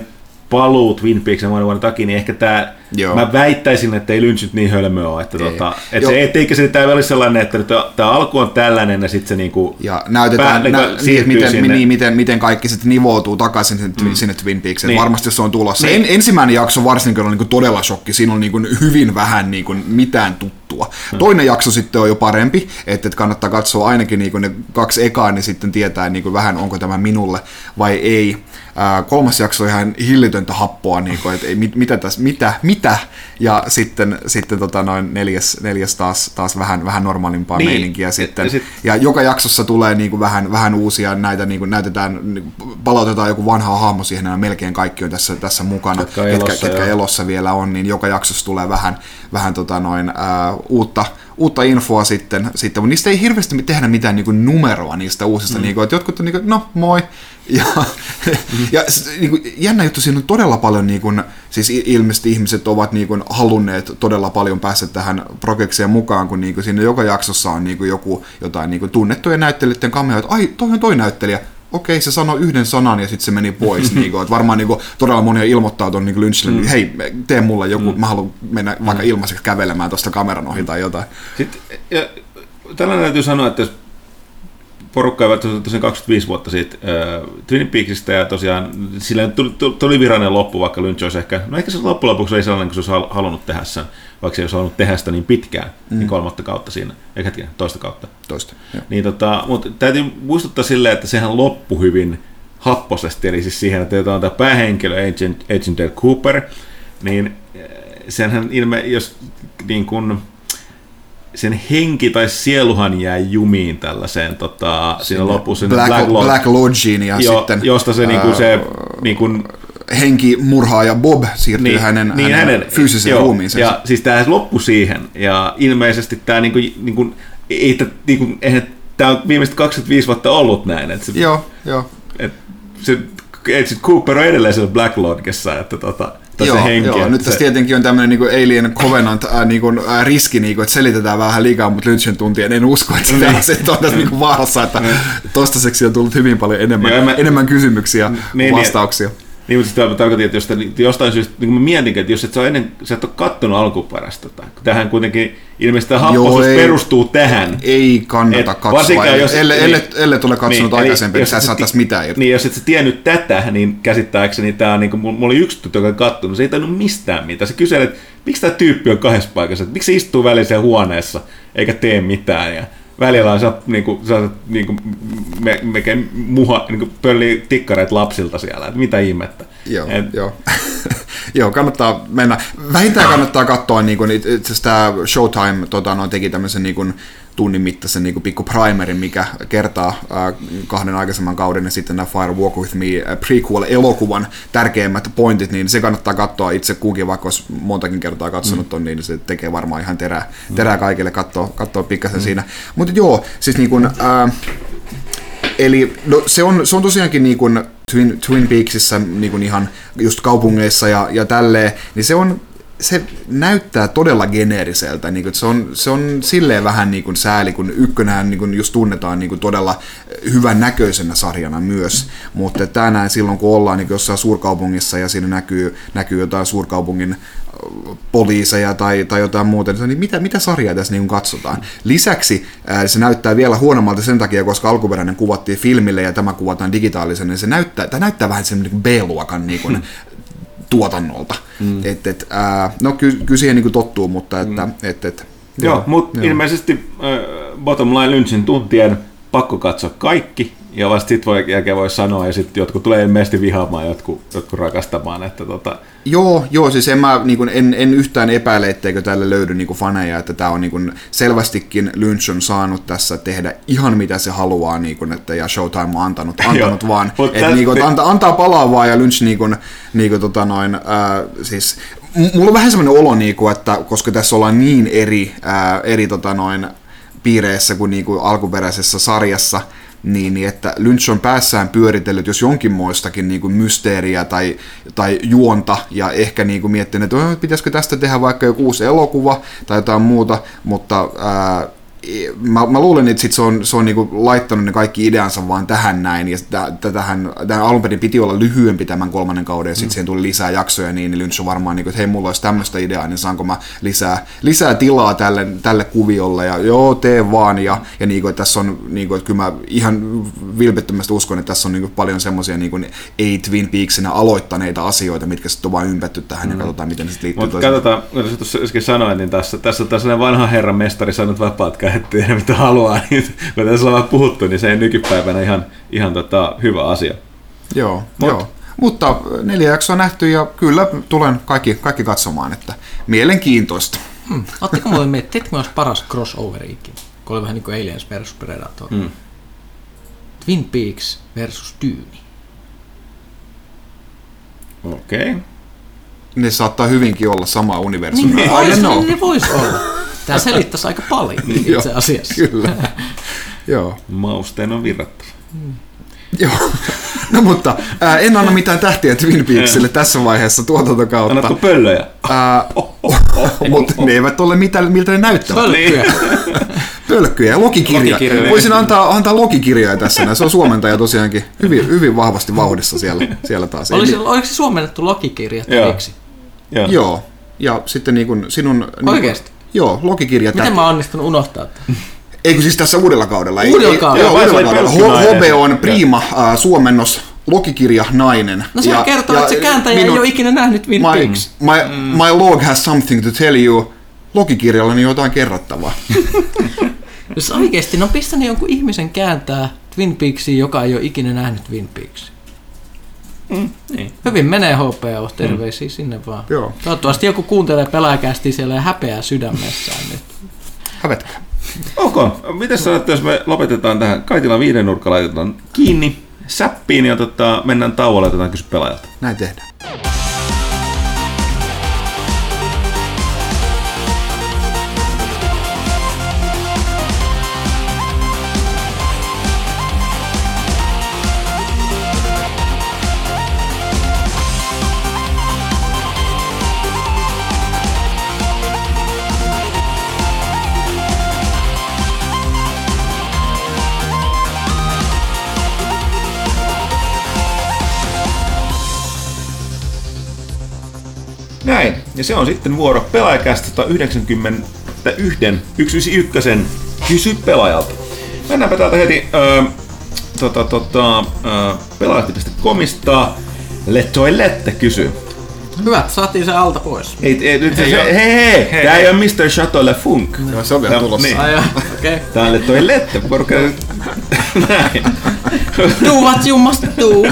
paluu Twin Peaksin monen vuoden takia, niin ehkä tämä, Joo. mä väittäisin, että ei Lynch nyt niin hölmö ole, että, ei. Tota, että se, etteikä se tämä olisi sellainen, että tämä alku on tällainen ja sitten se niinku ja näytetään, pää, nä, niin, miten, niin, miten, miten kaikki sitten nivoutuu takaisin sinne, mm. sinne Twin Peaksiin, niin. Varmasti se on tulossa. Niin. En, ensimmäinen jakso varsinkin on niinku todella shokki, siinä on niinku hyvin vähän niinku mitään tuttua. Hmm. Toinen jakso sitten on jo parempi, että et kannattaa katsoa ainakin niinku ne kaksi ekaa, niin sitten tietää niinku vähän, onko tämä minulle vai ei. Ää, kolmas jakso on ihan hillitöntä happoa, niinku, että ei, mit, mitä, täs, mitä, mitä, ja sitten, sitten tota noin neljäs, neljäs taas, taas vähän, vähän normaalimpaa niin. meininkiä sitten. Ja, sit... ja joka jaksossa tulee niinku vähän, vähän uusia näitä, niinku, näytetään, palautetaan joku vanha hahmo siihen, ja melkein kaikki on tässä, tässä mukana, ketkä, elossa, ketkä, ketkä elossa vielä on, niin joka jaksossa tulee vähän, vähän tota noin, ää, uutta, uutta infoa sitten, sitten, mutta niistä ei hirveästi tehdä mitään niinku numeroa niistä uusista, mm. niinku, että jotkut on niinku, no moi, ja, mm. ja niinku, jännä juttu, siinä on todella paljon, niinku, siis ilmeisesti ihmiset ovat niinku, halunneet todella paljon päästä tähän projektiin mukaan, kun niinku, siinä joka jaksossa on niinku, joku jotain niinku, tunnettujen näyttelijöiden cameo, että ai, toi on toi näyttelijä, okei, se sanoi yhden sanan ja sitten se meni pois. niinku, että varmaan niinku, todella monia ilmoittaa tuon niinku Lynchille, mm. hei, tee mulle joku, mm. mä haluan mennä vaikka ilmaiseksi kävelemään tuosta kameran ohi tai jotain. Sitten, ja, tällainen täytyy sanoa, että jos porukka ei tosiaan kaksikymmentäviisi vuotta siitä äh, Twin Peaksista ja tosiaan sillä tuli, tuli virallinen loppu, vaikka Lynch olisi ehkä, no ehkä se loppujen lopuksi oli sellainen, kun se olisi halunnut tehdä sen, vaikka se ei olisi halunnut tehdä sitä niin pitkään, mm. niin kolmatta kautta siinä, eikä hetken, toista kautta. Toista, niin, tota, mutta täytyy muistuttaa silleen, että sehän loppui hyvin happosesti, eli siis siihen, että on tämä päähenkilö Agent, Agent Dale Cooper, niin senhän ilme, jos niin kuin sen henki tai sieluhan jää jumiin tällaiseen tota, siinä lopussa. Black, Black, Lodge, Black Lodgeen ja jo, sitten josta se, ää, niinku, se niinku, henki murhaaja Bob siirtyy niin, hänen, niin, hänen, hänen fyysiseen joo, ruumiinsa. Ja siis tämä loppui siihen ja ilmeisesti tämä niinku, niinku, ei niinku, eihän tämä on viimeiset kaksikymmentäviisi vuotta ollut näin. Että se, joo, joo. Et se, et Cooper on edelleen siellä Black Lodgessa, että tota Joo, henki, joo. Nyt tässä se tietenkin on tämmöinen niinku Alien Covenant äh, niinku, äh, riski, niinku, että selitetään vähän liikaa, mutta Lynchin tuntien en usko, että se on tässä niinku vaarassa, että toistaiseksi on tullut hyvin paljon enemmän, joo, mä, enemmän kysymyksiä kuin vastauksia. Niin, niin mutta sitten tarkoitin, että jos jostain syystä, niin mä mietinkin, että jos et sä, ennen, sä et ole kattonut alkuperäistä, tähän kuitenkin ilmeisesti tämä happoisuus perustuu tähän. Ei kannata katsoa, jos, ellei, niin, ellei, ellei tule katsonut niin, aikaisemmin, niin sä et saa tässä mitään irti. Niin, jos et sä tiennyt tätä, niin käsittääkseni tämä on, niin kuin, mulla oli yksi tuttu, joka on kattonut, se ei tainnut mistään mitään. Se kyseli, että miksi tämä tyyppi on kahdessa paikassa, että miksi se istuu väliseen huoneessa eikä tee mitään. Ja välillä on niinku, niinku, me, me, muha, niinku, pöllii tikkareita lapsilta siellä, että mitä ihmettä. Joo, Et, joo. Joo, kannattaa mennä. Vähintään kannattaa katsoa, niin kuin, itse asiassa tämä Showtime tota, no, teki tämmöisen niin kuin, tunnin mittaisen niin kuin, pikku primerin, mikä kertaa äh, kahden aikaisemman kauden ja sitten nämä Fire Walk With Me äh, prequel-elokuvan tärkeimmät pointit, niin se kannattaa katsoa itse kukin, vaikka olisi montakin kertaa katsonut ton, mm. niin se tekee varmaan ihan terää, terää kaikille katsoa, katsoa pikkasen mm. siinä. Mutta joo, siis niin kuin, äh, eli no, se, on, se on tosiaankin niin kuin Twin, Twin Peaksissa niin kuin ihan just kaupungeissa ja, ja tälleen, niin se on se näyttää todella geneeriseltä, niin kuin, se, on, se on silleen vähän niin kuin sääli, kun ykkönähän niin kuin just tunnetaan niin kuin todella hyvän näköisenä sarjana myös, mutta tänään silloin kun ollaan niin kuin jossain suurkaupungissa ja siinä näkyy, näkyy jotain suurkaupungin poliiseja tai, tai jotain muuta, niin mitä, mitä sarjaa tässä niin kuin katsotaan. Lisäksi ää, se näyttää vielä huonommalta sen takia, koska alkuperäinen kuvattiin filmille ja tämä kuvataan digitaalisena, niin se näyttää, tämä näyttää vähän sen niin kuin B-luokan niin kuin, tuotannolta. Mm. Et, et, ää, no ky, kyllä siihen niin kuin tottuu, mutta että... Mm. Et, et, joo, joo mutta ilmeisesti äh, bottom line Lynchin tuntien pakko katsoa kaikki, ja vasta sitten voi, jälkeen voi sanoa, ja sitten jotkut tulee ilmeisesti vihaamaan, jotkut, jotkut rakastamaan, että tota... Joo, joo, siis en, mä, niin kun, en, en yhtään epäile, etteikö tälle löydy niin kun faneja, että tämä on niin kun, selvästikin Lynch on saanut tässä tehdä ihan mitä se haluaa, niin kun, että, ja Showtime on antanut, antanut vaan, että niin kun, anta, antaa palaa vaan, ja Lynch niin kun, niin kun, tota noin, ää, siis... Mulla on vähän semmoinen olo, niin kun, että koska tässä ollaan niin eri, ää, eri tota noin, piireissä kuin, niin kuin alkuperäisessä sarjassa, niin, niin että Lynch on päässään pyöritellyt jos jonkinmoistakin niin kuin mysteeriä tai, tai juonta, ja ehkä niin kuin miettinyt, että pitäisikö tästä tehdä vaikka joku uusi elokuva tai jotain muuta, mutta ää, Mä, mä luulen, että sit se on, se on niinku laittanut ne kaikki ideansa vaan tähän näin, ja tähän, tähän alun perin piti olla lyhyempi tämän kolmannen kauden, ja sitten mm. siihen tuli lisää jaksoja, niin, niin Lynch on varmaan, niinku, että hei, mulla olisi tämmöistä ideaa, niin saanko mä lisää, lisää tilaa tälle, tälle kuviolle, ja joo, tee vaan, ja, ja niinku, että tässä on, niinku, että kyllä mä ihan vilpittömästi uskon, että tässä on niinku paljon semmoisia niinku, ei Twin Peaksinä aloittaneita asioita, mitkä sitten on vaan ympätty tähän, mm. ja katsotaan, miten ne sitten liittyy. Mutta katsotaan, kuten tuossa äsken sanoin, niin tässä, tässä on tässä vanha herran mestari saanut vapaat kädet tehdä mitä haluaa, niin kun tässä ollaan puhuttu, niin se ei nykypäivänä ihan, ihan tota, hyvä asia. Joo, Mut. joo. Mutta neljä jaksoa nähty ja kyllä tulen kaikki, kaikki katsomaan, että mielenkiintoista. Hmm. Ottiko mulle miettiä, teetkö myös paras crossoveri ikinä, kun oli vähän niin kuin Aliens versus Predator? Hmm. Twin Peaks versus Dune. Okei. Okay. Ne saattaa hyvinkin olla sama universumi. Niin, vois, no. ne vois olla. Tämä selittäisi aika paljon itse asiassa. Kyllä. Joo. Mausteen on virrattava. Hmm. Joo. No mutta ää, en anna mitään tähtiä Twin Peaksille tässä vaiheessa tuotantokautta. Annatko pöllöjä? Ää, mutta ne eivät ole mitään, miltä ne näyttävät. Pölkkyjä. Pölkkyjä ja logikirjoja. Voisin antaa, antaa logikirjoja tässä. Se on suomentaja tosiaankin hyvin, hyvin vahvasti vauhdissa siellä, siellä taas. Olisi, oliko se suomennettu logikirja? Joo. Joo. Joo. Ja sitten niin kuin sinun... Oikeasti? Niin, joo, logikirja. Miten mä oon onnistunut unohtaa tämän? Eikö siis tässä uudella kaudella? Uudella kaudella? Joo, uudella kaudella. H B on prima äh, suomennos logikirja nainen. No se kertoo, että se kääntäjä minun, ei ole ikinä nähnyt Twin Peaks. My, my, mm. my log has something to tell you. Logikirjalla on jotain kerrottavaa. Jos oikeesti, no pistänyt jonkun ihmisen kääntää Twin Peaksia, joka ei ole ikinä nähnyt Twin Peaksia. Mm, niin. Hyvin menee H B O, terveisiä mm. sinne vaan. Joo. Toivottavasti joku kuuntelee Pelaajakästiä siellä ja häpeää sydämessään nyt. Hävetkää. Ok, miten sanotte, jos me lopetetaan tähän Kaitilan viiden nurkka, laitetaan kiinni säppiin ja tota, mennään tauolle ja otetaan kysy pelaajalta. Näin tehdään. Näin, ja se on sitten vuoro Pelaajakästä sata yhdeksänkymmentäyksi sata yhdeksänkymmentäyksi kysy pelaajalta. Mennäänpä täältä heti äh, tota, tota, äh, pelaajalta piste comista. Letoilette kysyy. Hyvä, saatiin se alta pois. Ei, ei, nyt, hei, hei, hei, hei, tää ei ole mister Chateau Le Funk. No, se on vielä tulossa. Niin. Ai, okay. Tää on Letoilette, porukka. Näin. Do what you must do.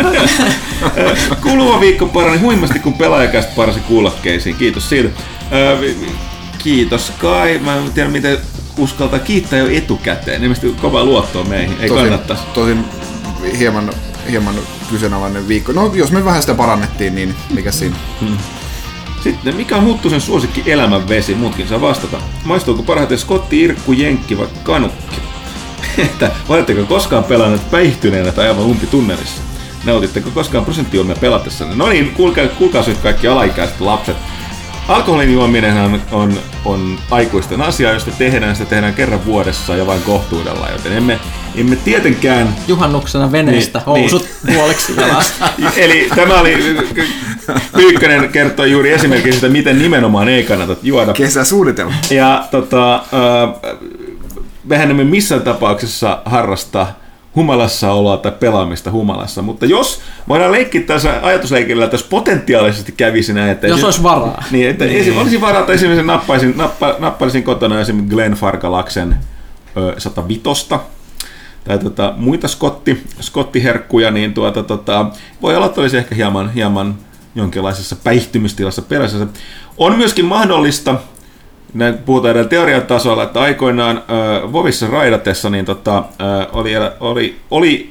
Kuluva viikko parani huimasti, kun Pelaajakästä parasi kuulokkeisiin. Kiitos siitä. Öö, kiitos Kai. Mä en tiedä, miten uskaltaa kiittää jo etukäteen. Ilmeisesti kovaa luottoa meihin. Ei tosin, kannattaisi. Tosin hieman, hieman kyseenalainen viikko. No, jos me vähän sitä parannettiin, niin mikä siinä? Hmm. Sitten, mikä on Huttusen suosikki elämänvesi? Muutkin saa vastata. Maistuuko parhaiten skotti, irkku, jenkki vai kanukki? Että oletteko koskaan pelanneet päihtyneenä tai aivan umpitunnelissa? Nautitteko koskaan prosenttijuomia pelatessanne? No niin, kuulkaa, kuulkaa nyt kaikki alaikäiset lapset. Alkoholin juominen on, on, on aikuisten asia, josta tehdään, sitä tehdään kerran vuodessa ja vain kohtuudella, joten emme, emme tietenkään... Juhannuksena veneestä, niin, housut niin. Puoliksi jalassa. Eli tämä oli... Pyykkönen kertoi juuri esimerkiksi sitä, miten nimenomaan ei kannata juoda. Kesäsuunnitelma. Ja tota... Äh, mehän emme missään tapauksessa harrasta humalassa oloa tai pelaamista humalassa, mutta jos voidaan leikkiä tässä ajatusleikillä, että jos potentiaalisesti kävisi näin, että... Jos olisi varaa. Niin, että niin. Olisi varaa, että esimerkiksi nappaisin, nappa, nappaisin kotona esimerkiksi Glenn Farkalaksen ö, sata viisi tai tota, muita skotti, skottiherkkuja, niin tuota, tota, voi olla, että olisi ehkä hieman, hieman jonkinlaisessa päihtymistilassa perässä. On myöskin mahdollista, näin puhutaan edelleen teorian tasolla, että aikoinaan äh, Vovissa raidatessa niin tota, äh, oli, oli, oli,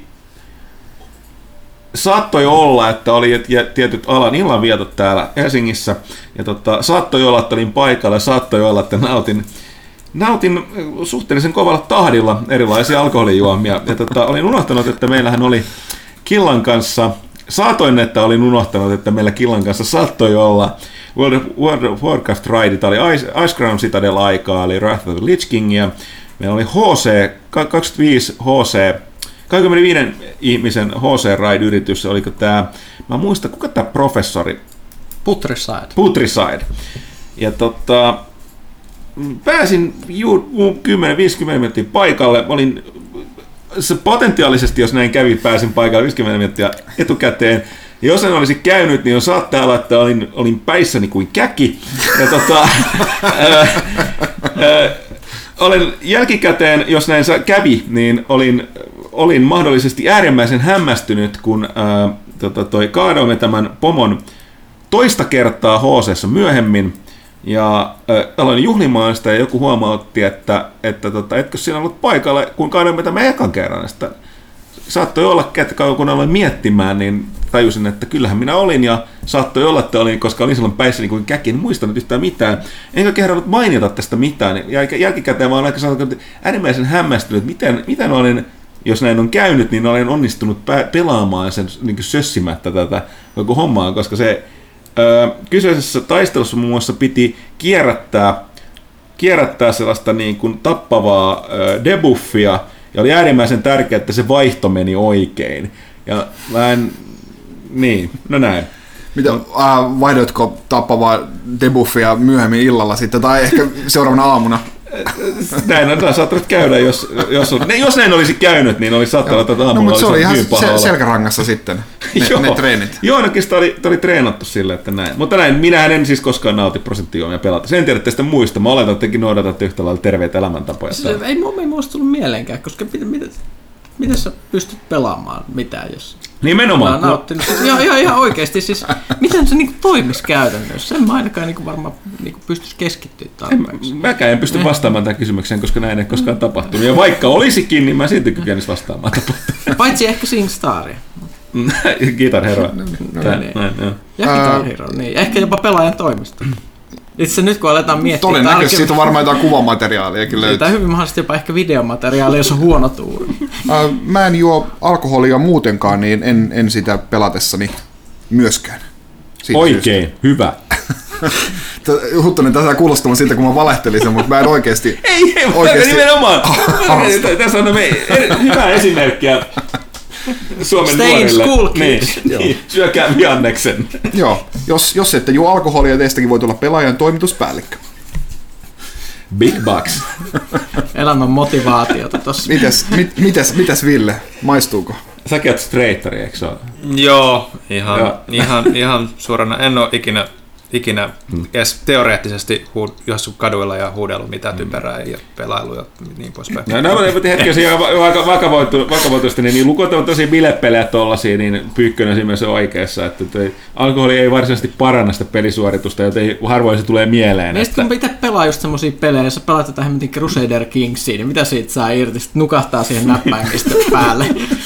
saattoi olla, että oli tietyt alan illanvietot täällä Helsingissä, ja tota, saattoi olla, että olin paikalla, ja saattoi olla, että nautin, nautin suhteellisen kovalla tahdilla erilaisia alkoholijuomia, ja tota, olin unohtanut, että meillähän oli Killan kanssa, saatoin, että olin unohtanut, että meillä Killan kanssa saattoi olla World of, World of Warcraft raidit, oli Ice, Ice Crown Citadel aikaa, oli Wrath of the Lich Kingia, Meillä oli H C, kaksikymmentäviisi H C, kaksikymmentäviisi ihmisen H C-ride-yritys, oliko tämä, mä muistan, kuka tämä professori? Putricide. Putricide. Ja tota, pääsin kymmenen viisikymmentä minuuttia paikalle, mä olin se potentiaalisesti, jos näin kävi, pääsin paikalle viisikymmentä minuuttia etukäteen. Ja jos en olisi käynyt, niin on saattaa olla, että olin, olin päissäni kuin käki. Ja tota, ää, ää, olen jälkikäteen, jos näin kävi, niin olin, olin mahdollisesti äärimmäisen hämmästynyt, kun ää, tota, toi kaadoimme tämän pomon toista kertaa H C:ssä myöhemmin. Ja äh, aloin juhlimaan sitä ja joku huomautti, että, että tota, etkö siinä ollut paikalla, kun kaadoimme tämän ekan kerran. Sitä saattoi olla, että kun aloin miettimään, niin tajusin, että kyllähän minä olin ja saattoi olla, että olin, koska olin silloin päissäni kuin käki, en muistanut yhtään mitään. Enkä kehdannut mainita tästä mitään. Jälkikäteen mä olen aika sanonut, että äärimmäisen hämmästynyt, että miten, miten olen, jos näin on käynyt, niin olen onnistunut pelaamaan sen niin sössimättä tätä koko hommaa, koska se Öö, kyseisessä taistelussa muun muassa piti kierrättää, kierrättää sellaista niin kuin tappavaa öö, debuffia, ja oli äärimmäisen tärkeää, että se vaihto meni oikein. Ja mä en... Niin, no näin. Mitä, äh, vaihdoitko tappavaa debuffia myöhemmin illalla sitten, tai ehkä seuraavana aamuna? Näin on saattanut käydä, jos, jos, on, jos näin olisi käynyt, niin olisi saattanut tätä aamulla. No, mutta se oli ihan sel- selkärangassa sitten, ne, joo, ne treenit. Joo, ainakin sitä oli, oli treenattu sille, että näin. Mutta näin, minähän en siis koskaan nauti prosenttijuomia pelata. Sen tiedätte sitä muista. Mä oletan, että tekin noudatatte yhtä lailla terveitä elämäntapoja. Se, ei, ei muista tullut mieleenkään, koska miten, miten, miten sä pystyt pelaamaan mitään, jos... Nimenomaan. No. Siis, joo, joo, ihan oikeasti. Siis, miten se niinku toimisi käytännössä? Sen mä ainakaan niinku varmaan niinku pystyisi keskittyä tarpeeksi. En, mäkään en pysty vastaamaan tähän kysymykseen, koska näin ei koskaan tapahtunut. Ja vaikka olisikin, niin mä silti kykenisi vastaamaan. Paitsi ehkä SingStaria. Guitar Hero. No, no, niin. Ja Guitar Hero, niin. Ehkä jopa pelaajan toimisto. Itse nyt kun aletaan miettiä... Todennäköisesti siitä on varmaan jotain kuvamateriaalia. Siitä on hyvin mahdollisesti jopa ehkä videomateriaalia, jos on huono tuuri. Mä en juo alkoholia muutenkaan, niin en, en sitä pelatessani myöskään. Siitä oikein, syystä. Hyvä. Huttunen tässä kuulostaa siltä, kun mä valehtelin sen, mutta mä en oikeasti... ei, ei, oikeasti... nimenomaan. Tässä on me hyvä esimerkkiä Suomen Stay nuorille. Stay in school kids. Niin, niin, syökää vihanneksen. Joo, jos, jos ette juo alkoholia, teistäkin voi tulla pelaajan toimituspäällikkö. Big bucks. Elämän motivaatiota tossa. Mites, mit, mites, mites Ville, maistuuko? Säkin oot straightori, eikö se ole? Joo, ihan, ihan, ihan suorana. En ole ikinä, ikinä hmm. edes teoreettisesti huud, jossain kaduilla ja huudellut mitään hmm. typerää ja pelailu ja niin poispäin. No, no hetkisiä vakavoituisesti, niin lukot on tosi bilepelejä tollasia, niin Pyykkönen esimerkiksi on oikeassa, että alkoholi ei varsinaisesti paranna sitä pelisuoritusta, joten harvoin se tulee mieleen. Ja sitten kun itse pelaa just semmosia pelejä, jos sä pelaat jotain hemmetin Crusader Kingsia, niin mitä siitä saa irti? Sitten nukahtaa siihen näppäimistä päälle.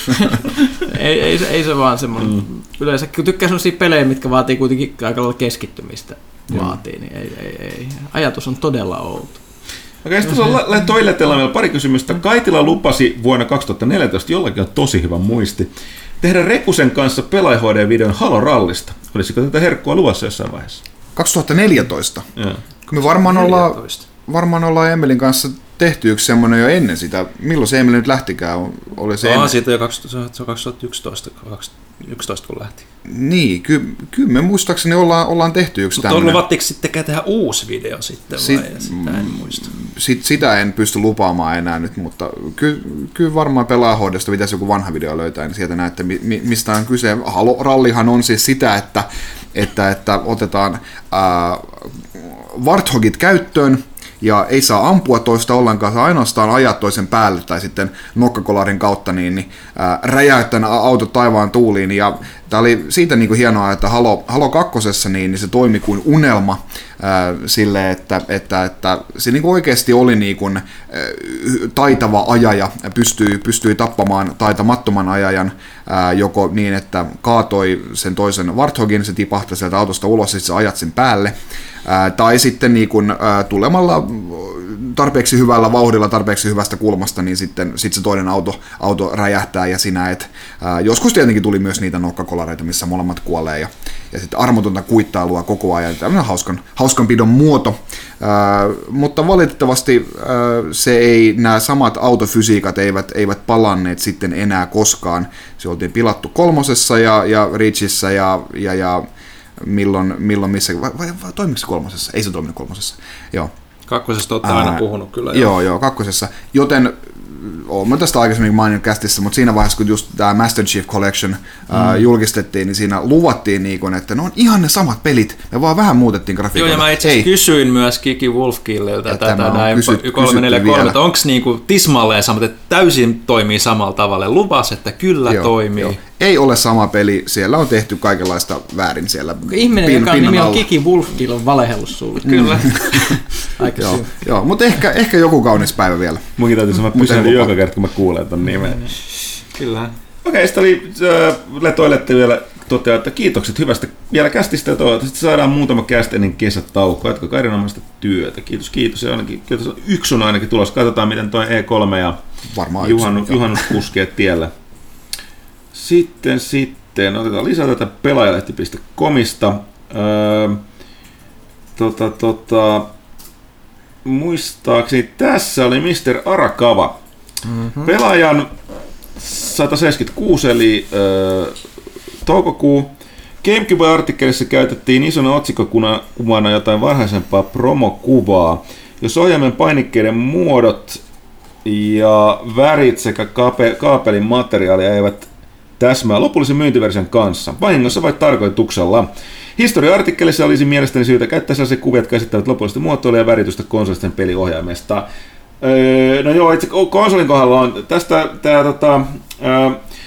ei, ei, ei se vaan semmoinen. Mm. Yleensä kun tykkää semmosia pelejä, mitkä vaatii kuitenkin aika lailla keskittymistä, mm. vaatii, niin ei, ei, ei. Ajatus on todella outo. Okei, sitten on toiletella vielä pari kysymystä. Kaitila lupasi vuonna kaksituhattaneljätoista, jollakin on tosi hyvä muisti, tehdä Rekusen kanssa Pelaaja H D-videon Halo-rallista. Olisiko tätä herkkua luvassa jossain vaiheessa? kaksituhattaneljätoista? Joo. Me varmaan ollaan, varmaan ollaan Emelin kanssa tehty yksi semmoinen jo ennen sitä. Milloin se Emeli nyt lähtikään? Oli se Aa, siitä jo kaksituhattayksitoista, kaksituhattayksitoista kun lähti. Niin, kyllä ky, me muistaakseni ollaan, ollaan tehty yksi tämmöinen. Mutta luvattiinko sitten tehdä uusi video sitten vai? Sit, sitä en muista. Sit, sitä en pysty lupaamaan enää nyt, mutta kyllä ky varmaan Pelaajahoidosta pitäisi joku vanha video löytää, niin sieltä näette, mi, mistä on kyse. Halo-rallihan on siis sitä, että, että, että otetaan ää, Warthogit käyttöön, ja ei saa ampua toista ollenkaan, saa ainoastaan ajaa toisen päälle tai sitten nokkakolarin kautta niin, niin ää, räjäyttää auto taivaan tuuliin. Ja tämä oli siitä niin kuin hienoa, että Halo, Halo kakkosessa niin, niin se toimi kuin unelma ää, sille, että, että, että se niin kuin oikeasti oli niin kuin, ää, taitava ajaja, pystyi, pystyi tappamaan taitamattoman ajajan ää, joko niin, että kaatoi sen toisen Warthogin, se tipahti sieltä autosta ulos ja sitten ajat sen päälle. Ää, tai sitten niin kun, ää, tulemalla tarpeeksi hyvällä vauhdilla, tarpeeksi hyvästä kulmasta, niin sitten sit se toinen auto, auto räjähtää ja sinä et. Ää, joskus tietenkin tuli myös niitä nokkakolareita, missä molemmat kuolee ja, ja sitten armotonta kuittailua koko ajan. Tämmöinen hauskan, hauskanpidon muoto, ää, mutta valitettavasti ää, se ei, nämä samat autofysiikat eivät, eivät palanneet sitten enää koskaan. Se oltiin pilattu kolmosessa ja, ja Reachissä ja, ja, ja milloin, milloin missä, vai, vai, vai toimiko se kolmosessa? Ei se toiminut kolmosessa, joo. Kakkosesta olette aina puhunut kyllä. Joo, joo, joo kakkosessa. Joten olen tästä aikaisemmin maininnut kästissä, mutta siinä vaiheessa, kun just tämä Master Chief Collection mm. ää, julkistettiin, niin siinä luvattiin, niin kun, että ne on ihan ne samat pelit, me vaan vähän muutettiin grafiikkaa. Joo, ja mä itse asiassa kysyin myös Kiki Wolfkilleltä tätä näin kolme neljä kolme, että onko niinku tismalleen samat, että täysin toimii samalla tavalla. Lupasi, että kyllä joo, toimii. Joo. Ei ole sama peli, siellä on tehty kaikenlaista väärin siellä. Ihminen, pin, joka nimi on Kiki Wolfkill, on valehellut sulle. Kyllä. Aika joo, joo, mutta ehkä, ehkä joku kaunis päivä vielä. Munkin täytyy sanoa, että pysähdyn joka kerta, kun mä kuulen ton nimen. Kyllä. Okei, sitten oli äh, Letoilette vielä toteaa, että kiitokset hyvästä vielä kästistä ja toivottavasti saadaan muutama kästi ennen kesätaukoa. Jatkakaa erinomaista työtä. Kiitos, kiitos. Ja ainakin, kiitos. Yksi on ainakin tulossa. Katsotaan, miten toi E kolme ja juhannus, juhannus kuskee tiellä. Sitten, sitten otetaan lisää tätä pelaajalehti piste comista. Öö, tota, tota, muistaakseni tässä oli mister Arakawa. Mm-hmm. Pelaajan sata seitsemänkymmentäkuusi eli öö, toukokuu. GameCube-artikkelissa käytettiin isona otsikkokuvana jotain varhaisempaa promokuvaa. Jos ohjaimen painikkeiden muodot ja värit sekä kaape- kaapelin materiaali eivät täsmää lopullisen myyntiversion kanssa, vahingossa vai tarkoituksella. Historia-artikkelissa olisi mielestäni syytä käyttää sellaisia kuvia, jotka esittävät lopullista muotoilua ja väritystä konsolisten peliohjaimesta. Öö, no joo, itse konsolin kohdalla on tästä tää tota... Öö,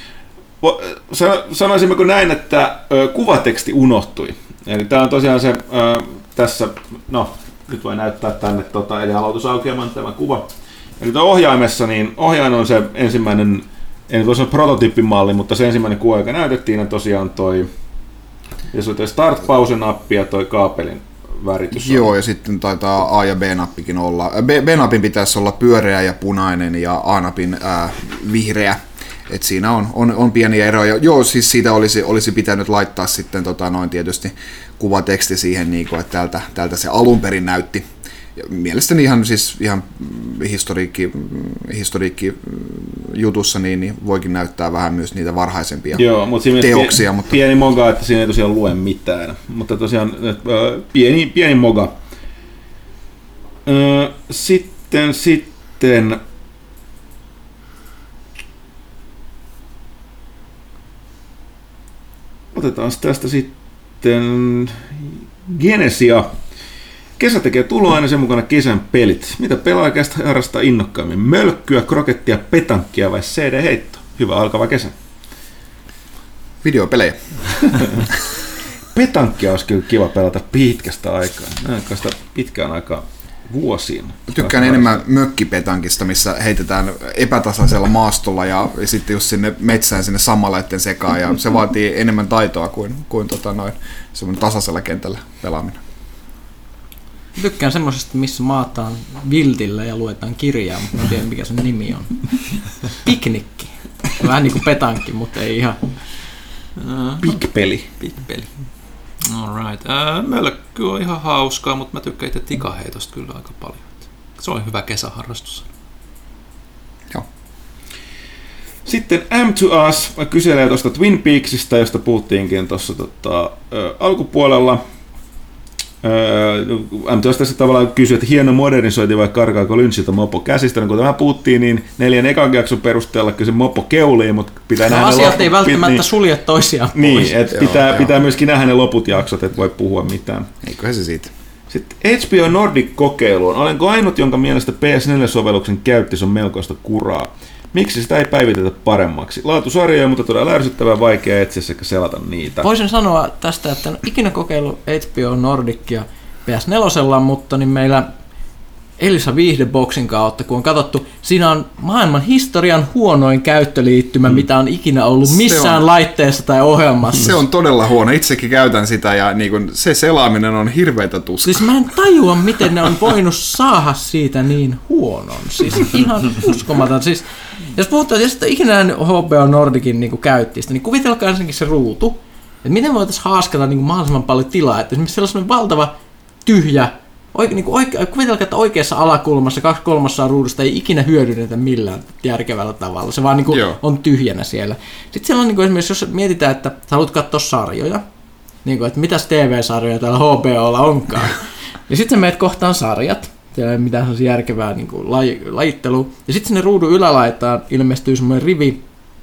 sanoisimmeko näin, että öö, kuvateksti unohtui. Eli tää on tosiaan se öö, tässä, no nyt voi näyttää tänne tota, eli aloitusaukeaman tämä kuva. Eli tuo ohjaimessa, niin ohjain on se ensimmäinen, en voi sanoa prototyyppimalli, mutta se ensimmäinen kuva, joka näytettiin, on tosiaan toi, jos on toi start-pause-nappi ja toi kaapelin väritys. Joo, ja sitten taitaa A- ja B-nappikin olla. B- B-napin pitäisi olla pyöreä ja punainen ja A-napin ää, vihreä. Et siinä on, on, on pieniä eroja. Joo, siis siitä olisi, olisi pitänyt laittaa sitten tota, noin tietysti kuvateksti siihen, niin kuin, että tältä, tältä se alun perin näytti. Ja mielestäni ihan, siis, ihan historiikki, historiikki jutussa niin, niin voikin näyttää vähän myös niitä varhaisempia joo, mutta teoksia. Pieni, mutta pieni moga, että siinä ei tosiaan lue mitään. Mutta tosiaan pieni, pieni moga. Sitten, sitten otetaan tästä sitten Genesia. Kesä tekee tuloa aina sen mukana kesän pelit. Mitä pelaajakästä harrastaa innokkaammin? Mölkkyä, krokettia, petankkia vai C D-heitto? Hyvä alkava kesä. Videopelejä. Petankkia olisi kyllä kiva pelata pitkästä aikaa. Näin sitä pitkään aikaa vuosiin. Tykkään enemmän mökkipetankista, missä heitetään epätasaisella maastolla ja sitten just sinne metsään sinne sammaleiden sekaan. Ja se vaatii enemmän taitoa kuin, kuin tota noin, semmoinen tasaisella kentällä pelaaminen. Tykkään semmoisesta, missä maataan viltillä ja luetaan kirjaa, mutta en tiedä mikä sen nimi on. Piknikki. Vähän niin kuin petankki, mutta ei ihan. Pikpeli. Pikpeli. Alright. Äh, Mölkky on ihan hauskaa, mutta mä tykkään itse tikaheitosta kyllä aika paljon. Se on hyvä kesäharrastus. Joo. Sitten M to Us kyselee tuosta Twin Peaksista, josta puhuttiinkin tuossa tota, alkupuolella. M T O S tässä tavallaan kysyi, että hieno modernisointi vai karkaako Lynchiltä mopo käsistä. No, kun tämä puhuttiin, niin neljän ekan jakson perusteella kyllä se mopo keulii, mutta pitää no, nähdä asiat loput, ei välttämättä niin, sulje toisiaan pois. Niin, että pitää, joo, pitää joo. myöskin nähdä ne loput jaksot, että voi puhua mitään. Eiköhän se siitä. Sitten H B O Nordic-kokeiluun. Olenko ainut, jonka mielestä P S neljä-sovelluksen käyttis on melkoista kuraa? Miksi sitä ei päivitetä paremmaksi? Laatusarjoja, mutta todella ärsyttävää, vaikea etsiä sekä selata niitä. Voisin sanoa tästä, että en ikinä kokeillut H B O Nordicia P S neljä, mutta niin meillä Elisa Viihdeboksin kautta, kun on katsottu, siinä on maailman historian huonoin käyttöliittymä, mm. mitä on ikinä ollut missään on, laitteessa tai ohjelmassa. Se on todella huono, itsekin käytän sitä ja niin kun se selaaminen on hirveätä tuskaa. Siis mä en tajua, miten ne on voinut saada siitä niin huonon, siis ihan uskomaton. Siis, jos puhutaan, jos ikinä H B O Nordicin niin käytti sitä, niin kuvitelkaa ensinnäkin se ruutu, että miten voitaisiin haaskata niin mahdollisimman paljon tilaa, että esimerkiksi sellainen valtava tyhjä, Oike, niin oike, kuvitelkaa, että oikeassa alakulmassa kaksi kolmasosaa ruudusta ei ikinä hyödynnetä millään järkevällä tavalla. Se vaan niin kuin on tyhjänä siellä. Sitten siellä on niin kuin esimerkiksi, jos mietitään, että sä haluat katsoa sarjoja, niin kuin, että mitäs T V-sarjoja täällä H B O:lla onkaan. Ja sitten sä meet kohtaan sarjat, siellä ei ole mitään sellaisia järkevää niin kuin laj, lajittelua. Ja sitten sinne ruudun ylälaitaan ilmestyy semmoinen rivi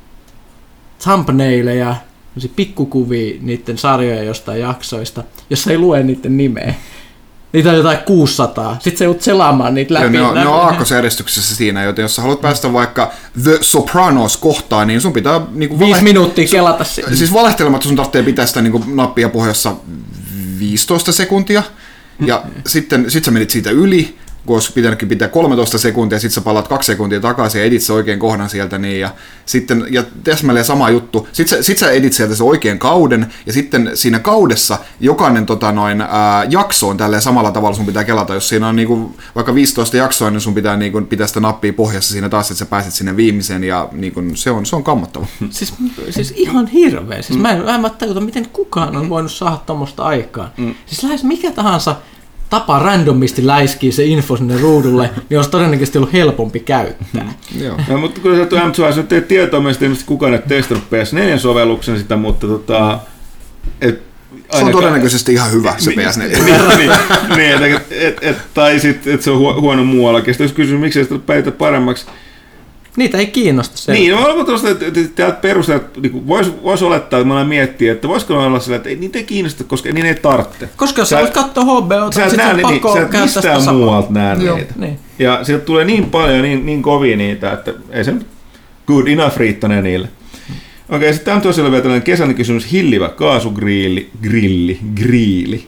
thumbnaileja, pikkukuvia niiden sarjoja jostain jaksoista, jossa ei lue niiden nimeä. Niitä on jotain kuusisataa. Sitten se joudut selaamaan niitä läpi. Joo, ne on, ne on aakkosjärjestyksessä siinä, joten jos sä haluat päästä vaikka The Sopranos-kohtaan, niin sun pitää... Niin kuin Viisi valeht- minuuttia kelata sinne. Siis valehtelematta sun tarvitsee pitää sitä niin kuin nappia pohjassa viisitoista sekuntia, ja mm. sitten sit sä menit siitä yli, kun olisi pitänytkin pitää kolmetoista sekuntia, ja sitten sä palaat kaksi sekuntia takaisin ja edit se oikein kohdan sieltä, niin, ja sitten, ja täsmälleen sama juttu, sitten sä, sit sä edit sieltä se oikein kauden, ja sitten siinä kaudessa jokainen tota, noin, ää, jakso on tälleen samalla tavalla sun pitää kelata, jos siinä on niinku, vaikka viisitoista jaksoa, niin sun pitää niinku, pitää sitä nappia pohjassa siinä taas, että sä pääset sinne viimeiseen, ja niinku, se, on, se on kammottava. Siis, siis ihan hirveä, siis mä en, mä en tajuta, miten kukaan on voinut saada tommoista aikaan. Mm. Siis lähes mikä tahansa tapa randomisti läiskii se info sinne ruudulle, niin olisi todennäköisesti ollut helpompi käyttää. Joo. No, mutta kun sä M two S nyt ei tietoa, mielestäni ilmeisesti kukaan ei testannut P S neljä-sovelluksen sitä, mutta tota... Et, se on todennäköisesti ihan hyvä se P S neljä. niin, niin, et, et, et, tai sitten, että se on huono muuallakin. Sitten jos kysyy, miksi ei sitä päivitä paremmaksi, niitä ei kiinnosta se. Niin, mä olen tuosta, että täältä perusteella, niin voisi vois olettaa, että mä miettiä, että voisiko olla sillä, että ei, niitä ei kiinnosta, koska niin ei tarvitse. Koska jos sä voit katsoa H B O:ta, sä et näe, niin, sä et mistään muualta näe niitä. Niin. Ja sieltä tulee niin paljon, niin, niin kovia niitä, että ei se good enough riittänee niille. Okei, okay, sitten on tosiaan vielä tällainen kesäinen kysymys, hillivä kaasugrilli, grilli, grilli.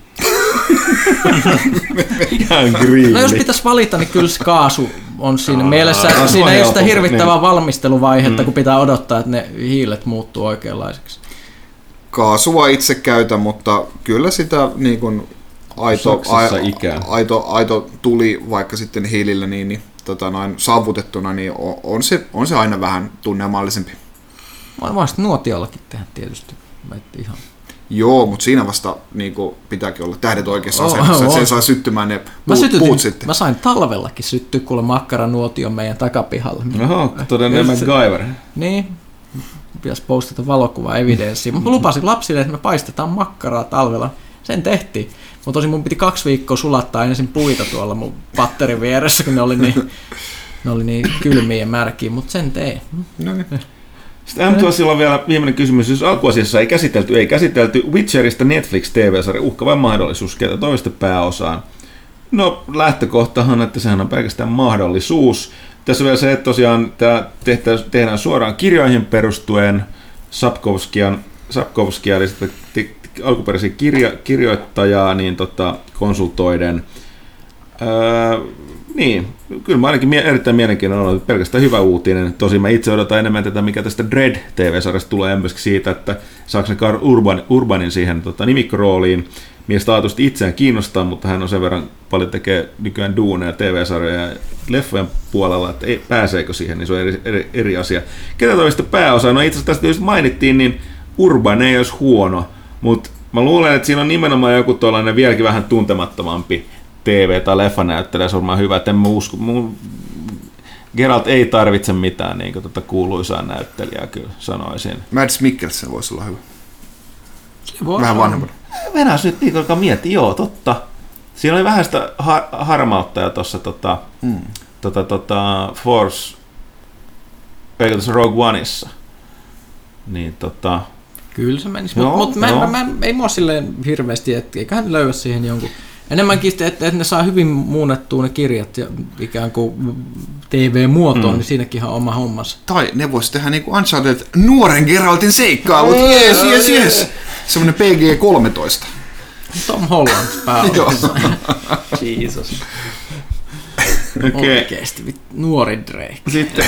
Ihan grilli. No jos pitäisi valita, niin kyllä se kaasu on siinä mielessä. Aa, siinä ei ole sitä hirvittävää niin. valmisteluvaihetta, mm. kun pitää odottaa, että ne hiilet muuttuu oikeanlaiseksi. Kaasua itse käytän, mutta kyllä sitä niin kuin aito, a, aito, aito tuli vaikka sitten hiilillä niin, niin, tota noin, saavutettuna, niin on, on, se, on se aina vähän tunnelmallisempi. Voisi nuotiollakin tehdä tietysti. Ihan. Joo, mutta siinä vasta niin kuin, pitääkin olla tähdet oikeassa oh, asennossa, oh, että se saa syttymään ne puut, sytytin, puut sitten. Mä sain talvellakin syttyä kuule makkaranuotion meidän takapihalla. Oho, todennäköinen MacGyver. Niin, pitäisi postata valokuvaa evidenssiä. Mä lupasin lapsille, että me paistetaan makkaraa talvella. Sen tehtiin. Mutta tosin mun piti kaksi viikkoa sulattaa ensin puita tuolla mun patterin vieressä, kun ne oli niin, ne oli niin kylmiä ja märkiä, mutta sen tein. No niin. Sitten M two S:lla on vielä viimeinen kysymys, jos alkuasiassa ei käsitelty, ei käsitelty Witcherista Netflix T V-sarja uhka vai mahdollisuus ketä toista pääosaan. No lähtökohtahan, että sehän on pelkästään mahdollisuus. Tässä on vielä se, että tosiaan tämä tehdään suoraan kirjoihin perustuen Sapkowskian, Sapkowskia, eli sitten alkuperäisiä kirja, kirjoittajaa niin tota, konsultoiden. Öö, niin, kyllä mä ainakin erittäin mielenkiintoinen on, että pelkästään hyvä uutinen. Tosin mä itse odotan enemmän tätä, mikä tästä Dread-T V-sarjasta tulee myöskin siitä, että saako ne Karl Urban, Urbanin siihen tota, nimikkorooliin. Mies taatusti itseään kiinnostaa, mutta hän on sen verran paljon tekee nykyään duuneja T V-sarjoja ja leffojen puolella, että ei, pääseekö siihen, niin se on eri, eri, eri asia. Ketä toista pääosaa? No itse asiassa tästä just mainittiin, niin Urban ei olisi huono, mutta mä luulen, että siinä on nimenomaan joku tuollainen vieläkin vähän tuntemattomampi T V- tai leffanäyttelijä, se on varmaan hyvä, että en mä usko. Mun Geralt ei tarvitse mitään niin kuin tuota kuuluisaa näyttelijää, kyllä sanoisin. Mads Mikkelsen voisi olla hyvä. Voi vähän vanhempana. Mennään nyt niin, alkaa miettiä, joo, totta. Siinä oli vähän sitä har- harmautta jo tuossa tota, mm. tota, tota, Force, eikö tuossa Rogue Oneissa. Niin tota... Kyllä se menisi, mutta mut mä, mä, mä, ei mua silleen hirveästi, että eiköhän löyä siihen jonkun. Enemmänkin, että, että ne saa hyvin muunnettua ne kirjat ja ikään kuin T V-muotoon, mm. niin siinäkin on oma hommansa. Tai ne vois tehdä niin kuin Uncharted nuoren Geraltin seikkailut. Jees, jees, jees. Semmoinen P G kolmetoista. Tom Holland pääosassa. Jesus. Okay. Oikeesti, nuori Drake. Sitten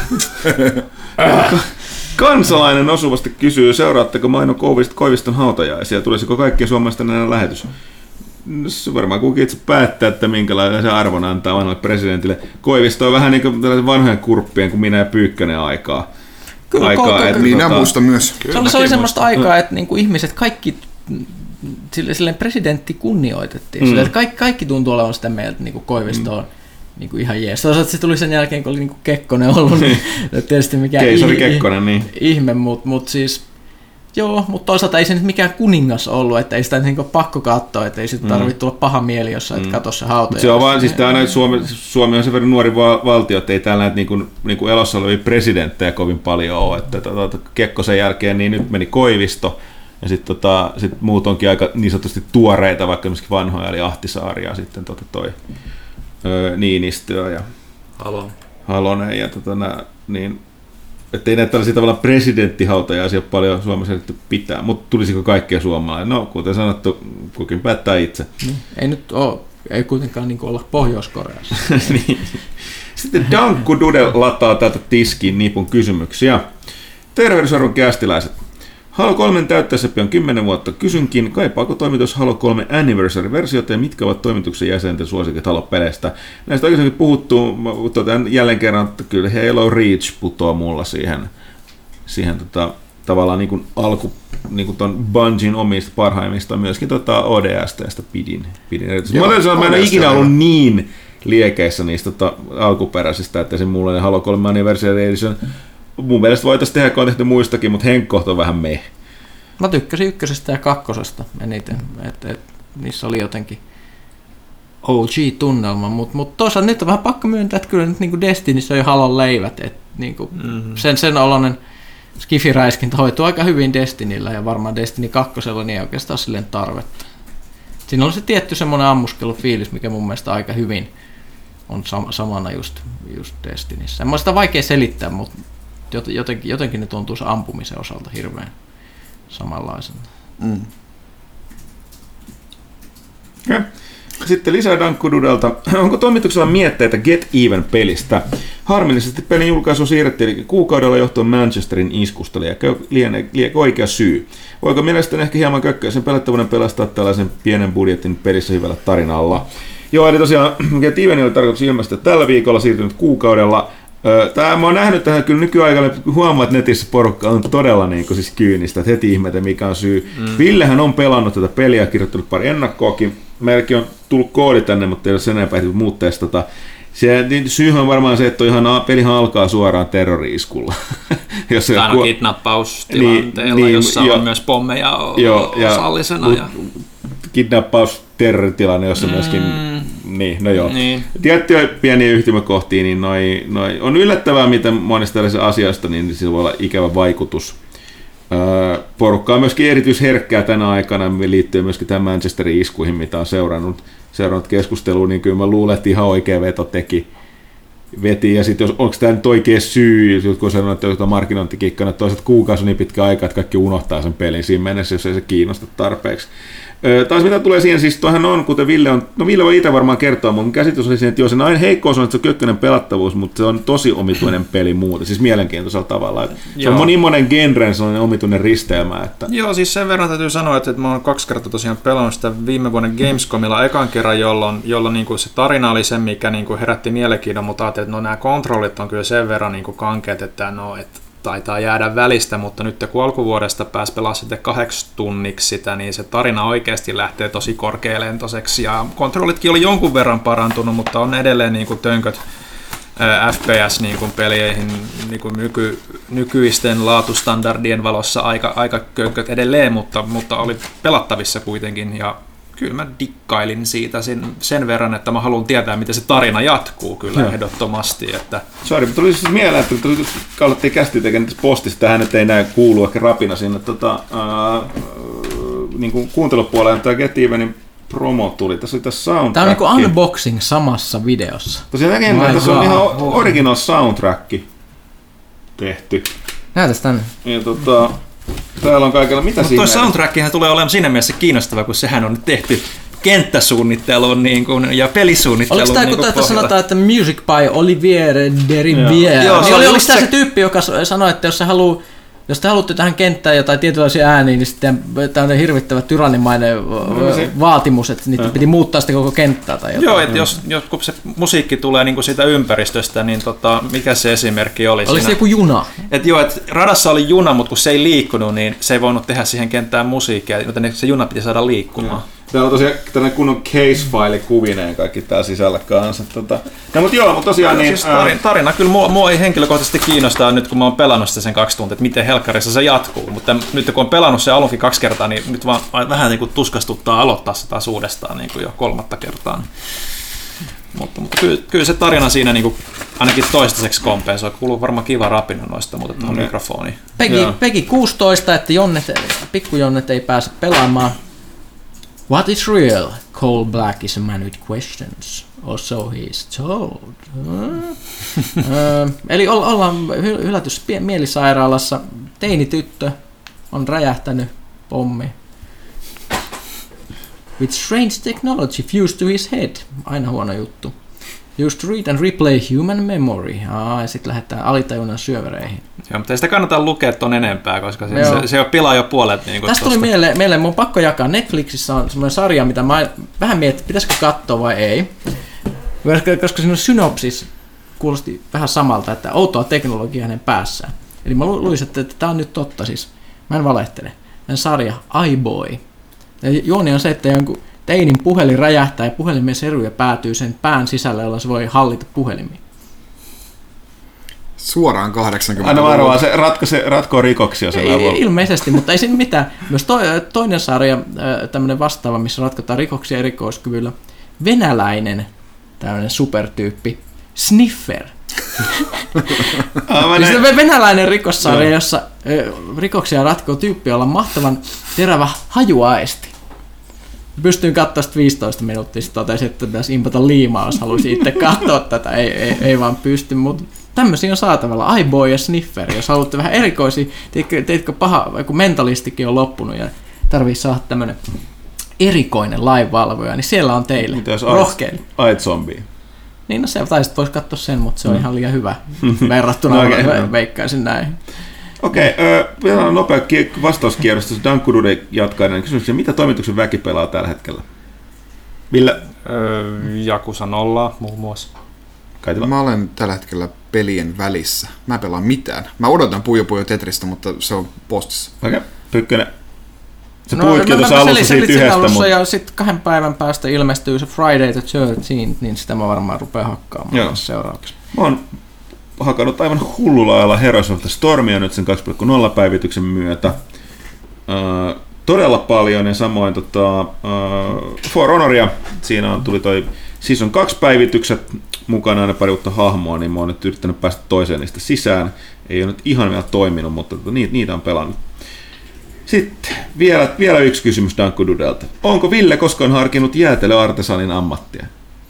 kansalainen osuvasti kysyy, seuraatteko Maino Koiviston hautajaisia? Tulisiko kaikkien suomalaisten enää lähetys? No, se varmaan kukin itse päättää, että minkälainen se arvon antaa vanhalle presidentille. Koivisto on vähän niin kuin vanhojen kurppien kuin minä ja Pyykkönen aikaa. Kyllä, aikaa että minä tota, muistan myös. Se oli, se oli semmoista aikaa, että niinku ihmiset, kaikki, silleen presidentti kunnioitettiin. Mm. Sille, että kaikki, kaikki tuntuu olevan sitä mieltä, että niinku Koivisto on mm. niinku ihan jees. Toisaalta se tuli sen jälkeen, kun oli niinku Kekkonen ollut, niin tietysti mikään Keisari Kekkonen, niin. ihme, mutta mut siis joo, mutta toisaalta ei se nyt mikään kuningas ollut, että ei sitä niinku pakko katsoa, että ei sitten tarvitse tulla paha mieli, jos sä et mm. katso se hautajainen. Se on vaan, siis tää Suomi, Suomi on sen verran nuori valtio, että ei täällä näitä niinku, niinku elossa olevia presidenttejä kovin paljon ole. Että, tota, Kekkosen jälkeen niin nyt meni Koivisto, ja sitten tota, sit muut onkin aika niin sanotusti tuoreita, vaikka esimerkiksi vanhoja, eli Ahtisaari ja sitten tota toi öö, Niinistöä ja Halonen. Halonen ja tota, nää, niin että ei näitä tällaisia tavallaan presidenttihautajaisia paljon Suomessa pitää, mutta tulisiko kaikkia suomalaisia? No, kuten sanottu, kukin päättää itse. Niin. Ei nyt ole, ei kuitenkaan niin olla Pohjois-Koreassa. Niin. Sitten Dankku Dude lataa täältä tiskiin nipun kysymyksiä. Tervehdysarvon kästiläiset. Halo kolmen täyttäessä pian kymmenen vuotta. Kysynkin, kaipaako toimitus Halo kolme Anniversary-versiota ja mitkä ovat toimituksen jäsenten suosikit Halo-peleistä? Näistä oikeastaan puhuttuu, totean jälleen kerran, että kyllä Halo Reach putoaa mulla siihen, siihen tota, tavallaan niin kuin alku, niin kuin ton Bungien omista parhaimmista, myöskin tota O D S T:stä pidin. pidin. Joo, mä, sanoa, mä en ole ikinä ollut niin liekeissä niistä tota, alkuperäisistä, että se mulla oli Halo kolme Anniversary Edition. Mun mielestä voitaisiin tehdä, kun on tehty muistakin, mutta henkkohto on vähän meh. Mä tykkäsin ykkösestä ja kakkosesta eniten, että et, niissä oli jotenkin O G-tunnelma, mutta mut toisaalta nyt on vähän pakko myöntää, että kyllä nyt niinku Destinissä on jo Halon leivät, että niinku mm-hmm. sen, sen oloinen skifiräiskintä hoituu aika hyvin Destinillä ja varmaan Destiny kakkosella niin ei oikeastaan silleen tarvetta. Siinä on se tietty semmoinen ammuskelufiilis, mikä mun mielestä aika hyvin on sam- samana just, just Destinissä. En mä sitä vaikea selittää, mutta jotenkin, jotenkin ne tuntuu se ampumisen osalta hirveän samanlaisena. Mm. Okay. Sitten lisää Dankkududelta. Onko toimituksella mietteitä Get Even-pelistä? Harmillisesti pelin julkaisu siirrettiin kuukaudella johtuen Manchesterin iskusta, lienee oikea syy. Voiko mielestäni ehkä hieman kökköisen pelattavuuden pelastaa tällaisen pienen budjetin pelissä hyvällä tarinalla? Joo, eli tosiaan Get Even oli tarkoitus ilmestyä tällä viikolla, siirtynyt kuukaudella. Tämä, mä oon nähnyt tähän kyllä nykyaikana, huomaa, että netissä porukka on todella niin kuin, siis kyynistä, että heti ihmetä mikä on syy. Mm. Villehän on pelannut tätä peliä, kirjoittanut pari ennakkoakin. Meilläkin on tullut koodi tänne, mutta ei ole sen enempää ehtinyt muut testata. Se, niin syyhän on varmaan se, että ihan, pelihan alkaa suoraan terrori-iskulla. Jos Tämä on ku... kidnappaustilanteella, niin, jossa niin, on jo, myös pommeja jo, osallisena. Ja, kidnappaus terroritilanne, jossa mm. myöskin, niin, no joo. Niin. Tiettyjä pieniä yhtymäkohtia, niin noi, noi, on yllättävää, miten monista tällaisista asioista, niin sillä voi olla ikävä vaikutus. Öö, porukka on myöskin erityisherkkää tänä aikana, liittyy myöskin tähän Manchesterin iskuihin, mitä on seurannut, seurannut keskusteluun, niin kyllä mä luulen, että ihan oikea veto teki. Veti, ja sitten onko tämä nyt oikea syy, kun sanoo, että on markkinointikikkana, että toisaalta kuukausi niin pitkä aika, että kaikki unohtaa sen pelin siinä mennessä, jos ei se kiinnosta tarpeeksi. Öö, taas mitä tulee siihen, siis toihan on, kuten Ville on, no Ville voi itse varmaan kertoa, mutta käsitys oli siihen, että joo, sen aina heikkous on, että se on kökkönen pelattavuus, mutta se on tosi omituinen peli muuten, siis mielenkiintoisella tavalla. Että se on moni monen genren sellainen omituinen risteilmä. Että... Joo, siis sen verran täytyy sanoa, että, että mä oon kaksi kertaa tosiaan pelannut sitä viime vuoden Gamescomilla ekan kerran, jolloin, jolloin niin kuin se tarina oli se, mikä niin kuin herätti mielenkiinnon, mutta ajattelin, että no, nämä kontrollit on kyllä sen verran niin kuin kankeat, että no, että taitaa jäädä välistä, mutta nyt kun alkuvuodesta pääsi pelaa sitten kahdeksi tunniksi sitä, niin se tarina oikeasti lähtee tosi korkealentoiseksi ja kontrollitkin oli jonkun verran parantunut, mutta on edelleen niin kuin tönköt ää, F P S-peleihin niin kuin nyky, nykyisten laatustandardien valossa aika, aika könköt edelleen, mutta, mutta oli pelattavissa kuitenkin ja kyllä mä dikkailin siitä sen, sen verran, että mä haluan tietää, miten se tarina jatkuu kyllä no. ehdottomasti. Että... Sori, mutta tuli siis mieleen, että kun kallattiin kästi tekemään postista, tähän nyt ei näin kuulu ehkä rapina sinne tota, ää, niin kuin kuuntelupuolella, tämä Get Evenin promo tuli, tässä oli tässä soundtrack. Tämä on niin kuin unboxing samassa videossa. Tosiaan näkemään, tässä on ihan original soundtrack tehty. Näytäs tänne. Ja tota... Täällä on kaikilla, mitä siinä? Mutta tuo soundtrackihan tulee olemaan siinä mielessä kiinnostava, kun sehän on nyt tehty kenttäsuunnitteluun niin kuin, ja pelisuunnitteluun. Oliko tämä, niin kun pohjalla. sanotaan, että Music by Olivier Derivière? Joo, Niin oli, oliko tämä se tyyppi, joka sanoi, että jos se haluaa Jos te haluatte tähän kenttään jotain tietynlaisia ääniä, niin sitten tämä on hirvittävä tyrannimainen no, se... vaatimus, että niitä piti muuttaa sitä koko kenttää tai jotain. Joo, että jos, jos kun se musiikki tulee niin kuin siitä ympäristöstä, niin tota, mikä se esimerkki oli? Oliko se joku juna? Et joo, että radassa oli juna, mutta kun se ei liikkunut, niin se ei voinut tehdä siihen kenttään musiikkia, joten se juna piti saada liikkumaan. Joo. Täällä on tosiaan tämmöinen kunnon case-file kuvineen kaikki tää sisällä kanssa. Tota. No mutta joo, mutta tosiaan niin... Siis tarina, tarina kyllä mua, mua ei henkilökohtaisesti kiinnostaa nyt, kun mä oon pelannut sitä sen kaksi tuntia, että miten helkkarissa se jatkuu. Mutta nyt kun on pelannut se alunkin kaksi kertaa, niin nyt vaan vähän niin kuin tuskastuttaa aloittaa sitä taas uudestaan niin kuin jo kolmatta kertaa. Mutta, mutta kyllä, kyllä se tarina siinä niin kuin ainakin toistaiseksi kompensoi. Kuuluu varmaan kiva rapina noista, mutta tuohon okay. mikrofoniin. Peggy, Peggy kuusitoista, että jonnet, pikkujonnet ei pääse pelaamaan. What is real? Coal Black is a man with questions. Or so he is told. Ö, eli ollaan hylätys mielisairaalassa. Teinityttö on räjähtänyt pommi. With strange technology fused to his head. Aina huono juttu. Used to read and replay human memory. Aa, ja sitten lähdetään alitajunnan syövereihin. Joo, mutta ei sitä kannata lukea ton enempää, koska se, se, se jo pilaa jo puolet. Niin tästä tuli mieleen, mieleen, mun pakko jakaa. Netflixissä on semmoinen sarja, mitä mä vähän mietin, pitäisikö katsoa vai ei. Koska siinä on synopsis kuulosti vähän samalta, että outoa teknologiaa hänen päässään. Eli mä luisin, että, että tämä on nyt totta siis. Mä en valehtele. Tämän sarja iBoy. Ja juoni on se, että jonkun teinin puhelin räjähtää ja puhelimen seruja päätyy sen pään sisälle, jolla se voi hallita puhelimia. Suoraan kahdeksankymmentä. Aina varmaan se ratko, se ratkoo rikoksia. Ei, ilmeisesti, mutta ei siinä mitään. Myös to, toinen sarja, tämmöinen vastaava, missä ratkotaan rikoksia erikoiskyvyllä. Venäläinen tämmöinen supertyyppi. Sniffer. ah, siis venäläinen rikossarja, no. jossa rikoksia ratkoo tyyppi, jolla on mahtavan terävä hajuaisti. Pystyin katsoa sitä viisitoista minuuttia, sitten totesin, että pitäisi impata liimaa, jos haluaisi itse katsoa tätä. Ei, ei, ei vaan pysty, mutta tämmöisiä on saatavilla. iBoy ja Sniffer, jos haluatte vähän erikoisia, teitkö, teitkö paha, kun mentalistikin on loppunut ja tarvii saada tämmöinen erikoinen lainvalvoja, niin siellä on teille. Mitä jos rohkeille. ait zombie? Niin no se taisit voisi katsoa sen, mutta se on mm. ihan liian hyvä verrattuna, no, okay, ve- veikkaisin näin. Okei, okay, vielä on nopea vastauskierros. Dankkudude jatkaa ennen kysymyksiä. Mitä toimituksen väki pelaa tällä hetkellä? Ville? Öö, Jakusa nollaa muun muassa. Kaitila? Mä olen tällä hetkellä pelien välissä. Mä en pelaa mitään. Mä odotan Puyo Puyo Tetristä, mutta se on postissa. Okei, okay. Pyykkönen. Se no, puhuitkin tuossa alussa siitä yhdestä. Mutta... Ja sitten kahden päivän päästä ilmestyy se Friday the thirteenth, niin sitä mä varmaan rupean hakkaamaan Joo. seuraavaksi. Mä oon hakannut aivan hullulla ajalla Heroes of the Stormia nyt sen kaksi piste nolla päivityksen myötä. Uh, todella paljon ja samoin tota, uh, For Honoria. Siinä on, tuli toi Season kaksi päivitykset mukana aina pari uutta hahmoa, niin mä oon nyt yrittänyt päästä toiseen niistä sisään. Ei ole nyt ihan vielä toiminut, mutta niitä, niitä on pelannut. Sitten vielä, vielä yksi kysymys Dankkududelta. Onko Ville koskaan harkinnut jäätelöartesanin ammattia?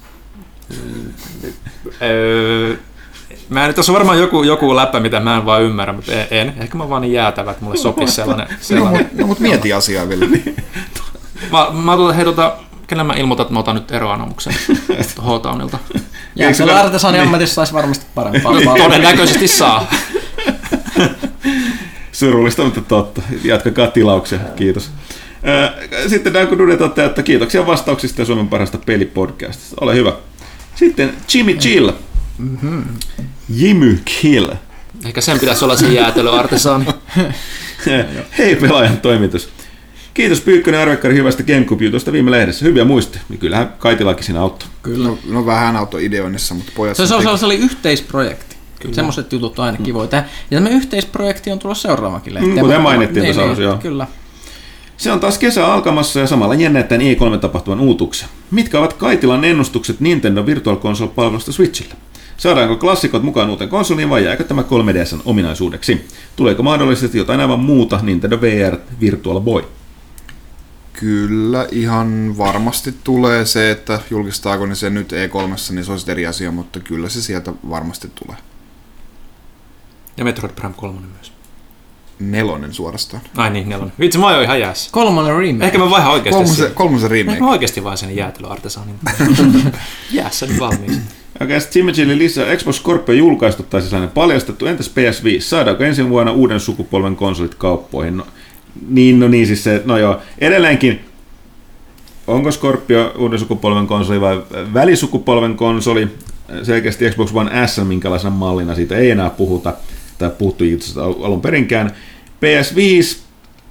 Öö, mä en, tässä on varmaan joku, joku läppä, mitä mä en vaan ymmärrä, mutta en. Ehkä mä vaan niin jäätävä, että mulle sopisi sellainen. sellainen. No, no mutta mieti asiaa, Ville. mä mä tuota, hei, tota, kenen mä ilmoitan, että mä otan nyt eroanomuksen H-Townilta. Jäätelöartesanin ammatissa saisi varmasti parempaa. Todennäköisesti saa. Surullista, mutta totta. Jatkakaa tilauksia. Kiitos. Sitten Dankkudude toteaa, että kiitoksia vastauksista ja Suomen parhaasta pelipodcastista. Ole hyvä. Sitten Jimmy Chill. Mm-hmm. Jimmy Kill. Ehkä sen pitäisi olla se jäätelöartesaani. Hei pelaajan toimitus. Kiitos Pyykkönen Arvekkari hyvästä GameCube-jutusta viime lehdessä. Hyviä muistoja. Niin kyllähän Kaitilakin siinä auttoi. Kyllä. No, no vähän auttoi ideoinnissa, mutta pojat... Se, se, se, se oli yhteisprojekti. Kyllä. Semmoiset jutut on aina kivoja tehdä. Ja tämä yhteisprojekti on tulossa seuraavakin lehteen. Mm, kuten mainittiin niin, tuossa niin, kyllä. Se on taas kesä alkamassa ja samalla jännettäen E kolme -tapahtuman uutuksia. Mitkä ovat Kaitilan ennustukset Nintendo Virtual Console-palvelusta Switchillä? Saadaanko klassikot mukaan uuteen konsoliin vai jääkö tämä kolme D S:n ominaisuudeksi? Tuleeko mahdollisesti jotain aivan muuta Nintendo V R Virtual Boy? Kyllä, ihan varmasti tulee se, että julkistaako ne se nyt E kolme, niin se olisi eri asia, mutta kyllä se sieltä varmasti tulee. Ja Metroid Prime kolme myös. nelonen suorastaan. Ai niin, nelonen. Vitsi, mä oon jo ihan jäässä. Kolmonen remake. Ehkä mä vaihan oikeasti Kolmosen, kolmosen remake. Ehkä mä oikeasti vaan sen jäätelöartesaanin. Jäässä nyt valmiiksi. Okei, sitten Jimmy Chili lisää. Xbox Scorpio julkaistu tai sellainen paljastettu. Entäs P S viisi? Saadaanko ensi vuonna uuden sukupolven konsolit kauppoihin? No, niin, no niin, siis se, no joo. Edelleenkin, onko Scorpio uuden sukupolven konsoli vai välisukupolven konsoli? Selkeästi Xbox One S, minkälaisena mallina siitä ei enää puhuta, tai puhuttu itse asiassa alun perinkään. P S viisi,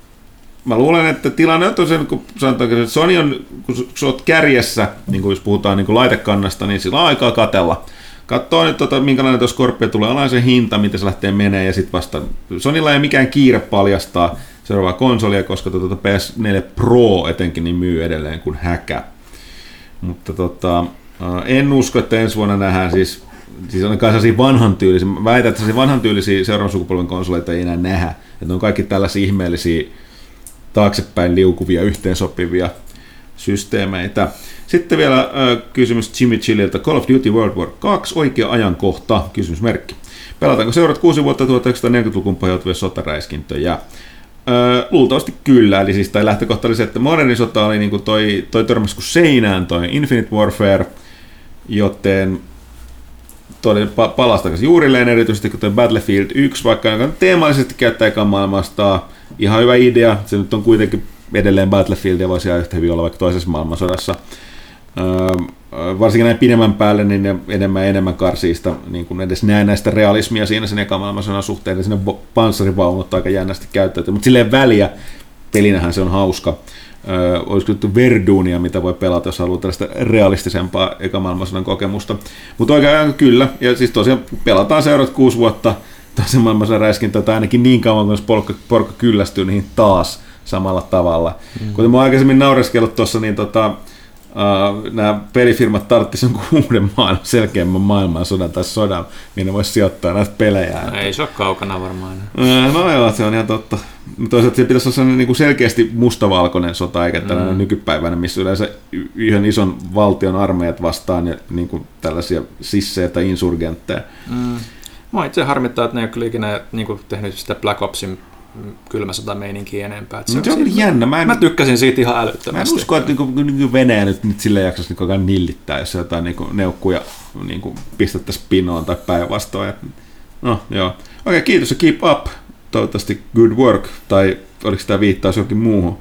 mä luulen, että tilanne on sen, kun sanotaan, että Sony on, kun sä oot kärjessä, niin kuin jos puhutaan niin kuin laitekannasta, niin sillä on aikaa katella. Katsoo nyt, tota, minkälainen tuo Scorpio tulee, alaisen hinta, miten se lähtee menee, ja sitten vasta Sonylla ei mikään kiire paljastaa seuraavaa konsolia, koska tuota, P S neljä Pro etenkin niin myy edelleen kuin häkä. Mutta tota, en usko, että ensi vuonna nähdään siis, siis ainakaan sellaisia vanhan tyylisiä, väitän, että sellaisia vanhan tyylisiä seuraavan sukupolven konsoleita ei enää nähdä. Että ne on kaikki tällaisia ihmeellisiä taaksepäin liukuvia, yhteensopivia systeemeitä. Sitten vielä äh, kysymys Jimmy Chilliltä. Call of Duty World War kaksi, oikea ajankohta, kysymysmerkki. Pelataanko seurat kuusi vuotta tuhatyhdeksänsataaneljäkymmentälukuun pohjautuvia sotaräiskintöjä? Äh, luultavasti kyllä, eli siis tai lähtökohta oli se, että moderni sota oli niin kuin toi, toi törmäs kuin seinään, toi Infinite Warfare, joten todella palasi takaisin juurilleen, erityisesti kun toi Battlefield yksi, vaikka teemallisesti käyttää ekan maailmasta ihan hyvä idea, se nyt on kuitenkin edelleen Battlefield ja voisi ihan yhtä hyvin olla vaikka toisessa maailmansodassa. Öö, varsinkin näin pidemmän päälle, niin enemmän ja enemmän karsiista, niin kuin edes näen näistä realismia siinä sen ekan maailmansodan suhteen, ja siinä panssarivaunut aika jännästi käyttäytyy, mutta silleen väliä pelinähän se on hauska. Öö, olisiko juttu Verdunia, mitä voi pelata, jos haluaa tällaista realistisempaa ekan maailmansodan kokemusta. Mutta oikein kyllä, ja siis tosiaan pelataan seurat kuusi vuotta toisen maailmansodan räiskintä, tai ainakin niin kauan, kun porukka, porukka kyllästyy niihin taas samalla tavalla. Mm. Kuten mä aikaisemmin naureskellut tuossa, niin tota, uh, nämä pelifirmat tarvitsisivat jonkun uuden maailman, selkeämmän maailmansodan tai sodan, minne voisi sijoittaa näitä pelejä. No, ei se ole kaukana varmaan. No joo, se on ihan totta. Toisaalta se pitäisi olla sellainen niin kuin selkeästi mustavalkoinen sota, eikä tällainen mm. nykypäiväinen, missä yleensä yhden ison valtion armeijat vastaan ja niin kuin tällaisia sissejä tai insurgentteja. Mm. Mä itse harmittaa, että ne ei ole kyllä ikinä niin kuin tehnyt sitä Black Opsin kylmä sota meininkiä enempää. Se, se oli jännä. Mä, en, mä tykkäsin siitä ihan älyttömästi. Mä en usko, että niinku, niinku Venäjä nyt, nyt silleen jaksaisi niinku nillittää, jos jotain niinku neukkuja niinku pistettäisiin pinoon tai päinvastoin. No joo. Okei, kiitos ja keep up. Toivottavasti good work. Tai oliko tämä viittaus johonkin muuhun?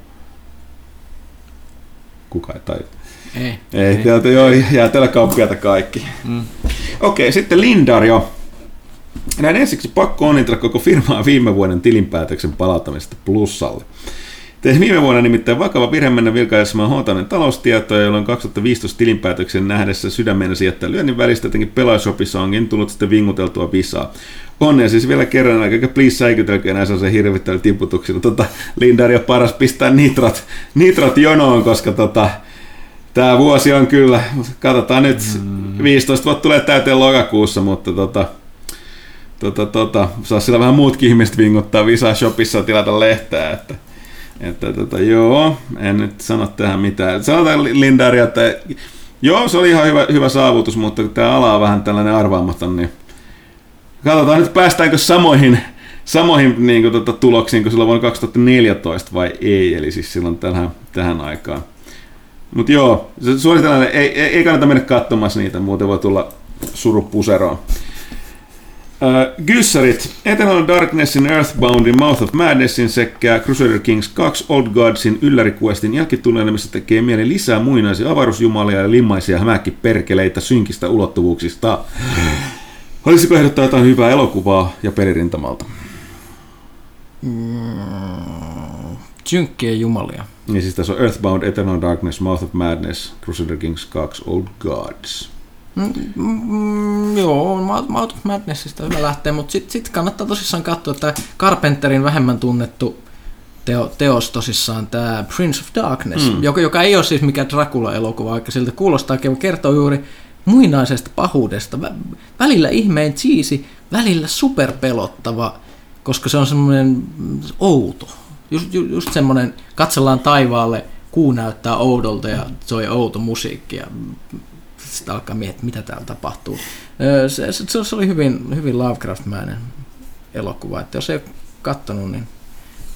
Kuka ei tai... Ei. Ei, ei. Täältä, joo, jää tällä kauppiaita kaikki. Mm. Okei, sitten Lindario. Näin ensiksi pakko onnitella koko firmaa viime vuoden tilinpäätöksen palauttamisesta plussalle. Tein viime vuonna nimittäin vakava virhe mennä vilkaisemaan H-tainen taloustietoja, jolloin kaksituhattaviisitoista tilinpäätöksen nähdessä sydämeen jättää lyönnin välistä, jotenkin Pelaishopissa onkin tullut sitten vinguteltua visaa. Onnea siis vielä kerran, eikä please säikytelkö enää sellaisen hirvittävän tiputuksilla. Tota, Lindario paras pistää nitrat, nitrat jonoon, koska tota, tämä vuosi on kyllä, katsotaan nyt, viisitoista vuotta tulee täyteen lokakuussa, mutta tota, Tota, tota, saa sillä vähän muutkin ihmiset vinguttaa Visa Shopissa ja tilata lehteä, että, että tota, joo, en nyt sano tähän mitään. Sanotaan Lindaria, että joo, se oli ihan hyvä, hyvä saavutus, mutta kun tämä ala on vähän tällainen arvaamaton, niin katsotaan nyt päästäänkö samoihin, samoihin niin kuin, tota, tuloksiin kuin silloin vuonna kaksituhattaneljätoista vai ei, eli siis silloin tähän, tähän aikaan. Mutta joo, suositellaan, ei, ei, ei kannata mennä katsomassa niitä, muuten voi tulla suru puseroon. Uh, Gyssarit, Eternal Darknessin, Earthboundin, Mouth of Madnessin sekä Crusader Kings kaksi Old Godsin ylläriquestin jälkitunnelmissa tekee mieli lisää muinaisia avaruusjumalia ja limmaisia hämähäkkiperkeleitä synkistä ulottuvuuksista. Olisiko ehdottaa jotain hyvää elokuvaa ja pelirintamalta? Mm, synkkiä jumalia. Niin siis tässä on Earthbound, Eternal Darkness, Mouth of Madness, Crusader Kings kaksi Old Gods. Mm, mm, joo, Mouth of Madnessista hyvä lähteä, mutta sitten sit kannattaa tosissaan katsoa, että Carpenterin vähemmän tunnettu teo, teos tosissaan, tämä Prince of Darkness, mm. joka, joka ei ole siis mikään Dracula-elokuva, vaikka siltä kuulostaa, kertoo juuri muinaisesta pahuudesta, välillä ihmeen cheesy, välillä superpelottava, koska se on semmoinen outo, just, just semmoinen, katsellaan taivaalle, kuu näyttää oudolta ja soi outo musiikki ja sitten alkaa miettiä, mitä täällä tapahtuu. Se, se, se oli hyvin, hyvin Lovecraft-mäinen elokuva, että jos ei ole katsonut, niin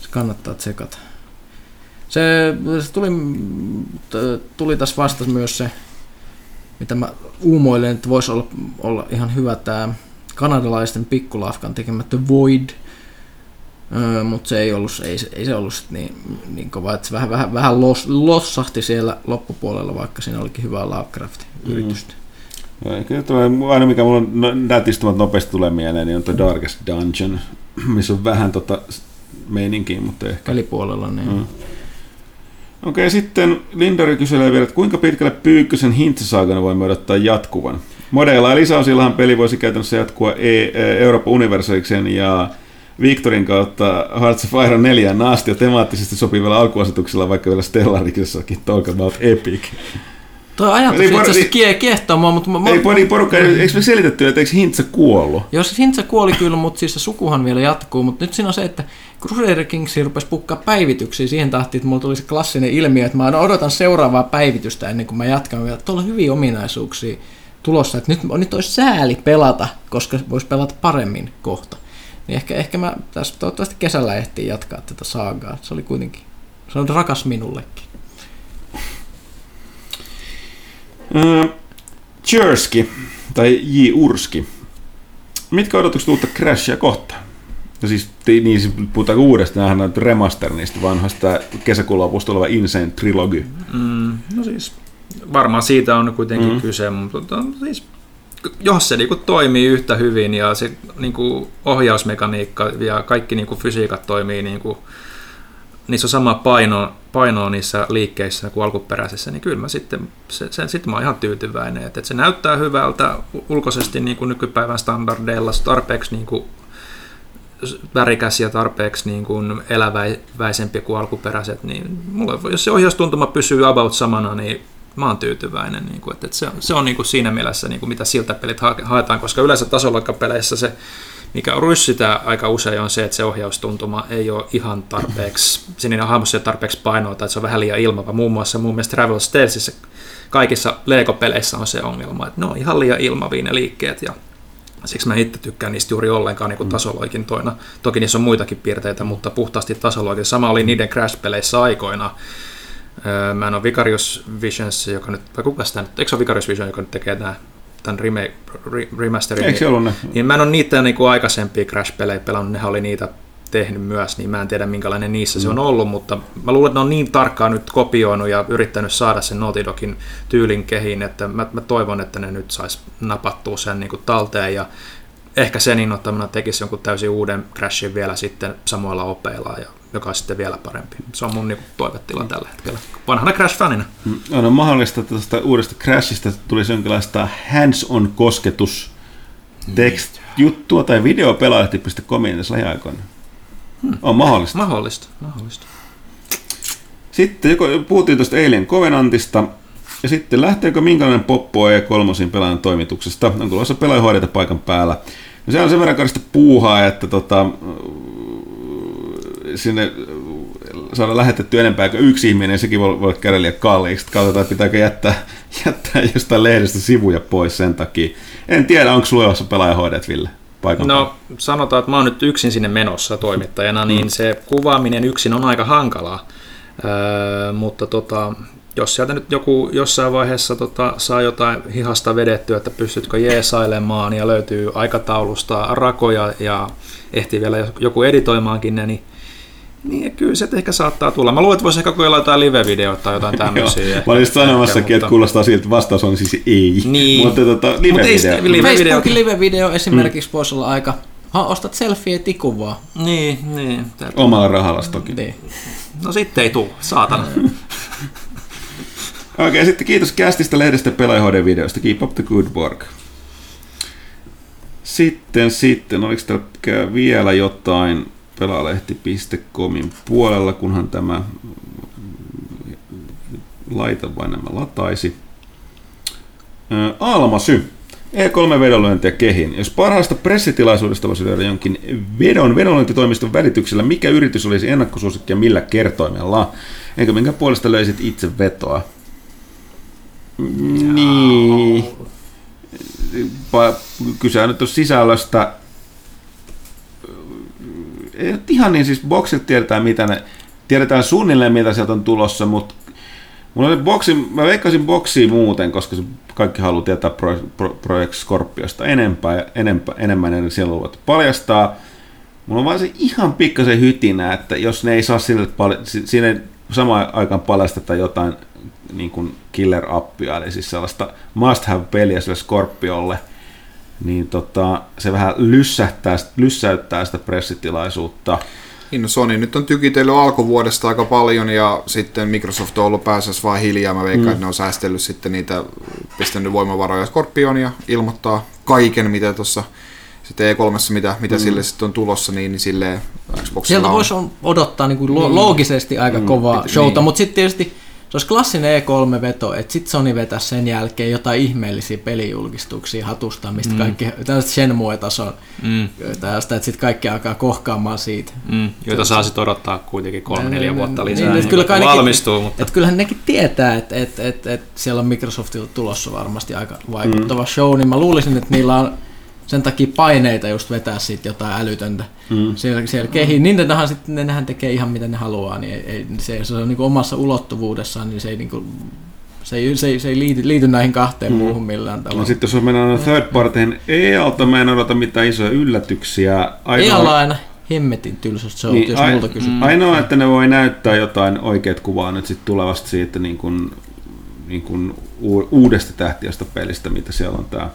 Se kannattaa tsekata. Se, se tuli, tuli tässä vasta myös se, mitä mä uumoilen, että voisi olla, olla ihan hyvä tämä kanadalaisten pikkulafkan tekemä The Void, öö, mutta se ei, ollut, ei, ei se ollut niin, niin kova, että se vähän, vähän, vähän los, lossahti siellä loppupuolella, vaikka siinä olikin hyvää Lovecraft-yritystä. Mm. Kyllä tulee, aina mikä mulla on nätistämät nopeasti tulee mieleen, niin on The Darkest Dungeon, missä on vähän tota meininkiä, mutta ehkä... Pelipuolella, niin... Mm. Okei, sitten Lindari kyselee vielä, että kuinka pitkälle Pyykkösen Hintsa-saagana voimme odottaa jatkuvan? Modeilla ja lisäosillahan peli voisi käytännössä jatkua Euroopan Universaliksen ja Victorin kautta Hearts of Iron neljään asti ja temaattisesti sopivilla alkuasetuksilla, vaikka vielä Stellariksessakin Talk About Epic. Tuo ajatus itse asiassa kie, kiehtoo mua, mutta... Mä, ei pari porukka, eikö me selitetty, että eikö Hintsa kuollut? Joo, siis Hintsa kuoli kyllä, mutta siis se sukuhan vielä jatkuu, mutta nyt siinä on se, että Crusader Kingsi rupesi pukkaa päivityksiä siihen tahtiin, että mulla tuli se klassinen ilmiö, että mä odotan seuraavaa päivitystä ennen kuin mä jatkan vielä. Tuolla on hyviä ominaisuuksia tulossa, että nyt, nyt olisi sääli pelata, koska voisi pelata paremmin kohta. Niin ehkä, ehkä mä tässä toivottavasti kesällä ehtii jatkaa tätä saagaa. Se oli kuitenkin, se on rakas minullekin. Uh, Jerski, tai J. Urski. Mitkä odotukset uutta Crashia kohtaan? No siis, niin siis puhutaan uudestaan, nähdään on remaster niistä vanhasta kesäkuun lopusta oleva Insane Trilogy. Mm, no siis, varmaan siitä on kuitenkin mm-hmm. kyse, mutta siis, jos se niinku toimii yhtä hyvin ja se niinku ohjausmekaniikka ja kaikki niinku fysiikat toimii, niinku, niissä on sama paino, painoa niissä liikkeissä kuin alkuperäisessä, niin kyllä mä sitten, se, se, sitten mä oon ihan tyytyväinen, että, että se näyttää hyvältä ulkoisesti niin kuin nykypäivän standardeilla, tarpeeksi niin kuin värikäs ja tarpeeksi niin kuin eläväisempi kuin alkuperäiset, niin mulle, jos se ohjaustuntuma pysyy about samana, niin mä oon tyytyväinen, niin kuin, että, että se, se on niin kuin siinä mielessä, niin kuin mitä siltä pelit haetaan, koska yleensä tasoloikkapeleissä se mikä ryssitään aika usein on se, että se ohjaustuntuma ei ole ihan tarpeeksi, siinä on hahmossa tarpeeksi painoa tai että se on vähän liian ilmava. Muun muassa mun mielestä Travel Stealthissa kaikissa Lego-peleissä on se ongelma, että ne on ihan liian ilmavia ne liikkeet ja siksi mä itse tykkään niistä juuri ollenkaan niin kuin tasoloikin toina. Toki niissä on muitakin piirteitä, mutta puhtaasti tasoloikin. Sama oli niiden Crash-peleissä aikoina. Mä en ole Vicarious Visions, joka nyt, vai kuka sitä nyt, eikö se ole Vicarious Vision, joka nyt tekee nämä tämän remake, re, remasterin, eikö se ollut ne? Niin mä en ole niitä niin kuin aikaisempia Crash-pelejä pelannut, nehän oli niitä tehnyt myös, niin mä en tiedä minkälainen niissä mm. se on ollut, mutta mä luulen, että ne on niin tarkkaan nyt kopioinut ja yrittänyt saada sen Naughty Dogin tyylin kehiin, että mä, mä toivon, että ne nyt sais napattua sen niin kuin talteen ja ehkä sen innoittamana tekisi jonkun täysin uuden Crashin vielä sitten samoilla opeilla, ja, joka on sitten vielä parempi. Se on mun niin kuin toivetila tällä hetkellä. Vanhana Crash-fanina. On mahdollista, että tästä uudesta Crashista tulisi jonkinlaista hands-on kosketus tekst-juttua tai videopelaajat piste comiin tässä lähiaikoina. Hmm. On mahdollista. Mahdollista, mahdollista. Sitten joko, puhuttiin tuosta Alien Covenantista, ja sitten lähteekö minkälainen poppo E kolme pelaajan toimituksesta? Onko tulossa pelaajahoideta paikan päällä? No se on sen verran karista puuhaa, että tota, sinne saada lähetetty enempää kuin yksi ihminen, ja sekin voi, voi käydä liian kalliiksi. Katsotaan, että pitääkö jättää, jättää jostain lehdestä sivuja pois sen takia. En tiedä, onko sulla jossa pelaajahoidet, Ville? Paikan no päällä? Sanotaan, että mä oon nyt yksin sinne menossa toimittajana, niin mm. se kuvaaminen yksin on aika hankalaa. Öö, mutta tota, jos sieltä nyt joku jossain vaiheessa tota, saa jotain hihasta vedettyä, että pystytkö jeesailemaan ja löytyy aikataulusta rakoja ja ehtii vielä joku editoimaankin ne, niin, niin kyllä se ehkä saattaa tulla. Mä luulen, että voisi ehkä kokeilla jotain live-videoita tai jotain tämmöisiä. Mä olin sanomassakin, että kuulostaa siltä, että vastaus on siis ei. Niin. Mutta tota, live-video. Live Facebookin live-video esimerkiksi mm. voisi olla aika... Ha, ostat selfie tikun vaan. Niin, niin. Omalla rahalla toki. Niin. No sitten ei tule, saatana. Okei, okay, sitten kiitos kästistä lehdestä pelaajahoiden videosta. Keep up the good work. Sitten, sitten, oliko täällä vielä jotain pelaalehti piste comin puolella, kunhan tämä laita vain nämä lataisi. Almasy. E kolme vedonlyöntiä kehin. Jos parhaasta pressitilaisuudesta voisi löydä jonkin vedon vedonlyöntitoimiston välityksellä, mikä yritys olisi ennakkosuosikki ja millä kertoimella? Enkö minkä puolesta löysit itse vetoa? Jaa. Niin. Kysehän nyt on sisällöstä. ei ihan niin, siis boksilta tiedetään mitä ne, tiedetään suunnilleen mitä sieltä on tulossa, mutta mulla oli boksi, mä veikkasin boksia muuten, koska se kaikki haluaa tietää Pro, Pro, Project Scorpiosta enempää ja enempää, enemmän, eli siellä luvat paljastaa. Mulla on vaan se ihan pikkasen hytinä, että jos ne ei saa sille paljon, siinä ei samaan aikaan paljasteta jotain niin kuin killer-appia, eli siis sellaista must-have-peliä sille Scorpiolle, niin tota, se vähän lyssäyttää, lyssäyttää sitä pressitilaisuutta. No Sony nyt on tykitellyt alkuvuodesta aika paljon ja sitten Microsoft on ollut päässässä vaan hiljaa. Mä veikkaan, mm. että ne on säästellyt sitten niitä, pistänyt voimavaroja Scorpionia, ilmoittaa kaiken, mitä tuossa sitten E kolme, mitä, mitä mm. sille sitten on tulossa, niin, niin silleen Xboxilla sieltä on. voisi odottaa niin kuin lo- loogisesti aika mm. kovaa showta, niin. Mutta sitten tietysti se olisi klassinen E kolme veto, että sitten Sony vetäisi sen jälkeen jotain ihmeellisiä pelijulkistuksia hatusta, mistä mm. kaikki, tällaiset Shenmue-tason, mm. tällaista, että sitten kaikki alkaa kohkaamaan siitä. Mm. Joita saa sitten odottaa kuitenkin kolme neljä vuotta lisää, niin, niin, kyllä valmistuu. Nekin, mutta... että kyllähän nekin tietää, että et, et, et siellä on Microsoftilta tulossa varmasti aika vaikuttava mm. show, niin mä luulisin, että niillä on sen takia paineita just vetää siitä jotain älytöntä. Mm. Siellä, siellä kehii. Nintendohan sitten ne nehän tekee ihan mitä ne haluaa, niin ei, ei, se, se on niin kuin omassa ulottuvuudessaan, niin se ei, niin kuin, se ei, se ei, se ei liity, liity näihin kahteen mm. muuhun millään tavalla. No sitten jos mennään third partyin, E A:lta mä en odota mitään isoja yllätyksiä. Ainoa... E A:lla aina hemmetin tylsästä se on, niin, jos ai, multa kysytään. Mm. Ainoa, että ne voi näyttää jotain oikeat kuvaa nyt sitten tulevasta siitä niin kuin, niin kuin uudesta tähtiöstä pelistä, mitä siellä on tää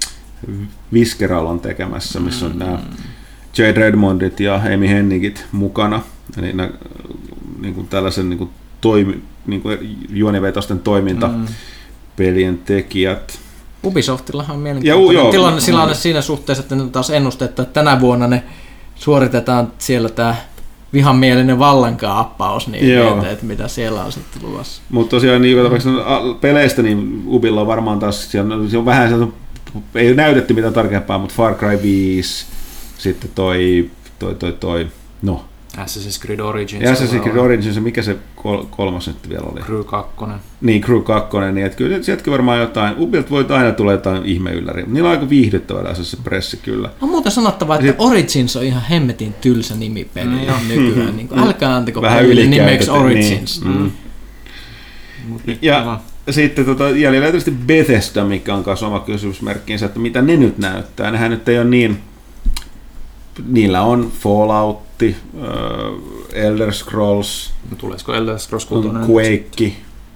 Visceral on tekemässä, missä on nämä Jade Redmondit ja Amy Hennigit mukana, eli nämä, niin kuin tällaisen niin kuin toimi, niin kuin juonivetosten toimintapelien tekijät. Ubisoftillahan on mielenkiintoinen tilanne mm. siinä suhteessa, että ne taas ennustettu, että tänä vuonna ne suoritetaan siellä tämä vihamielinen vallankaappaus, niin että, että mitä siellä on sitten luvassa. Mutta tosiaan niin, peleistä, niin Ubilla on varmaan taas, siellä on vähän sieltä ei näytetty mitään tarkempaa, mutta Far Cry viisi, sitten toi, toi, toi, toi, no. Assassin's Creed Origins. Assassin's Creed Origins, mikä se kol- kolmas nyt vielä oli? Crew kaksi. Niin, Crew kaksi, niin että kyllä sieltäkin varmaan jotain, Ubilta voi aina tulla jotain ihmeylläriä, niillä on aika viihdyttävä se pressi kyllä. On muuten sanottava, että sit... Origins on ihan hemmetin tylsä nimipeli mm. nykyään, niin kuin, älkää antako pelin nimeksi Origins. Niin. Mm. Mm. Ja sitten tota, jäljellä tietysti Bethesda, mikä on myös oma kysymysmerkkinsä, että mitä ne nyt näyttää. Nehän nyt ei ole niin, niillä on Fallout, uh, Elder Scrolls, no, tuleeko Elder Scrolls Quake,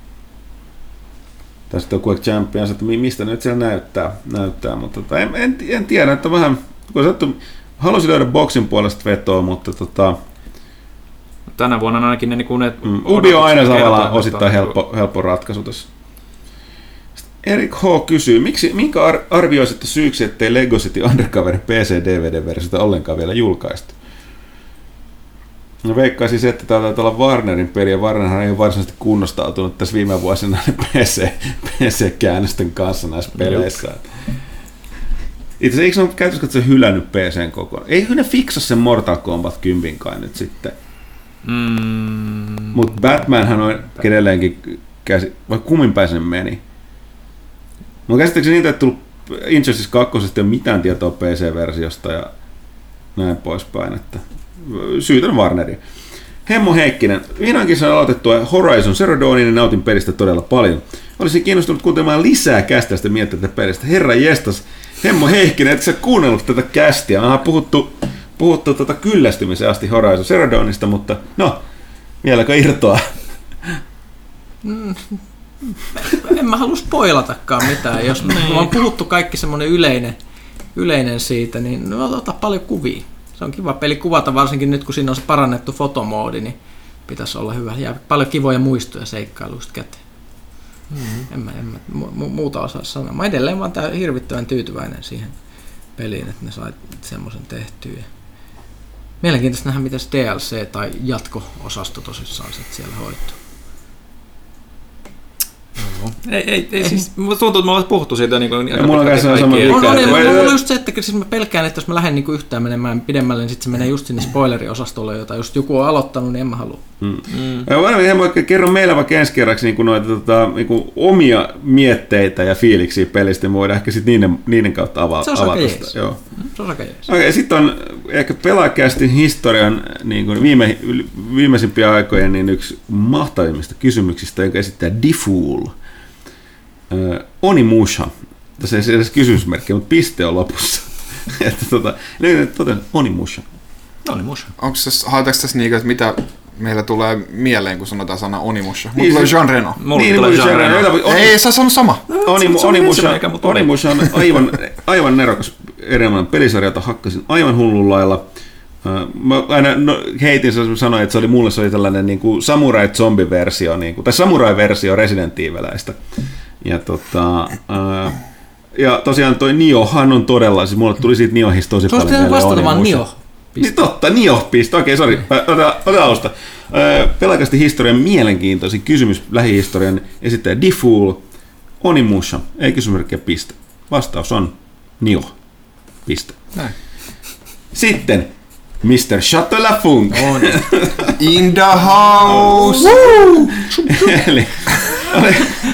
tästä on Quake Champions, että mistä ne nyt siellä näyttää, näyttää. Mutta tota, en, en, en tiedä, että vähän, kun sattu, halusin löydä boksin puolesta vetoa, mutta tota, tänä vuonna ainakin ne, niin ne mm, Ubi on aina tavallaan osittain helppo, helppo ratkaisu tässä. Erik H. kysyy, miksi, minkä ar- arvioisitte syyksi, ettei Lego City Undercover P C-D V D-versiota ollenkaan vielä julkaistu? No veikkaisin se, että tämä taitaa olla Warnerin peli, ja Warnerhan ei ole varsinaisesti kunnostautunut tässä viime vuosina P C, P C-käännösten kanssa näissä peleissä. Itse asiassa eikö se ole käytössä, että se hylännyt P C:n kokonaan? Eikö ne fiksaa sen Mortal Kombat kympin kai nyt sitten? Mm. Mutta Batmanhan on edelleenkin käsi, vai kummin päin sen meni? Mä käsittääkseni niitä, että tullut Injustice kaksi ei ole mitään tietoa P C-versiosta ja näin poispäin, että syytän Warneria. Hemmo Heikkinen, vihdoinkin sain aloitettua Horizon Zero Dawnin ja nautin pelistä todella paljon. Olisin kiinnostunut kuuntelemaan lisää kästästä miettiä tätä pelistä. Herra jestas, Hemmo Heikkinen, et sä kuunnellut tätä kästiä? Onhan puhuttu, puhuttu tuota kyllästymisen asti Horizon Zero Dawnista, mutta no, vieläkö irtoaa? Mm. En mä halua spoilatakaan mitään. Jos me on puhuttu kaikki semmoinen yleinen, yleinen siitä, niin no, ota paljon kuvia. Se on kiva peli kuvata, varsinkin nyt kun siinä on se parannettu fotomoodi, niin pitäisi olla hyvä. Jää paljon kivoja muistoja seikkailuista käteen. Mm-hmm. En mä, en mä mu- muuta osaa sanoa. Mä edelleen vaan tää hirvittävän tyytyväinen siihen peliin, että ne sai semmoisen tehtyä. Mielenkiintoista nähdä, miten D L C tai jatko-osasto tosissaan sit siellä hoituu. Ei, ei, ei siis, musta tuntuu, että me ollaan puhuttu siitä niin kuin... Mulla on kanssa sama vika. On, on, on, on, on just se, että siis mä pelkään, että jos mä lähden niin yhtään menemään pidemmälle, niin sitten se menee just sinne spoileriosastolle, jota jos joku on aloittanut, niin en mä halua. Mm. Mm. Ja vaikka kerro meillä vaikka ensi kerraksi niin noita tota, niin omia mietteitä ja fiiliksiä pelistä, me voidaan ehkä sitten niiden, niiden kautta ava- se avata sitä. Se on aika jees. Okei, sitten on ehkä pelaajakästin historian niin kuin viime, viimeisimpiä aikojen niin yksi mahtavimmista kysymyksistä, jonka esittää Difool. Äh, Onimusha. Tässä ei edes kysymysmerkki, mutta piste on lopussa. että tota, toten, Onimusha. Onimusha. Onko se, haetaanko tässä niin, että mitä meillä tulee mieleen, kun sanotaan sana Onimusha? Mulla tulee Jean Reno. Mulla niin, tulee Jean Reno. Reno. Ei, sä sanonut sama. Onimusha on aivan, aivan nerokas erilainen pelisarja, jota hakkasin aivan hullun lailla. Mä aina no, heitin, sanoin, että se oli, mulle se oli tällainen niin kuin samurai-zombi-versio, niin kuin, tai samurai-versio Resident Evilistä. Ja, tota, ää, ja tosiaan toi Niohan on todella, siis mulle tuli siitä Niohista tosi paljon. Se olisi vastata vaan Nio. Niin totta, Nio-piste. Okei, sori, ota, ota alusta. Pelkästi historian mielenkiintoisin kysymys lähihistorian esittäjä Difool. Onimusha, ei kysymysmerkkiä piste. Vastaus on Nio. Piste. Näin. Sitten mister Chatelafunk. On. In the house. eli, oli,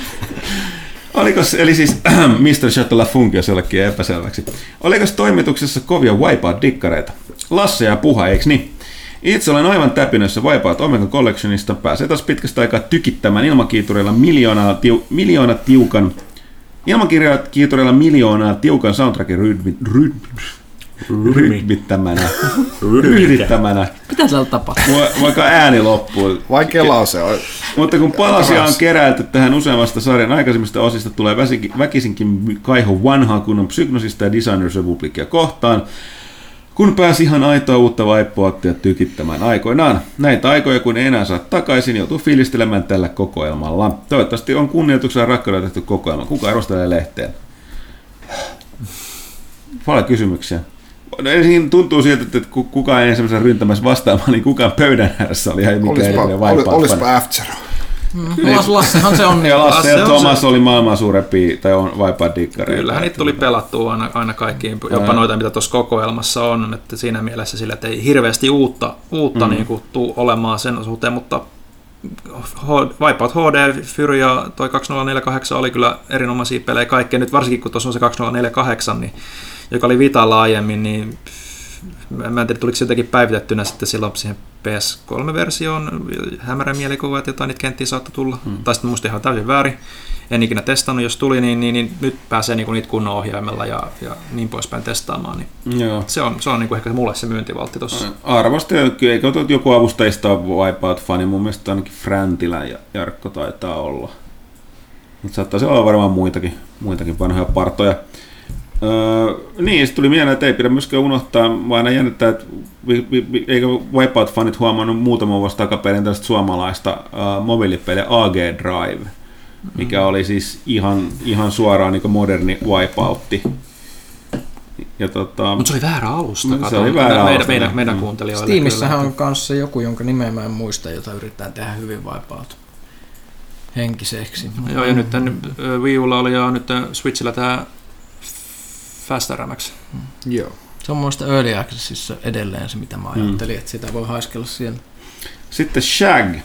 oliko, eli siis mister Chatelafunk, jos jollekin epäselväksi. Oliko toimituksessa kovia Wipeout-dikkareita? Lasse ja Puha, eiks niin? Itse olen aivan täpinössä Wipeout Omega Collectionista. Pääsee taas pitkästä aikaa tykittämään ilmakiitureilla miljoonaa, tiu, miljoona tiukan ilmakiitureilla miljoonaa tiukan soundtrackin rydmi, ryd, ryhdittämänä. ryhdittämänä. Mitä siellä tapahtuu? Vaikka ääni loppuu. Vaikea lause on. Mutta kun palasia on keräilty tähän useammasta sarjan aikaisemmista osista, tulee väkisinkin kaiho vanhaa kunnon Psygnosista ja Designers Republicia kohtaan, kun pääsi ihan aitoa uutta Wipeoutia tykittämään aikoinaan. Näitä aikoja, kun ei enää saa takaisin, joutuu fiilistelemään tällä kokoelmalla. Toivottavasti on kunnioituksella rakkaudella tehty kokoelma. Kuka arvostelee lehteen? Paljon kysymyksiä. Siinä tuntuu siltä, että kukaan ei ensimmäisenä ryntämässä vastaamaan, niin kukaan pöydän ääressä oli ihan mikään edellinen Wipeout. Olispa F-Zero. Mm. Lassehan se on. Ja Lasse ja Thomas se oli maailman suurempi, tai on Wipeout-dikkareita. Kyllähän niitä tuli pelattua aina, aina kaikkiin, jopa noita, mitä tuossa kokoelmassa on. Että siinä mielessä sillä, että ei hirveästi uutta, uutta mm. niin kuin, tuu olemaan sen suhteen, mutta Wipeout H D, Fury ja toi kaksituhattaneljäkymmentäkahdeksan oli kyllä erinomaisia pelejä kaikkea. Nyt varsinkin kun tuossa on se kaksituhattaneljäkymmentäkahdeksan, niin, joka oli Vitalla aiemmin, niin mä en tiedä, tuliko se jotenkin päivitettynä sitten silloin siihen P S kolme -versioon, hämärän mielikuva, että jotain niitä kenttiä saattoi tulla. Hmm. Tai sitten musta ihan täysin väärin. En ikinä testannut, jos tuli, niin, niin, niin nyt pääsee niinku niitä kunnon ohjaimella ja, ja niin poispäin testaamaan. Niin joo. Se on, se on niinku ehkä mulle se myyntivaltti tuossa. Arvosti, eikö joku avustajista ole Wipeout-fani, mun mielestä ainakin Fräntilä ja Jarkko taitaa olla. Mutta saattaisi olla varmaan muitakin, muitakin vanhoja partoja. Öö, niin, se tuli mieleen, että ei pidä myöskään unohtaa, vaan aina jännittää, että eikö Wipeout-fanit huomannut muutaman vuosi takaperin tällaista suomalaista uh, mobiilipeliä A G Drive, mikä mm-hmm. oli siis ihan, ihan suoraan niin moderni Wipeoutti. Tota, mutta se oli väärä alusta. Se kato, oli väärä meidän, alusta. Meidän, meidän kuuntelijoille. Steamissähän on kanssa joku, jonka nimeä mä en muista, jota yritetään tehdä hyvin Wipeout henkiseksi. Joo, ja nyt tämän Wii Ulla oli ja nyt Switchillä tämä Faster M X. Mm. Joo. Se on muista Early Accessissa edelleen se, mitä mä ajattelin, mm. että sitä voi haiskella siellä. Sitten Shag.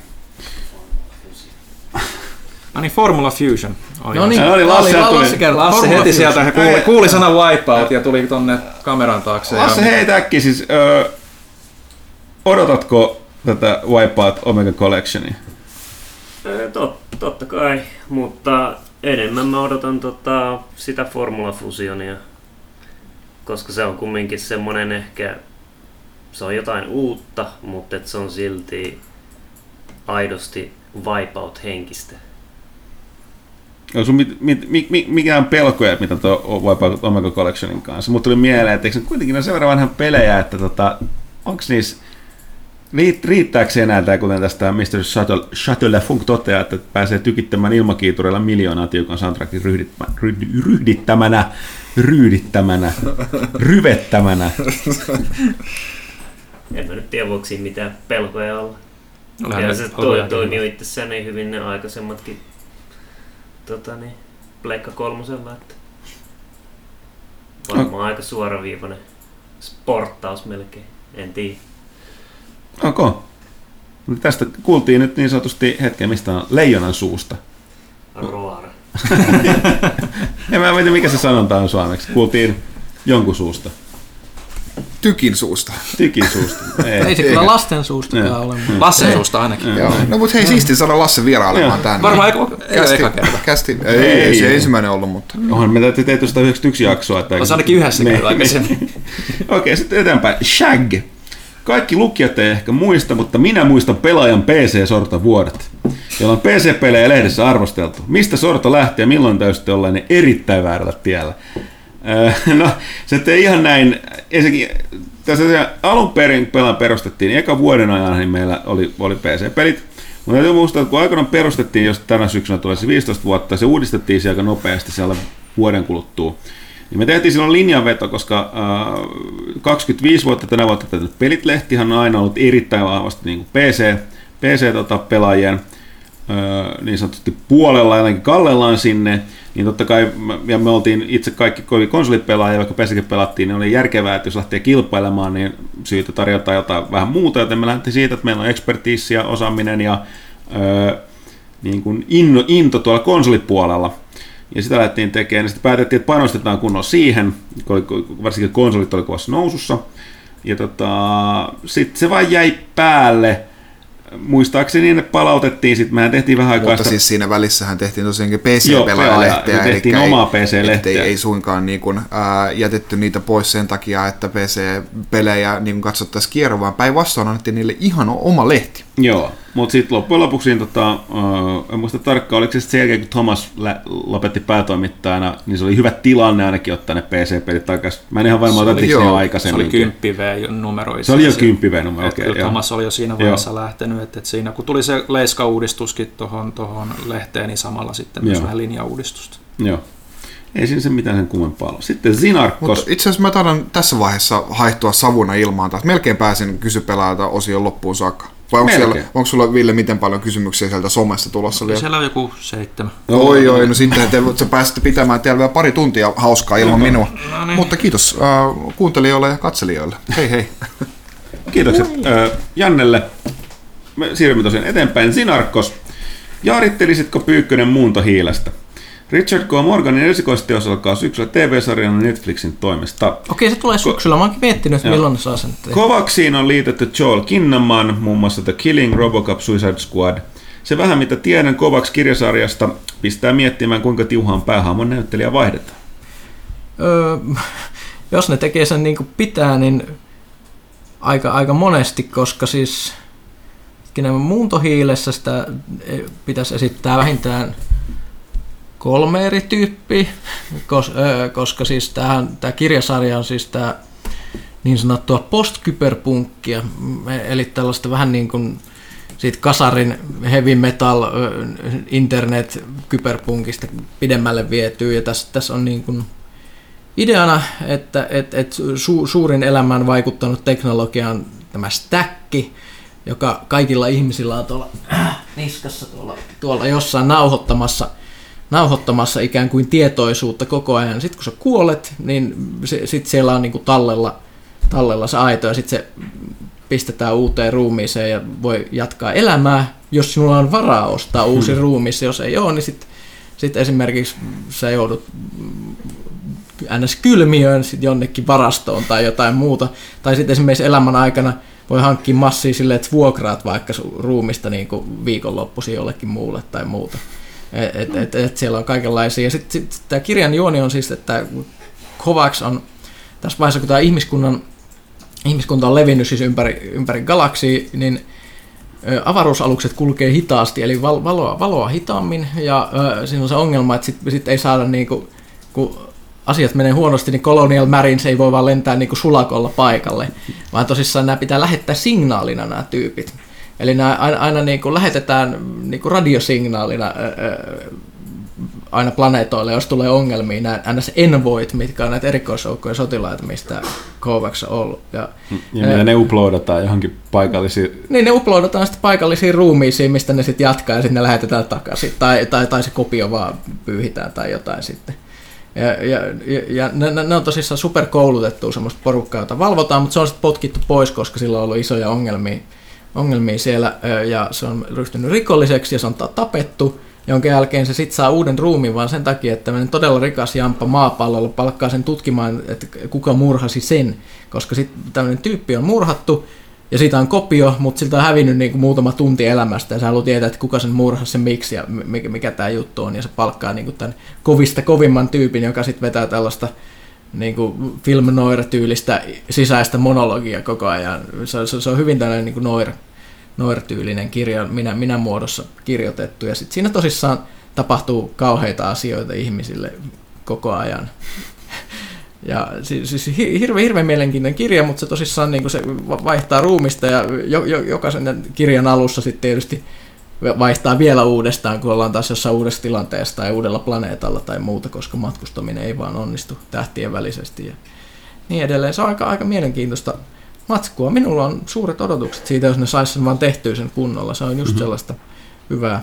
Ah niin, Formula Fusion. Oh, no niin, oli Lasse, Lasse, Lasse heti sieltä he kuuli, kuuli sanan Wipeout ja tuli tonne kameran taakse. Lasse, hei täkki, siis ö, odotatko tätä Wipeout Omega Collectionia? Tot, totta kai, mutta enemmän mä odotan tota, sitä Formula Fusionia, koska se on kumminkin semmonen ehkä, se on jotain uutta, mutta et se on silti aidosti Wipeout-henkistä. On sun mit, mit, mit, mit, mikään pelkoja, mitä tuo Wipeout Omega Collectionin kanssa. Mut tuli mieleen, että eikö kuitenkin on sen verran vanhan pelejä, että tota, onks niissä, riittääkö se enää tämä, kuten tästä mister Chatelafunk toteaa, että pääsee tykittämään ilmakiitureilla miljoonaa tiukan soundtrackin ryhdittämänä, ryydittämänä, ryvettämänä. En mä nyt tiedä, voiko siinä mitään pelkoja olla. Ja se toi, toimi jo itsessään niin hyvin ne aikaisemmatkin tota niin, Pleikka kolmosella, että varmaan no. aika suoraviivainen sporttaus melkein, en tiedä. Okei. Okay. Tästä kuultiin nyt niin sanotusti hetken, mistä on leijonan suusta. Roar. En mä tiedä, mikä se sanonta on suomeksi. Kuultiin jonkun suusta. Tykin suusta. Tykin suusta. Ei, ei se kyllä lasten suustakaan ole. Lassen suusta ainakin. Joo. No mutta hei, siistiä saada Lasse vierailemaan tänne. Varmaan ei eka kerta. Kästi. Ei, ei, ei se ensimmäinen ollut, mutta... Onhan me täytyy tehdä sata yhdeksänkymmentäyksi jaksoa. Että... On ainakin yhdessä kertaa aikaisemmin. Okei, sitten eteenpäin. Shag. Kaikki lukijat ei ehkä muista, mutta minä muistan pelaajan P C-sortavuodet, jolla on P C-pelejä lehdessä arvosteltu. Mistä sorto lähti ja milloin täysitte ollainen erittäin väärällä tiellä? No, se ei ihan näin. Ensinnäkin, tässä alun perin pelaan perustettiin, niin eka vuoden ajan niin meillä oli, oli P C-pelit. Mutta täytyy muistaa, että kun aikanaan perustettiin, jos tänä syksynä tulee se viisitoista vuotta, se uudistettiin aika nopeasti siellä vuoden kuluttua. Niin me tehtiin silloin linjanveto, koska äh, kaksikymmentäviisi vuotta tänä vuotta tätä Pelit-lehtihan on aina ollut erittäin vahvasti niin kuin P C, P C-pelaajien äh, niin sanotusti puolella, ainakin kallellaan sinne, niin totta kai, ja me oltiin itse kaikki konsolipelaajia, vaikka P C:kin pelattiin, niin oli järkevää, että jos lähtee kilpailemaan, niin syytä tarjota jotain vähän muuta, joten me lähdettiin siitä, että meillä on ekspertiisiä, osaaminen ja äh, niin kuin inno, into tuolla konsolipuolella. Ja sitä lähdettiin tekemään, ja sitten päätettiin, että panostetaan kunnolla siihen, varsinkin konsolit oli kovassa nousussa. Ja tota, sitten se vaan jäi päälle. Muistaakseni niin, että palautettiin, sitten mehän tehtiin vähän aikaa. Mutta sitä... siis siinä välissähän tehtiin tosiaankin P C-pelaajalehteä. Joo, tehtiin eli omaa P C-lehteä. Ei, ei suinkaan niin kuin, ää, jätetty niitä pois sen takia, että P C-pelejä niin katsottaisiin kierro, vaan päinvastoin annettiin niille ihan oma lehti. Joo, mutta sitten loppujen lopuksi, tota, äh, en muista tarkkaan, oliko se sen jälkeen, kun Thomas lopetti päätoimittajana, niin se oli hyvä tilanne ainakin ottaa ne P C-pelit takaisin. Mä en ihan varmaan otettiin ne aikaisemmin. Se oli kymmenen V-numeroissa. Se oli jo kymmenen V-numero, okei. Okay, Thomas oli jo siinä vaiheessa joo. lähtenyt, että, että siinä kun tuli se Leiska-uudistuskin tuohon tohon lehteen, niin samalla sitten myös vähän linja-uudistusta. Joo. Ei siinä se mitään sen kummempaa ole. Sitten Zinarkos. Mutta itse asiassa mä taidan tässä vaiheessa haihtua savuna ilmaan taas. Melkein pääsin kysypelaajalta osion loppuun saakka. Vai onko, siellä, onko sulla, Ville, miten paljon kysymyksiä sieltä somesta tulossa vielä? Siellä on joku seitsemän. Oi, oi, no sitten te, sä pääsitte pitämään täällä vielä pari tuntia hauskaa ilman minua. No niin. Mutta kiitos äh, kuuntelijoille ja katselijoille. Hei hei. Kiitokset äh, Jannelle. Me siirrymme tosiaan eteenpäin. Zinarkos. Jaarittelisitko Pyykkönen muuntohiilestä? Richard K. Morganin esikoisteos alkaa syksyllä T V-sarjana Netflixin toimesta. Okei, se tulee syksyllä. Mä oonkin miettinyt, että milloin ne saa sen tehdä. Kovaksiin on liitetty Joel Kinnaman, muun muassa The Killing, Robocop, Suicide Squad. Se vähän mitä tiedän Kovacs-kirjasarjasta pistää miettimään, kuinka tiuhaan päähahmon näyttelijä vaihdetaan. Öö, jos ne tekee sen niin kuin pitää, niin aika, aika monesti, koska siis muuntohiilessä sitä pitäisi esittää vähintään kolme eri tyyppiä, koska siis tämä kirjasarja on siis tämä niin sanottua post-kyberpunkkia, eli tällaista vähän niin kuin siitä kasarin heavy metal internet kyberpunkista pidemmälle vietyy, ja tässä, tässä on niin kuin ideana, että et, et su, suurin elämään vaikuttanut teknologia on tämä stäkki, joka kaikilla ihmisillä on tuolla äh, niskassa tuolla, tuolla jossain nauhoittamassa nauhoittamassa ikään kuin tietoisuutta koko ajan. Sitten kun sä kuolet, niin se, sit siellä on niinku tallella, tallella se aito ja sitten se pistetään uuteen ruumiiseen ja voi jatkaa elämää, jos sinulla on varaa ostaa uusi hmm. ruumis. Jos ei ole, niin sitten sit esimerkiksi sä joudut ns. Kylmiöön sit jonnekin varastoon tai jotain muuta. Tai sitten esimerkiksi elämän aikana voi hankkia massia silleen, että vuokraat vaikka ruumista niin kuin viikonloppuisin jollekin muulle tai muuta. Et, et, et siellä on kaikenlaisia. Ja sitten sit, tämä kirjan juoni on siis, että Kovacs on tässä vaiheessa, kun tämä ihmiskunnan, ihmiskunta on levinnyt siis ympäri, ympäri galaksia, niin ö, avaruusalukset kulkee hitaasti, eli val, valoa, valoa hitaammin. Ja ö, siinä on se ongelma, että sitten sit ei saada, niinku, kun asiat menee huonosti, niin Colonial Marines ei voi vaan lentää niinku sulakolla paikalle, vaan tosissaan nämä pitää lähettää signaalina nämä tyypit. Eli nämä aina, aina niin kuin lähetetään niin kuin radiosignaalina ää, aina planeetoille, jos tulee ongelmia, nämä N S-envoit, mitkä on näitä erikoisjoukkojen sotilaita, mistä Kovacs on ollut. Ja, ja mitä ne uploadataan johonkin paikallisiin... Niin, ne uploadataan sitten paikallisiin ruumiisiin, mistä ne sitten jatkaa ja sitten ne lähetetään takaisin. Tai, tai, tai se kopio vaan pyyhitään tai jotain sitten. Ja, ja, ja ne, ne on tosissaan superkoulutettua semmoista porukkaa, jota valvotaan, mutta se on sitten potkittu pois, koska sillä on ollut isoja ongelmia, ongelmia siellä ja se on ryhtynyt rikolliseksi ja se on tapettu, jonka jälkeen se sitten saa uuden ruumiin vaan sen takia, että tämmöinen todella rikas jamppa maapallolla palkkaa sen tutkimaan, että kuka murhasi sen, koska sitten tämmöinen tyyppi on murhattu ja siitä on kopio, mutta siltä on hävinnyt niin kuin muutama tunti elämästä ja sä haluat tietää, että kuka sen murhasi, sen miksi ja mikä, mikä tämä juttu on ja se palkkaa niin kuin tämän kovista kovimman tyypin, joka sitten vetää tällaista niin kuin film noir-tyylistä sisäistä monologia koko ajan. Se, se, se on hyvin tällainen niin kuin noir, noir-tyylinen kirja, minä, minä muodossa kirjoitettu ja sitten siinä tosissaan tapahtuu kauheita asioita ihmisille koko ajan. Ja siis hirveän hirve mielenkiintoinen kirja, mutta se tosissaan niin se vaihtaa ruumista ja jo, jo, jokaisen kirjan alussa sitten tietysti vaihtaa vielä uudestaan, kun ollaan taas jossain uudessa tilanteessa tai uudella planeetalla tai muuta, koska matkustaminen ei vaan onnistu tähtien välisesti ja niin edelleen. Se on aika, aika mielenkiintoista matskua. Minulla on suuret odotukset siitä, jos ne saisi sen vaan tehtyä sen kunnolla. Se on just mm-hmm. sellaista hyvää,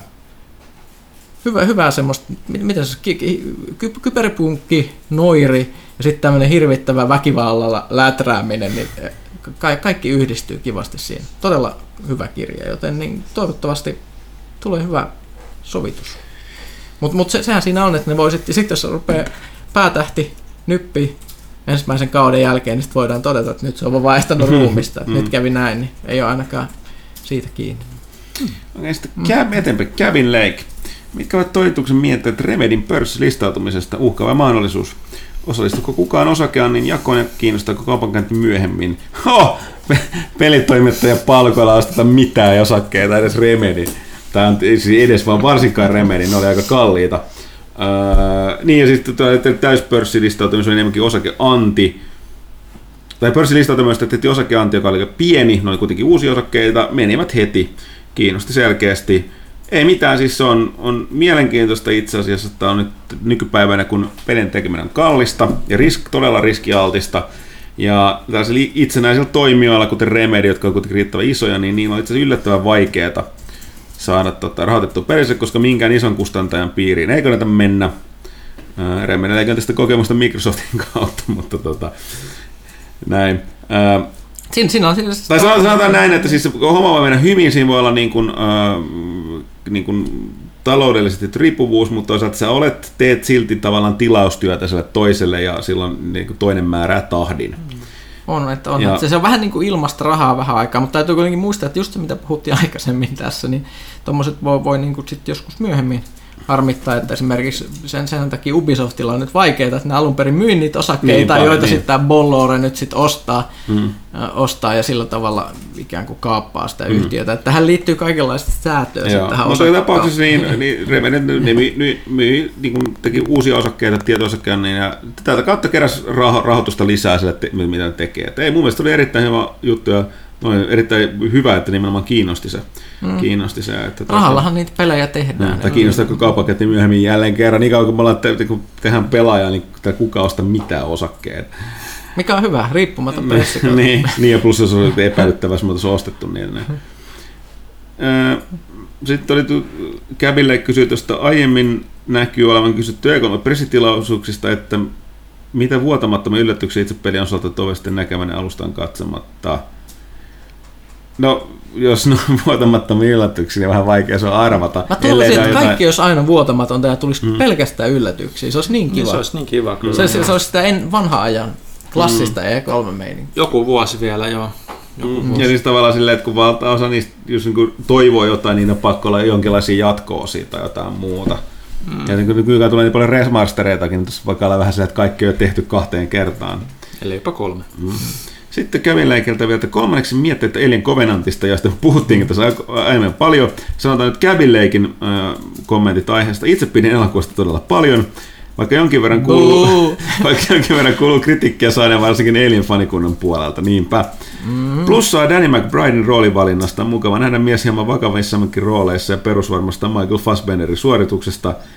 hyvää, hyvää semmoista, mitä se ky, kyberpunkki, noiri ja sitten tämmöinen hirvittävä väkivallalla läträäminen, niin ka, kaikki yhdistyy kivasti siinä. Todella hyvä kirja, joten niin toivottavasti tulee hyvä sovitus. Mutta mut se, sehän siinä on, että ne voi sitten, sit jos rupeaa päätähti nyppi ensimmäisen kauden jälkeen, niin sitten voidaan todeta, että nyt se on vaihtanut ruumista, että nyt kävi näin, niin ei ole ainakaan siitä kiinni. Okei, sitten mm. eteenpäin. Kevin Lake. Mitkä ovat toimituksen mietteet Remedin pörssilistautumisesta? Uhkaava mahdollisuus. Osallistuko kukaan osakeannin jakoon ja kiinnostaako kaupankäynti myöhemmin? Ho! Pelitoimittaja palkoilla osteta mitään osakkeita, edes Remedi. Tämä on siis edes vaan varsinkaan Remedi, ne oli aika kalliita. Öö, niin ja sitten täyspörssilistautuminen oli enemmänkin osakeanti. Tai pörssilistautumista tehtiin osakeanti, joka oli aika pieni, ne oli kuitenkin uusia osakkeita, menivät heti. Kiinnosti selkeästi. Ei mitään, siis se on, on mielenkiintoista itse asiassa, että on nyt nykypäivänä, kun pelin tekeminen on kallista ja risk, todella riskialtista. Ja tällaisilla itsenäisillä toimijoilla, kuten Remedy, jotka on kuitenkin riittävän isoja, niin niillä on itse asiassa yllättävän vaikeaa saada tota, rahoitettua perissä, koska minkään ison kustantajan piiriin ei kannata mennä. Remedy ei tästä kokemusta Microsoftin kautta, mutta tota, näin. Ää, Siin, siinä on siis... Tai sanotaan näin, että siis homma voi mennä hyvin, siinä voi olla niin kuin, äh, niin kuin taloudellisesti riippuvuus, mutta toisaalta sä olet, teet silti tavallaan tilaustyötä sille toiselle ja silloin niin kuin toinen määrää tahdin. On, että on. Että se on vähän niin kuin ilmasta rahaa vähän aikaa, mutta täytyy kuitenkin muistaa, että just se mitä puhuttiin aikaisemmin tässä, niin tommoset voi, voi niin kuin sit joskus myöhemmin harmittaa, että esimerkiksi sen, sen takia Ubisoftilla on nyt vaikeaa, että ne alun perin myy niitä osakkeita, niin, joita niin. sitten tämä Bollore nyt sitten ostaa, mm. ostaa ja sillä tavalla ikään kuin kaappaa sitä mm. yhtiötä. Että tähän liittyy kaikenlaista säätöä. Joo, mutta no, tapauksessa niin, niin Remedy ne myy, myy, myy, niin teki uusia osakkeita, tieto-osakkeita, niin ja tätä kautta keräsi raho- rahoitusta lisää sille, mitä ne tekee. Et ei, mun mielestä oli erittäin hyvä juttu ja no, erittäin hyvä, että nimenomaan kiinnosti se. Mm. Kiinnosti se että rahallahan niitä pelejä tehdään. Tai kiinnostaa, kaupankäynti myöhemmin jälleen kerran. Niin kauan kun me ollaan te- kun tehdään pelaajaa, niin kukaan ostaa mitään osakkeita. Mikä on hyvä, riippumaton pressi. niin, niin, ja plus se on epäilyttävää, jos me ostettu. Niin, niin. Sitten oli Käbille kysyi tuosta aiemmin näkyy olevan kysytty E kolme pressitilaisuuksista, että mitä vuotamattomia yllätyksiä itse pelin osalta toivoisitte näkevänne alustaan katsomatta. No, jos ne on vuotamattomia yllätyksiä, niin vähän vaikea se on arvata. Mä toivoisin, että jotain... kaikki olisi aina vuotamatonta ja tulisi mm. pelkästään yllätyksiä. Se olisi niin kiva. Niin, se olisi niin kiva, kyllä. Se, se, se olisi sitä en, vanha ajan klassista mm. E kolme meininkiä. Joku vuosi vielä, joo. Joku mm. vuosi. Ja siis tavallaan silleen, että kun valtaosa niistä jos niin toivoo jotain, niin on pakko olla jonkinlaisia jatko-osia tai jotain muuta. Mm. Ja niin kyllä tulee niin paljon remastereitakin, niin tässä vaikka olla vähän silleen, että kaikki on jo tehty kahteen kertaan. Eli jopa kolme. Mm. Sitten Kevin Lakeltä vielä, että kolmanneksi miettii, että Alien Covenantista, josta puhuttiinkin tässä aiemmin paljon. Sanotaan nyt Kevin Laken äh, kommentit aiheesta. Itse pidin elokuvasta todella paljon, vaikka jonkin verran kuuluu, vaikka jonkin verran kuuluu kritiikkiä saaneen varsinkin Alien-fanikunnan puolelta, niinpä. Mm. Plussaa Danny McBriden roolivalinnasta. Mukava nähdä mies hieman vakavissamminkin rooleissa ja perusvarmasta Michael Fassbenderin suorituksesta.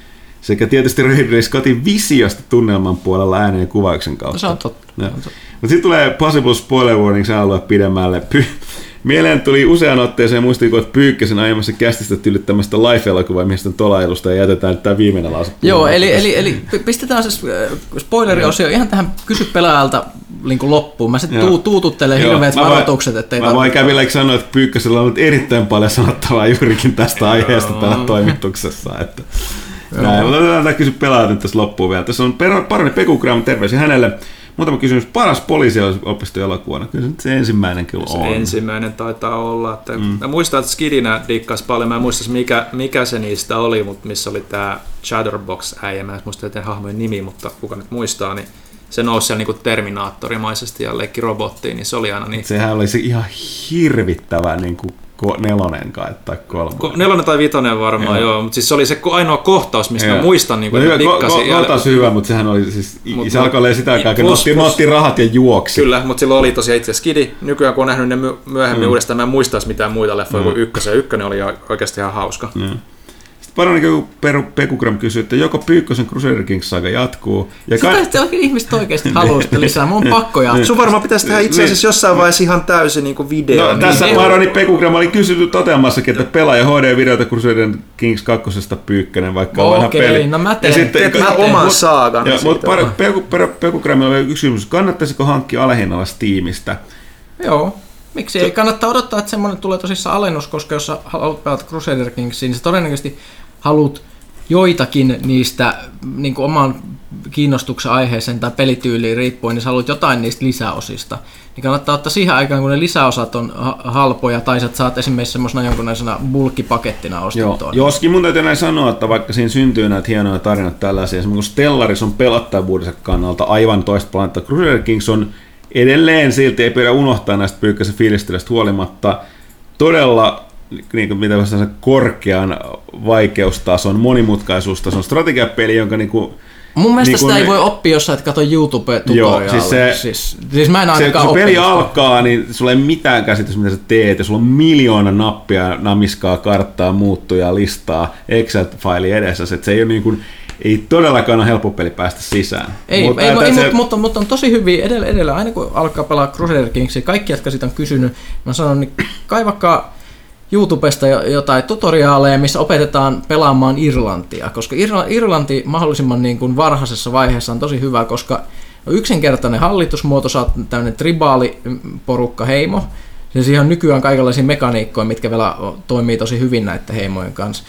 sekä tietysti Ridley Scottin visiosta tunnelman puolella äänen ja kuvauksen kautta. No, se on totta. No. Mutta sitten tulee possible spoiler warning, sä haluat pidemmälle. Py- Mieleen tuli usean otteeseen, muistin, kun Pyykkäsen aiemmassa kästistä tyyli tämmöistä live-elokuvaa, mistä tolailusta, ja jätetään tämä viimeinen lause. Joo, eli, eli, eli pistetään se spoileriosio ihan tähän kysy pelaajalta niin kuin loppuun. Mä sitten tuu, tuututtelen hirveät varoitukset, ettei Mä voin kävilläkin sanoa, että Pyykkäsellä on ollut erittäin paljon sanottavaa juurikin tästä aiheesta täällä toimituksessa. Että näin, mutta otetaan tämä kysy pelaajalta nyt tässä loppuun vielä. Tässä on Paroni Pekugram, terveisiä hänelle. Muutama kysymys. Paras poliisiopisto elokuvana. Kyllä se, se ensimmäinen kyllä on. Se ensimmäinen taitaa olla. Että mm. Mä muistan, että Skidinä dikkasi paljon. Mä en muista, mikä, mikä se niistä oli, mutta missä oli tämä Chatterbox-äijä. Mä en muista teidän hahmojen nimi, mutta kuka nyt muistaa, niin se nousi siellä niinku Terminaattorimaisesti ja leikki robottiin, niin se oli aina niin... Sehän oli se ihan hirvittävä niinku nelonen kai tai kolmonen. Nelonen tai vitonen varmaan, joo. joo. Mutta siis se oli se ainoa kohtaus, mistä joo. mä muistan, niin kuin, no, että mä dikkasin. Ko- kohtaus ja... hyvä, mutta sehän oli siis, mut, se alkoi olla sitä aikaa, kun otti, otti rahat ja juoksi. Kyllä, mutta silloin oli tosiaan itse Skidi. Nykyään kun on nähnyt ne myöhemmin mm. uudestaan, mä en muistaisi mitään muita leffoja mm. kuin ykkösen. Ykkönen oli oikeasti ihan hauska. Mm. Paroni Pekugram kysyy, että joko Pyykkösen Crusader Kings-saga jatkuu. Ja sitä ka- oikein ihmiset oikeasti haluaisitte lisää. Mun on pakko jatkaa. Sun varmaan pitäisi tehdä itse asiassa jossain vaiheessa ihan täysin niin video. No, niin tässä Paroni Pekugram oli kysytty toteamassakin, että pelaaja H D-videota Crusader Kings kakkosesta Pyykkönen, vaikka on vanha peli. Okei, no mä teen. Sitten, mä teen oman saagan. Mutta Pekugramilla oli yksi kysymys. Kannattaisiko hankkia alehinnalla Steamista? Joo. Miksi ei kannattaa odottaa, että semmoinen tulee tosissaan alennus, koska jos sä haluat pelata Crusader Kingsia, niin sä todennäköisesti haluat joitakin niistä niin kuin oman kiinnostuksen aiheeseen tai pelityyliin riippuen, niin sä haluat jotain niistä lisäosista. Niin kannattaa ottaa siihen aikaan, kun ne lisäosat on halpoja, tai sä saat esimerkiksi semmoisena jonkunlaisena bulkkipakettina ostettua. Joo, joskin mun täytyy näin sanoa, että vaikka siinä syntyy näitä hienoja tarinoita tällaisia, esimerkiksi Stellaris on pelattavuudensa kannalta aivan toista planeettaa. Crusader Kings on edelleen silti, ei pidä unohtaa näistä Pyykkäsen fiilistelystä huolimatta, todella niin kuin, mitä sanoa, korkean vaikeustason, monimutkaisuustason strategiapeli, jonka niin kuin, mun mielestä niin sitä ei voi oppia, jos sä et katso YouTube-tutoriaalia. Siis, se, siis, siis mä en ainakaan se, kun peli alkaa, niin sulla ei mitään käsitys, mitä sä teet, ja sulla on miljoona nappia, namiskaa, karttaa, muuttuja, listaa, Excel-faili edessä, että se ei ole niin kuin, ei todellakaan ole helppo peli päästä sisään. Ei, mutta, ei, ei, se... mutta, mutta, mutta on tosi hyvin edellä, edellä. Aina kun alkaa pelaa Crusader Kingsia, kaikki, jotka siitä on kysynyt, mä sanon, niin kaivakaa YouTubesta jotain tutoriaaleja, missä opetetaan pelaamaan Irlantia, koska Irlanti mahdollisimman niin kuin varhaisessa vaiheessa on tosi hyvä, koska yksinkertainen hallitusmuoto, sä oot tämmöinen tribaaliporukka, heimo, ja siihen on nykyään kaikenlaisia mekaniikkoja, mitkä vielä toimii tosi hyvin näiden heimojen kanssa.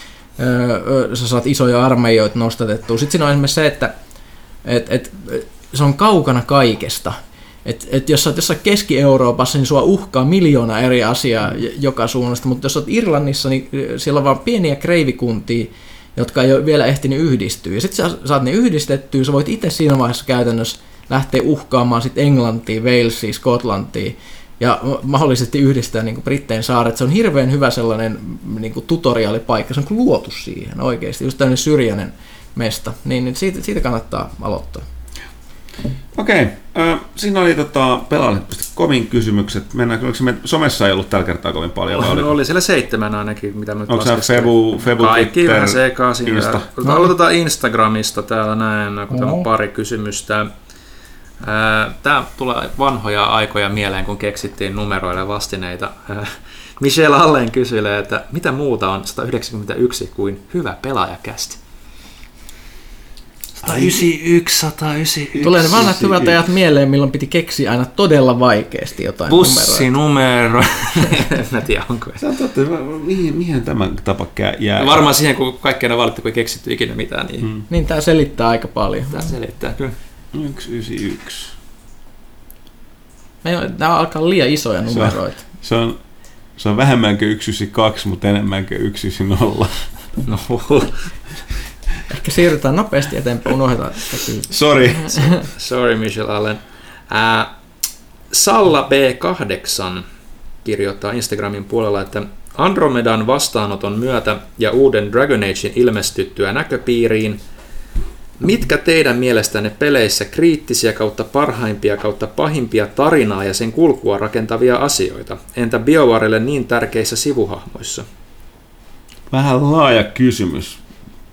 Sä saat isoja armeijoita nostatettua. Sitten siinä on esimerkiksi se, että et, et, se on kaukana kaikesta. Et, et jos sä oot jossain Keski-Euroopassa, niin sua uhkaa miljoona eri asiaa joka suunnasta, mutta jos sä oot Irlannissa, niin siellä on vaan pieniä kreivikuntia, jotka ei ole vielä ehtinyt yhdistyä. Ja sitten sä saat ne yhdistettyä, sä voit itse siinä vaiheessa käytännössä lähteä uhkaamaan sit Englantia, Walesia, Skotlantia, ja mahdollisesti yhdistää niin kuin Brittein saaret. Se on hirveän hyvä sellainen niin kuin tutoriaalipaikka, se on kuin luotu siihen oikeasti, just tämmöinen syrjäinen mesta, niin siitä, siitä kannattaa aloittaa. Okei, äh, siinä oli tota, pelaajalle piste comin kysymykset. Mennäänkö, oliko me, somessa ei ollut tällä kertaa kovin paljon? Oli, oli siellä seitsemän ainakin, mitä me nyt onko se Febu, Febu, kaikki Twitter, vähän sekaisin. Insta? No. Aloitetaan Instagramista täällä näin, kun täällä on pari kysymystä. Tämä tulee vanhoja aikoja mieleen, kun keksittiin numeroille vastineita. Michelle Allen kysylee, että mitä muuta on sata yhdeksänkymmentäyksi kuin hyvä pelaajakästi? sata yhdeksänkymmentäyksi, sata yhdeksänkymmentäyksi. Tulee ne vanhat hyvät ajat mieleen, milloin piti keksiä aina todella vaikeasti jotain bussinumero. En mä tiedä, onko. Se on totta. Mihin, mihin tämä tapa jää? Varmaan siihen, kun kaikkea ne valitti, kun ei keksitty ikinä mitään. Niin, hmm. niin tämä selittää aika paljon. Tämä selittää, kyllä. yksi yhdeksänkymmentäyksi. Nämä alkaa liian isoja numeroita. Se on, se on, se on vähemmän kuin yksi yhdeksänkymmentäkaksi, mutta enemmän kuin yksi yhdeksänkymmentä. No. Ehkä siirrytään nopeasti eteenpäin, unohdetaan sitä. Sorry. Sorry, Michelle Allen. Äh, Salla B kahdeksan kirjoittaa Instagramin puolella, että Andromedan vastaanoton myötä ja uuden Dragon Agein ilmestyttyä näköpiiriin, mitkä teidän mielestänne peleissä kriittisiä kautta parhaimpia kautta pahimpia tarinaa ja sen kulkua rakentavia asioita? Entä BioWarelle niin tärkeissä sivuhahmoissa? Vähän laaja kysymys.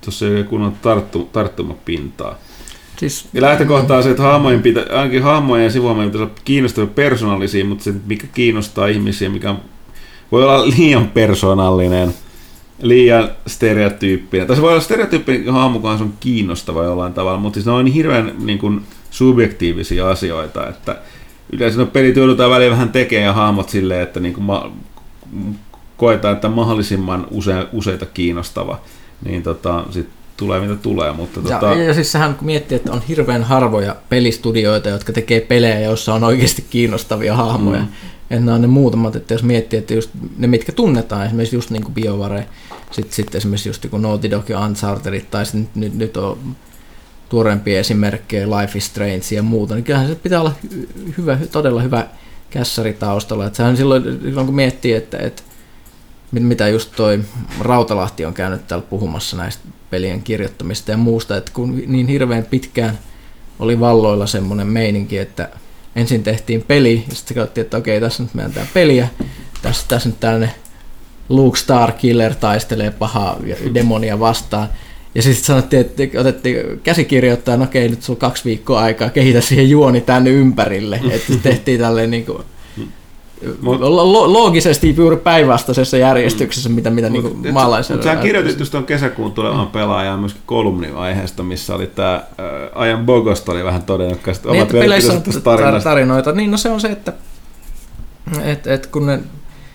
tuossa ei ole kunnon tarttu, tarttumapintaa. Siis, ja lähtökohtaa se, että hahmojen pitä, ainakin hahmojen ja sivuhahmojen pitäisi olla kiinnostavia persoonallisia, mutta se, mikä kiinnostaa ihmisiä, mikä voi olla liian persoonallinen, liian stereotyyppinen. Tai se voi olla stereotyyppinen hahmo, kun se on kiinnostava jollain tavalla, mutta siis ne on niin hirveän niin kuin, subjektiivisia asioita, että yleensä no pelit joudutaan väliin vähän tekemään ja hahmot silleen, että niin kuin ma- koetaan, että mahdollisimman use- useita kiinnostava, niin tota, sit tulee mitä tulee. Mutta ja, tota... ja siis sehän kun miettii, että on hirveän harvoja pelistudioita, jotka tekee pelejä, joissa on oikeasti kiinnostavia hahmoja. Mm. Että nämä on ne muutamat, että jos miettii, että just ne mitkä tunnetaan, esimerkiksi just niin kuin BioWare, sitten sit esimerkiksi just niin Naughty Dog ja Uncharted, tai sitten nyt, nyt on tuoreempia esimerkkejä, Life is Strange ja muuta, niin kyllähän se pitää olla hyvä, todella hyvä kässäri taustalla. Että sehän silloin, silloin kun miettii, että, että mitä just toi Rautalahti on käynyt täällä puhumassa näistä pelien kirjoittamista ja muusta, että kun niin hirveän pitkään oli valloilla semmoinen meininki, että ensin tehtiin peli, ja sitten katsottiin, että okei, tässä nyt meidän tämä peliä, tässä, tässä nyt tällainen Luke Starkiller taistelee pahaa demonia vastaan, ja sitten sanottiin, että otettiin käsikirjoittajan, okei, nyt sulla on kaksi viikkoa aikaa, kehitä siihen juoni tänne ympärille, että tehtiin tälleen niin kuin Lo- loogisesti juuri päinvastaisessa järjestyksessä, mitä, mitä niin maalaisella... Mutta sä kirjoitit just tuon kesäkuun tulevan pelaajan myöskin kolumniaiheesta, missä oli tämä Ajan Bogosta oli vähän todennut, että niin, omat peleissä on tarinasta. tarinoita. Niin, no se on se, että et, et kun ne,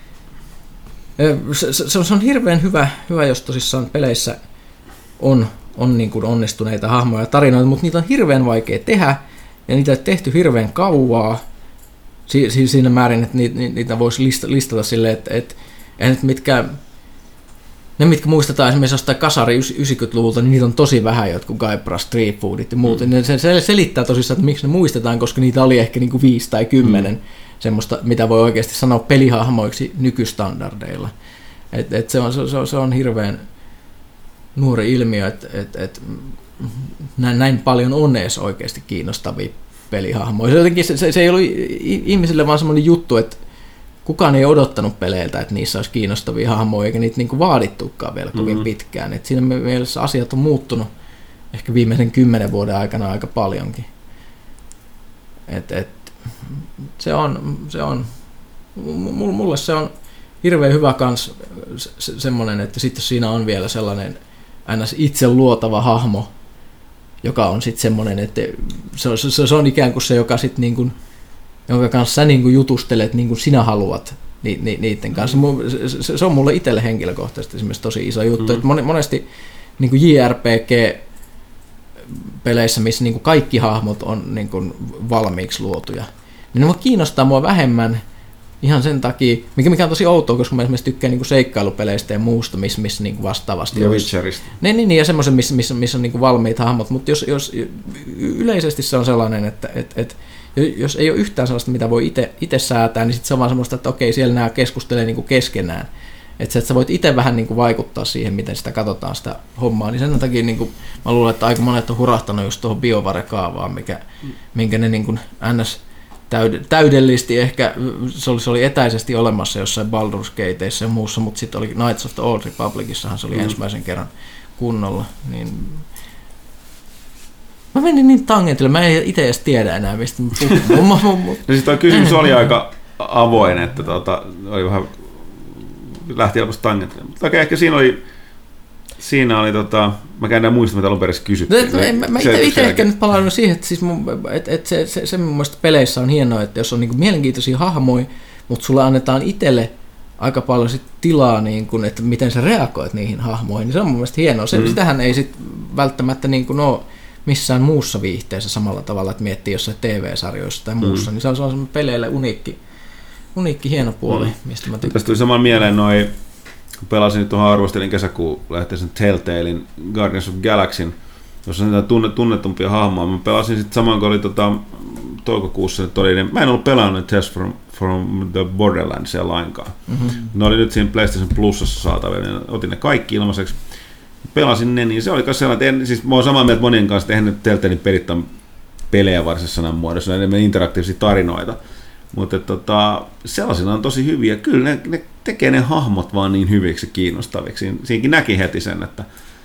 se, se, se on hirveän hyvä, hyvä, jos tosissaan peleissä on, on niin kuin onnistuneita hahmoja ja tarinoita, mutta niitä on hirveän vaikea tehdä, ja niitä on tehty hirveän kauaa, Si- siinä määrin, että niitä, niitä voisi listata silleen, että, että, että mitkä, ne mitkä muistetaan esimerkiksi jostain kasari yhdeksänkymmentäluvulta, niin niitä on tosi vähän jotkut Guybrush, Street Foodit ja muut. Mm. Se, se selittää tosissaan, että miksi ne muistetaan, koska niitä oli ehkä niin kuin viisi tai kymmenen mm. semmoista, mitä voi oikeasti sanoa pelihahmoiksi nykystandardeilla. Et, et se, on, se, on, se on hirveän nuori ilmiö, että et, et, näin, näin paljon on edes oikeasti kiinnostavia pelihahmoja. Jotenkin se, se, se ei ollut ihmisille vaan semmoinen juttu, että kukaan ei odottanut peleiltä, että niissä olisi kiinnostavia hahmoja, eikä niitä niinku vaadittukaan vielä kovin mm-hmm. pitkään. Et siinä mielessä asiat on muuttunut ehkä viimeisen kymmenen vuoden aikana aika paljonkin. Et, et, se on, se on, mulle se on hirveän hyvä kans se, semmoinen, että sitten siinä on vielä sellainen ns. Itse luotava hahmo, joka on sitten semmoinen, että se on, se, se on ikään kuin se, joka sit niin kuin, jonka kanssa sä niin kuin jutustelet niin kuin sinä haluat ni, ni, niiden kanssa. Se, se on mulle itselle henkilökohtaisesti esimerkiksi tosi iso juttu. Mm. Että monesti niin kuin J R P G-peleissä, missä niin kuin kaikki hahmot on niin kuin valmiiksi luotuja, niin ne kiinnostaa mua vähemmän ihan sen takia, mikä, mikä on tosi outoa, koska mä esimerkiksi tykkään niinku seikkailupeleistä ja muusta, missä, missä niinku vastaavasti ja Witcherista. Niin, niin, ja semmoisen, missä, missä, missä on niinku valmiit hahmot, mutta jos, jos yleisesti se on sellainen, että et, et, jos ei ole yhtään sellaista, mitä voi itse säätää, niin sitten se on vaan semmoista, että okei, siellä nämä keskustelee niinku keskenään. Että et sä voit itse vähän niinku vaikuttaa siihen, miten sitä katsotaan sitä hommaa, niin sen takia niinku, mä luulen, että aika monet on hurahtanut just tuohon BioWare-kaavaan, mikä, minkä ne niinku ns täydellisesti ehkä, se oli, se oli etäisesti olemassa jossain Baldur's Gateissa ja muussa, mutta sitten oli Knights of the Old Republicissahan se oli mm. ensimmäisen kerran kunnolla. Niin mä menin niin tangentille, mä en itse edes tiedä enää, mistä mä puhun. No siis tuo kysymys oli aika avoin, että tuota, oli vähän, lähti helposti tangentille. Mutta okei, ehkä siinä oli, siinä oli tota, mä käyn enää muista, mitä alun perin kysyttiin. No, mä mä itse ehkä nyt palannut siihen, että, siis mun, että, että se, se, se mun mielestä peleissä on hienoa, että jos on niin kuin mielenkiintoisia hahmoja, mutta sulle annetaan itselle aika paljon sit tilaa, niin kuin, että miten sä reagoit niihin hahmoihin, niin se on mun mielestä hienoa. Se, mm. Sitähän ei sit välttämättä niin kuin ole missään muussa viihteessä samalla tavalla, että miettii jossain T V-sarjoissa tai muussa, mm. niin se on, se on peleille uniikki, uniikki hieno puoli, mm. mistä mä tykkään. Tästä tuli saman mieleen noin, kun pelasin nyt tuohon arvostelin kesäkuun lähteisen Telltalein Guardians of Galaxyn, jossa on tunne, tunnetumpia hahmoja. Mä pelasin sitten saman, kun oli tota, toukokuussa, että oli, mä en ollut pelannut Tales from, from the Borderlandsia lainkaan. Mm-hmm. Ne oli nyt siinä PlayStation Plusassa saatavilla, niin otin ne kaikki ilmaiseksi. Pelasin ne, niin se oli myös sellainen, että en, siis mä oon samaa mieltä monien kanssa, että eihän nyt Telltalein pelit on pelejä varsinaisessa sanan muodossa, ne enemmän interaktiivisia tarinoita. Mutta tota, sellaisina on tosi hyviä. Kyllä ne, ne tekee ne hahmot vaan niin hyviksi kiinnostaviksi. Siinäkin näki heti sen, että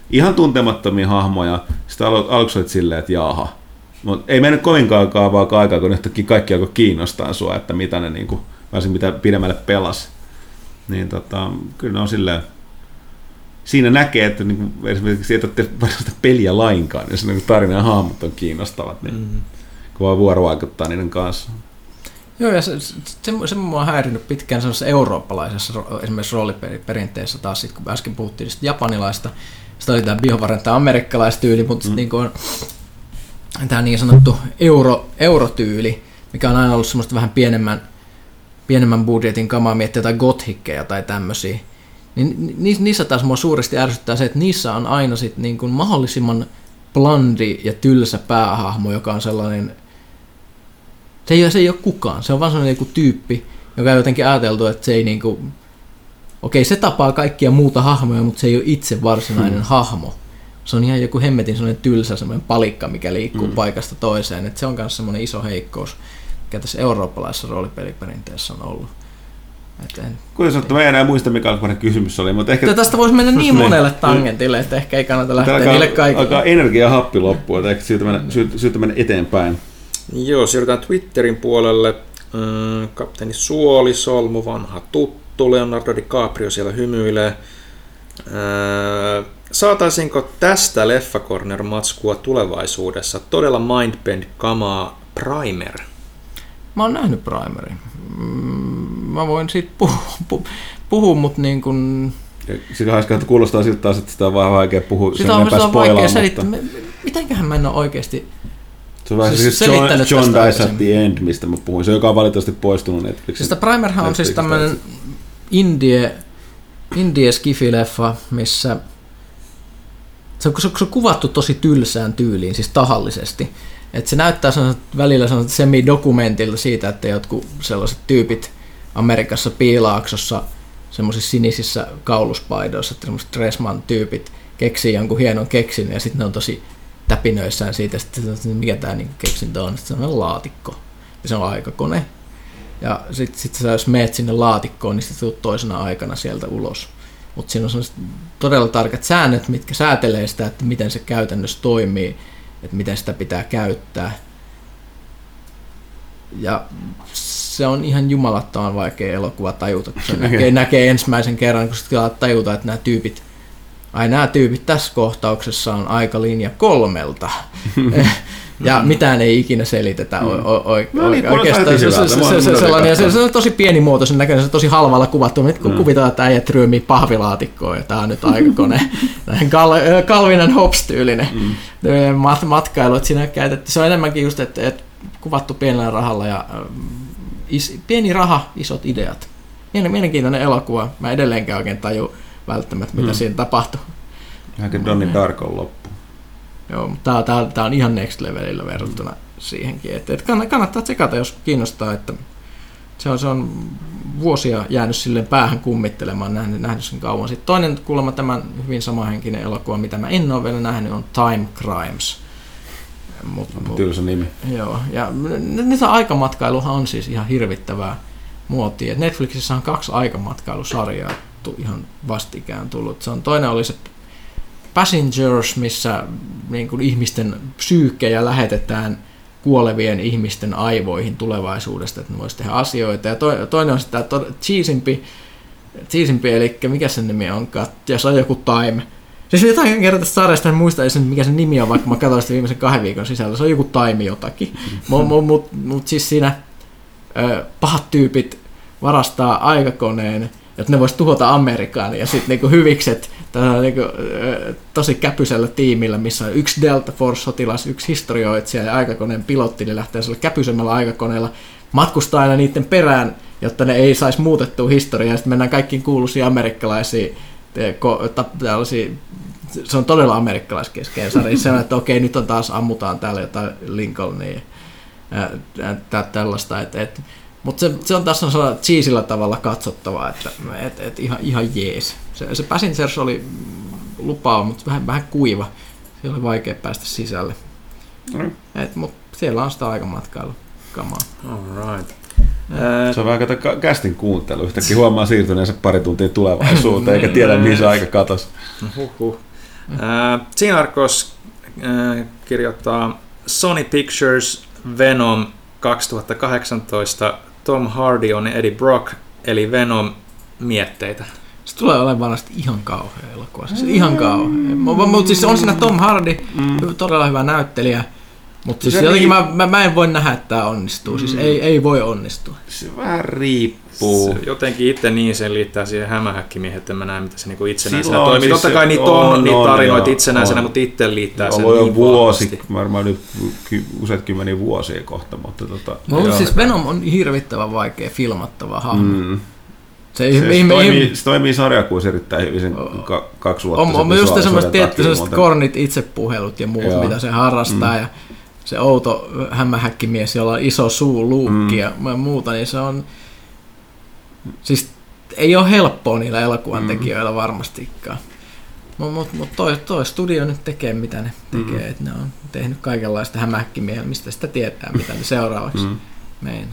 ihan tuntemattomia hahmoja. Sitten aluksi olet silleen, että jaaha. Mutta ei mennyt kovinkaan kaavaa aikaa, kun yhtäkkiä kaikki alkoi kiinnostaa sua, että mitä ne, niin kuin, varsinkin mitä pidemmälle pelasi. Niin tota, kyllä ne on silleen, siinä näkee, että niin kuin, esimerkiksi et ole varsinaista peliä lainkaan, jos niin tarinan ja hahmot on kiinnostavat, niin mm-hmm. kun voi vuorovaikuttaa niiden kanssa. Joo, ja se, se, se, se mua on häirinyt pitkään sellaisessa eurooppalaisessa esimerkiksi rooliperinteessä taas, sit, kun äsken puhuttiin japanilaista, sitä oli tämä BioWaren, tämä amerikkalaistyyli, mutta mm. niin kuin, tämä niin sanottu euro, eurotyyli, mikä on aina ollut semmoista vähän pienemmän, pienemmän budjetin kamaa, miettiä jotain gothikkeja tai tämmöisiä, niin niissä taas mua suuresti ärsyttää se, että niissä on aina sit niin kuin mahdollisimman blandi ja tylsä päähahmo, joka on sellainen, se ei, se ei ole kukaan, se on vaan sellainen joku tyyppi, joka on jotenkin ajateltu, että se ei niin kuin, okei se tapaa kaikkia muuta hahmoja, mutta se ei ole itse varsinainen hmm. hahmo. Se on ihan joku hemmetin sellainen tylsä sellainen palikka, mikä liikkuu mm. paikasta toiseen. Et se on myös semmoinen iso heikkous, mikä tässä eurooppalaisessa roolipeliperinteessä on ollut. Kuten sanottu, mä en enää muista, mikä alkuperäinen kysymys oli. Mutta ehkä... Tästä voisi mennä niin monelle tangentille, että ehkä ei kannata lähteä alkaa, niille kaikille. Alkaa energia ja happi loppua, että ehkä syytä mennä, syytä, syytä mennä eteenpäin. Joo, siirrytään Twitterin puolelle. Kapteeni Suoli, Solmu, vanha tuttu. Leonardo DiCaprio siellä hymyilee. Saataisinko tästä Leffa Corner-matskua tulevaisuudessa? Todella mindbend-kamaa Primer. Mä oon nähnyt Primerin. Mä voin siitä puhua, puhua, puhua mutta niin kun... Sitä haiskaa, kuulostaa siltä taas, että sitä on vähän vaikea puhua. Sitä on, on vaikea selittää. Mitenköhän mä en ole oikeasti se on vähän siis John, John Dies at the End, mistä mä puhuin. Se on joka on valitettavasti poistunut Netflixin. Siis Primerhan on siis tämmönen indie, indie skifi-leffa, missä se on, se on kuvattu tosi tylsään tyyliin, siis tahallisesti. Että se näyttää välillä semi-dokumentilta siitä, että jotkut sellaiset tyypit Amerikassa piilaaksossa semmoisissa sinisissä kauluspaidoissa, että semmoiset Dressman-tyypit keksii jonkun hienon keksin ja sitten ne on tosi täpinöissään siitä, että mikä tämä niinku keksintö on, että se on laatikko ja se on aikakone. Ja sitten sit sä jos meet sinne laatikkoon, niin sitten tulet toisena aikana sieltä ulos. Mutta siinä on sellaiset todella tarkat säännöt, mitkä säätelee sitä, että miten se käytännössä toimii, että miten sitä pitää käyttää. Ja se on ihan jumalattoman vaikea elokuva tajuta, kun se näkee, näkee ensimmäisen kerran, kun sitten tajuta, että nämä tyypit, ai nämä tyypit tässä kohtauksessa on aikalinja kolmelta. Ja mitään ei ikinä selitetä oikeastaan. Se on tosi pienimuotoisen näköinen, se on tosi halvalla kuvattu. Nyt kun kuvitellaan, että äijät ryömii pahvilaatikkoon ja tämä on nyt aikakone. Calvin and Hobbes-tyylinen matkailu. Että siinä käytetty. Se on enemmänkin just, että, että kuvattu pienellä rahalla ja is, pieni raha, isot ideat. Mielenkiintoinen elokuva. Mä edelleenkään oikein taju välttämättä, mitä mm. siinä tapahtuu. Ihan Donnie Darkon loppu. Joo, mutta tää, tää on ihan next levelillä verrattuna siihenkin. Et, et kannattaa tsekata, jos kiinnostaa, että se on, se on vuosia jäänyt silleen päähän kummittelemaan, nähnyt, nähnyt sen kauan. Sitten toinen kuulemma tämän hyvin samahenkinen elokuva, mitä mä en ole vielä nähnyt, on Time Crimes. Mut, Tylsä nimi. Joo, ja niitä aikamatkailuhan on siis ihan hirvittävää muotia. Et Netflixissä on kaksi aikamatkailusarjaa ihan vastikään tullut. Se on, toinen oli se Passengers, missä niin kuin ihmisten psyykkejä lähetetään kuolevien ihmisten aivoihin tulevaisuudesta, että ne voisi tehdä asioita. Ja to, toinen on sitä cheesimpi, cheesimpi, eli mikä sen nimi onkaan, ja se on joku Time. Siis jotain kertaa tästä sarjasta en muista, mikä sen nimi on, vaikka mä katsoin sitä viimeisen kahden viikon sisällä. Se on joku Time jotakin. Mutta mut, mut, mut siis siinä ö, pahat tyypit varastaa aikakoneen, että ne vois tuhota Amerikan, ja sitten niinku hyvikset niinku, tosi käpysellä tiimillä, missä on yksi Delta Force-sotilas, yksi historioitsija ja aikakoneen pilotti, niin lähtee sillä käpysemmällä aikakoneella matkustaa aina niiden perään, jotta ne ei saisi muutettua historiaa, ja sitten mennään kaikkiin kuuluisiin amerikkalaisiin, tällaisia, se on todella amerikkalaiskeskeinen sarja, se on, että okei, nyt on taas, ammutaan täällä jotain Lincolnia ja tällaista, että et, mutta se, se on taas sellaisella cheesillä tavalla katsottavaa, että et, et ihan, ihan jees. Se, se Passengers oli lupaava, mutta vähän, vähän kuiva. Se oli vaikea päästä sisälle. Mm. Mutta siellä on sitä aikamatkailu kamaa. All right. Se on vähän kato kästin kuuntelu. Yhtäkkiä huomaa siirtyneensä pari tuntia tulevaisuuteen, eikä tiedä mihin se aika katosi. Huhhuh. Äh, Sinarkos äh, kirjoittaa Sony Pictures Venom kaksituhattakahdeksantoista, Tom Hardy on Eddie Brock, eli Venom mietteitä. Se tulee olemaan varmasti ihan kauhea elokuva. Siis ihan kauhea. Mutta siis on siinä Tom Hardy, mm. todella hyvä näyttelijä. Mutta siis jotenkin riip... mä, mä, mä en voi nähdä, että tämä onnistuu. Mm. Siis ei, ei voi onnistua. Se vähän riippuu. Se jotenkin itse niin sen liittää siihen hämähäkkimiehen, että mä näen, mitä se niinku itsenäisenä toimii. Siis totta kai niitä on, on niitä tarinoita itsenäisenä, on. Mutta itse liittää sen niin vuosi, varmaan nyt useat kymmeniä vuosia kohta. Mutta tota, no, siis Venom on hirvittävän vaikea filmattava hahmo. Mm. Se, se, se, toimii, se toimii sarjakuissa erittäin hyvin sen ka, kaksi vuotta. On, on just semmoiset tietty sellaiset kornit itsepuhelut ja muut, joo. mitä se harrastaa. Mm. Ja se outo hämähäkkimies, jolla on iso suu, luukki mm. ja muuta, niin se on... Siis ei ole helppoa niillä elokuvan mm. tekijöillä varmastikaan. Mutta mut, mut toi, toi studio nyt tekee, mitä ne tekee. Mm. Et ne on tehnyt kaikenlaista hämähäkkimiehellä, mistä sitä tietää, mitä ne seuraavaksi mm. meinaa.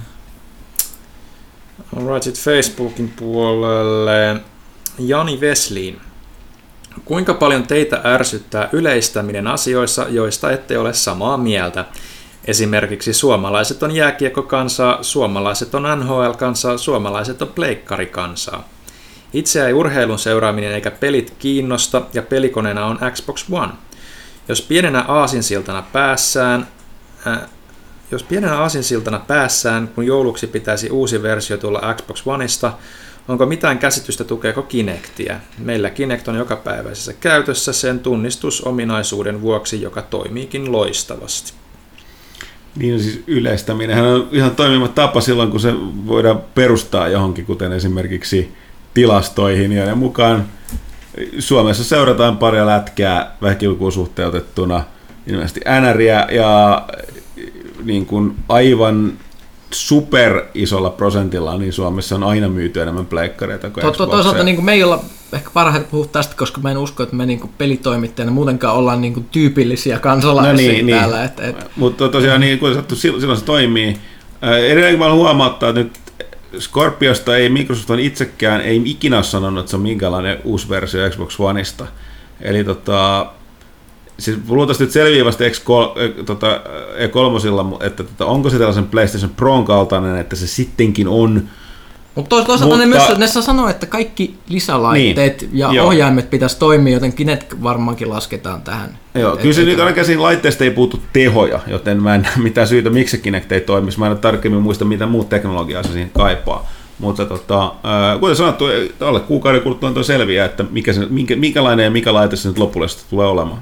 Alright, sitten Facebookin puolelle Jani Veslin. Kuinka paljon teitä ärsyttää yleistäminen asioissa, joista ette ole samaa mieltä? Esimerkiksi suomalaiset on jääkiekkokansaa, suomalaiset on N H L-kansaa, suomalaiset on pleikkarikansaa. Itseä ei urheilun seuraaminen eikä pelit kiinnosta ja pelikoneena on Xbox One. Jos pienenä aasinsiltana päässään... Äh, Jos pienenä aasinsiltana päässään, kun jouluksi pitäisi uusi versio tulla Xbox Oneista, onko mitään käsitystä tukeeko Kinectiä? Meillä Kinect on jokapäiväisessä käytössä sen tunnistusominaisuuden vuoksi, joka toimiikin loistavasti. Niin siis yleistäminenhän on ihan toimiva tapa silloin, kun se voidaan perustaa johonkin, kuten esimerkiksi tilastoihin, ja mukaan Suomessa seurataan paria lätkää väkilukuun suhteutettuna, ilmeisesti N R:iä ja niin kuin aivan super isolla prosentilla, niin Suomessa on aina myyty enemmän pleikkareita kuin Xboxia. Toisaalta niin kuin me ei olla ehkä parhaiten puhua tästä, koska mä en usko, että me niin kuin pelitoimittajana muutenkaan ollaan niin kuin tyypillisiä kansalaisia no niin, täällä. Niin. Et, et. Mutta tosiaan niin kuin sattu, silloin se toimii. Edelleenkin mä haluan huomauttaa, että nyt Scorpiosta ei Microsoft on itsekään ei ikinä sanonut, että se on minkälainen uusi versio Xbox Oneista. Eli tota... Siis luultavasti nyt selviää vasta E kolme, että tota, onko se tällaisen PlayStation Pron kaltainen, että se sittenkin on. Mutta toisaalta mutta... ne myös ne sanoo, että kaikki lisälaitteet niin, ja joo. ohjaimet pitäisi toimia, joten Kinect varmaankin lasketaan tähän. Joo, et, kyllä se et, nyt ainakaan siinä laitteesta ei puutu tehoja, joten mä en näe mitään syytä, miksi se Kinect ei toimisi. Mä en ole tarkemmin muista, mitä muut teknologiaa se siihen kaipaa. Mutta tota, äh, kuten sanottu, alle kuukauden kuluttua on selviää, että mikä se, minkä, minkälainen ja mikä laite se nyt lopullisesti tulee olemaan.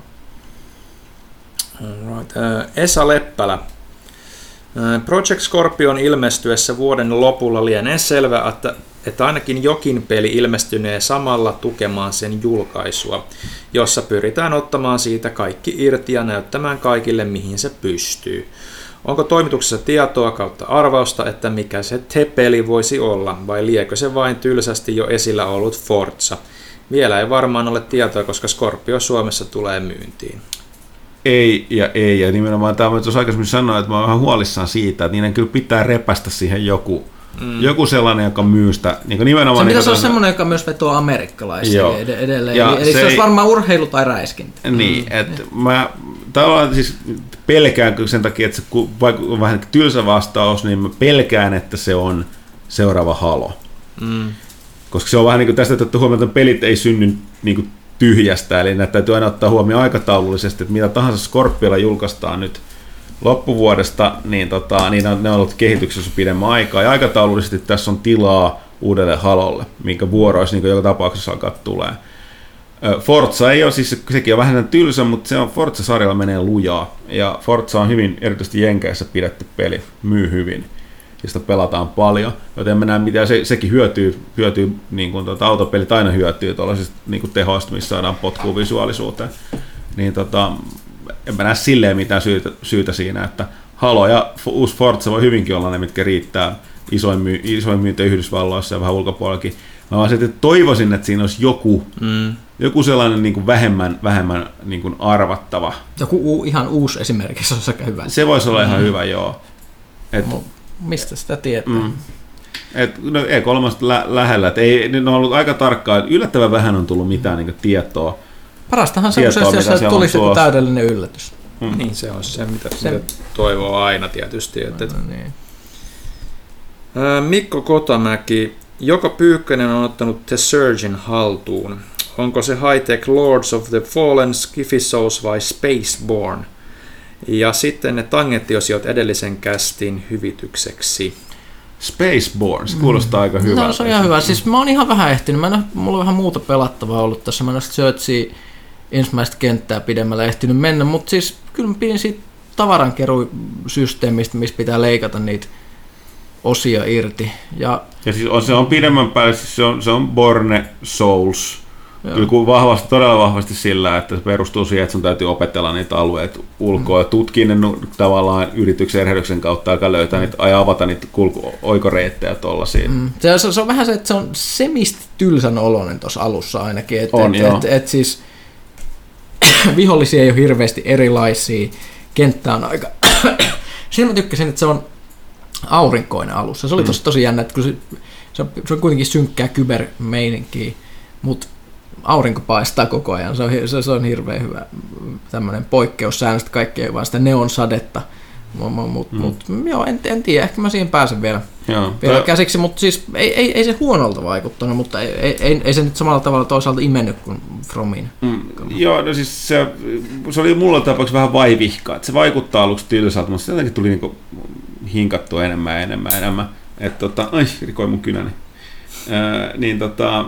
Right. Esa Leppälä. Project Scorpion ilmestyessä vuoden lopulla lienee selvä, että, että ainakin jokin peli ilmestynee samalla tukemaan sen julkaisua, jossa pyritään ottamaan siitä kaikki irti ja näyttämään kaikille, mihin se pystyy. Onko toimituksessa tietoa kautta arvausta, että mikä se te-peli voisi olla, vai liekö se vain tylsästi jo esillä ollut Forza? Vielä ei varmaan ole tietoa, koska Scorpio Suomessa tulee myyntiin. Ei ja ei, ja nimenomaan tämä tuossa aikaisemmin sanoa, että mä oon vähän huolissaan siitä, että niiden kyllä pitää repästä siihen joku, mm. joku sellainen, joka myy sitä. Niin nimenomaan, se pitäisi olla semmoinen, joka myös vetoo amerikkalaisia edelleen, ja eli se, se olisi varmaan urheilu tai räiskintä. Niin, mm. että mä tavallaan siis pelkään sen takia, että se vaikka on vähän tylsä vastaus, niin mä pelkään, että se on seuraava Halo. Mm. Koska se on vähän niin kuin tästä, että huomioon, että pelit ei synny niin kuin tyhjästä, eli näitä täytyy aina ottaa huomioon aikataulullisesti, että mitä tahansa Scorpiolla julkaistaan nyt loppuvuodesta, niin, tota, niin ne on ollut kehityksessä pidemmän aikaa, ja aikataulullisesti tässä on tilaa uudelle Halolle, minkä vuoroissa niin joka tapauksessa alkaa tulee. Forza ei ole, siis sekin on vähän tylsä, mutta se on, Forza-sarjalla menee lujaa, ja Forza on hyvin, erityisesti Jenkeissä pidetty peli, myy hyvin, ja sitä pelataan paljon, joten mä näen, mitä se, sekin hyötyy, hyötyy niin kuin tuota, autopelit aina hyötyy tuollaisista niin tehoista, missä saadaan potkua visuaalisuuteen. Niin tota, en mä näe silleen mitään syytä, syytä siinä, että Halo ja uusi Forza voi hyvinkin olla ne, mitkä riittää isoin, myy, isoin myynti Yhdysvalloissa ja vähän ulkopuolellakin. Mä vaan sitten toivoisin, että siinä olisi joku, mm. joku sellainen niin kuin vähemmän, vähemmän niin kuin arvattava. Joku u, ihan uusi esimerkiksi olisi aika hyvä. Se voisi olla mm. ihan hyvä, joo. Et, mistä sitä tietää? Mm. Et, no, E kolme lä- lähellä. Et ei, ne on ollut aika tarkkaa. Yllättävän vähän on tullut mitään niin kuin tietoa. Parastahan se, jos se tulisi joku täydellinen yllätys. Hmm. Niin, se on se, mitä, se... mitä toivoo aina tietysti. Että... No, niin. Mikko Kotamäki, joko Pyykkönen on ottanut The Surgeon haltuun? Onko se high-tech Lords of the Fallen, Skiffy Souls vai Spaceborne? Ja sitten ne tangenttiosiot edellisen kästin hyvitykseksi. Spaceborne, se kuulostaa mm. aika hyvältä. No se on ihan hyvä. Siis mä oon ihan vähän ehtinyt. Mä en, mulla on vähän muuta pelattavaa ollut tässä. Mä en ole Searchiin ensimmäistä kenttää pidemmällä ehtinyt mennä, mutta siis kyllä mä pidin siitä tavarankerusysteemistä, missä pitää leikata niitä osia irti. Ja, ja siis on, se on pidemmän päälle, siis se on, se on Borne Souls. Kyllä vahvasti, todella vahvasti sillä, että se perustuu siihen, että sun täytyy opetella niitä alueita ulkoa ja tutkia ne tavallaan yrityksen erhehdyksen kautta, alkaa löytää niitä ja avata niitä kulku-oikoreittejä tuollaisia. Mm. Se, se, se on vähän se, että se on semisti tylsän oloinen tuossa alussa ainakin. Et, on, et, et, et siis vihollisia ei ole hirveästi erilaisia, kenttä on aika... Siinä mä tykkäsin, että se on aurinkoinen alussa. Se oli tosi, tosi jännä, että se, se, on, se on kuitenkin synkkää kybermeininkiä, mutta aurinko paistaa koko ajan, se on, se, se on hirveän hyvä tämmöinen poikkeussäännöstä, kaikkea vaan sitä neonsadetta, mutta mm. mut, joo, en, en tiedä, ehkä mä siihen pääsen vielä, joo, vielä tämä... käsiksi, mutta siis ei, ei, ei se huonolta vaikuttanut, mutta ei, ei, ei se nyt samalla tavalla toisaalta imennyt kuin Fromin. Mm. Joo, no siis se, se oli mulla tapauksessa vähän vaivihkaa, että se vaikuttaa aluksi tylsältä, mutta se jotenkin tuli niinku hinkattua enemmän ja enemmän ja enemmän, että tota, ai, rikoin mun kynäni, äh, niin tota,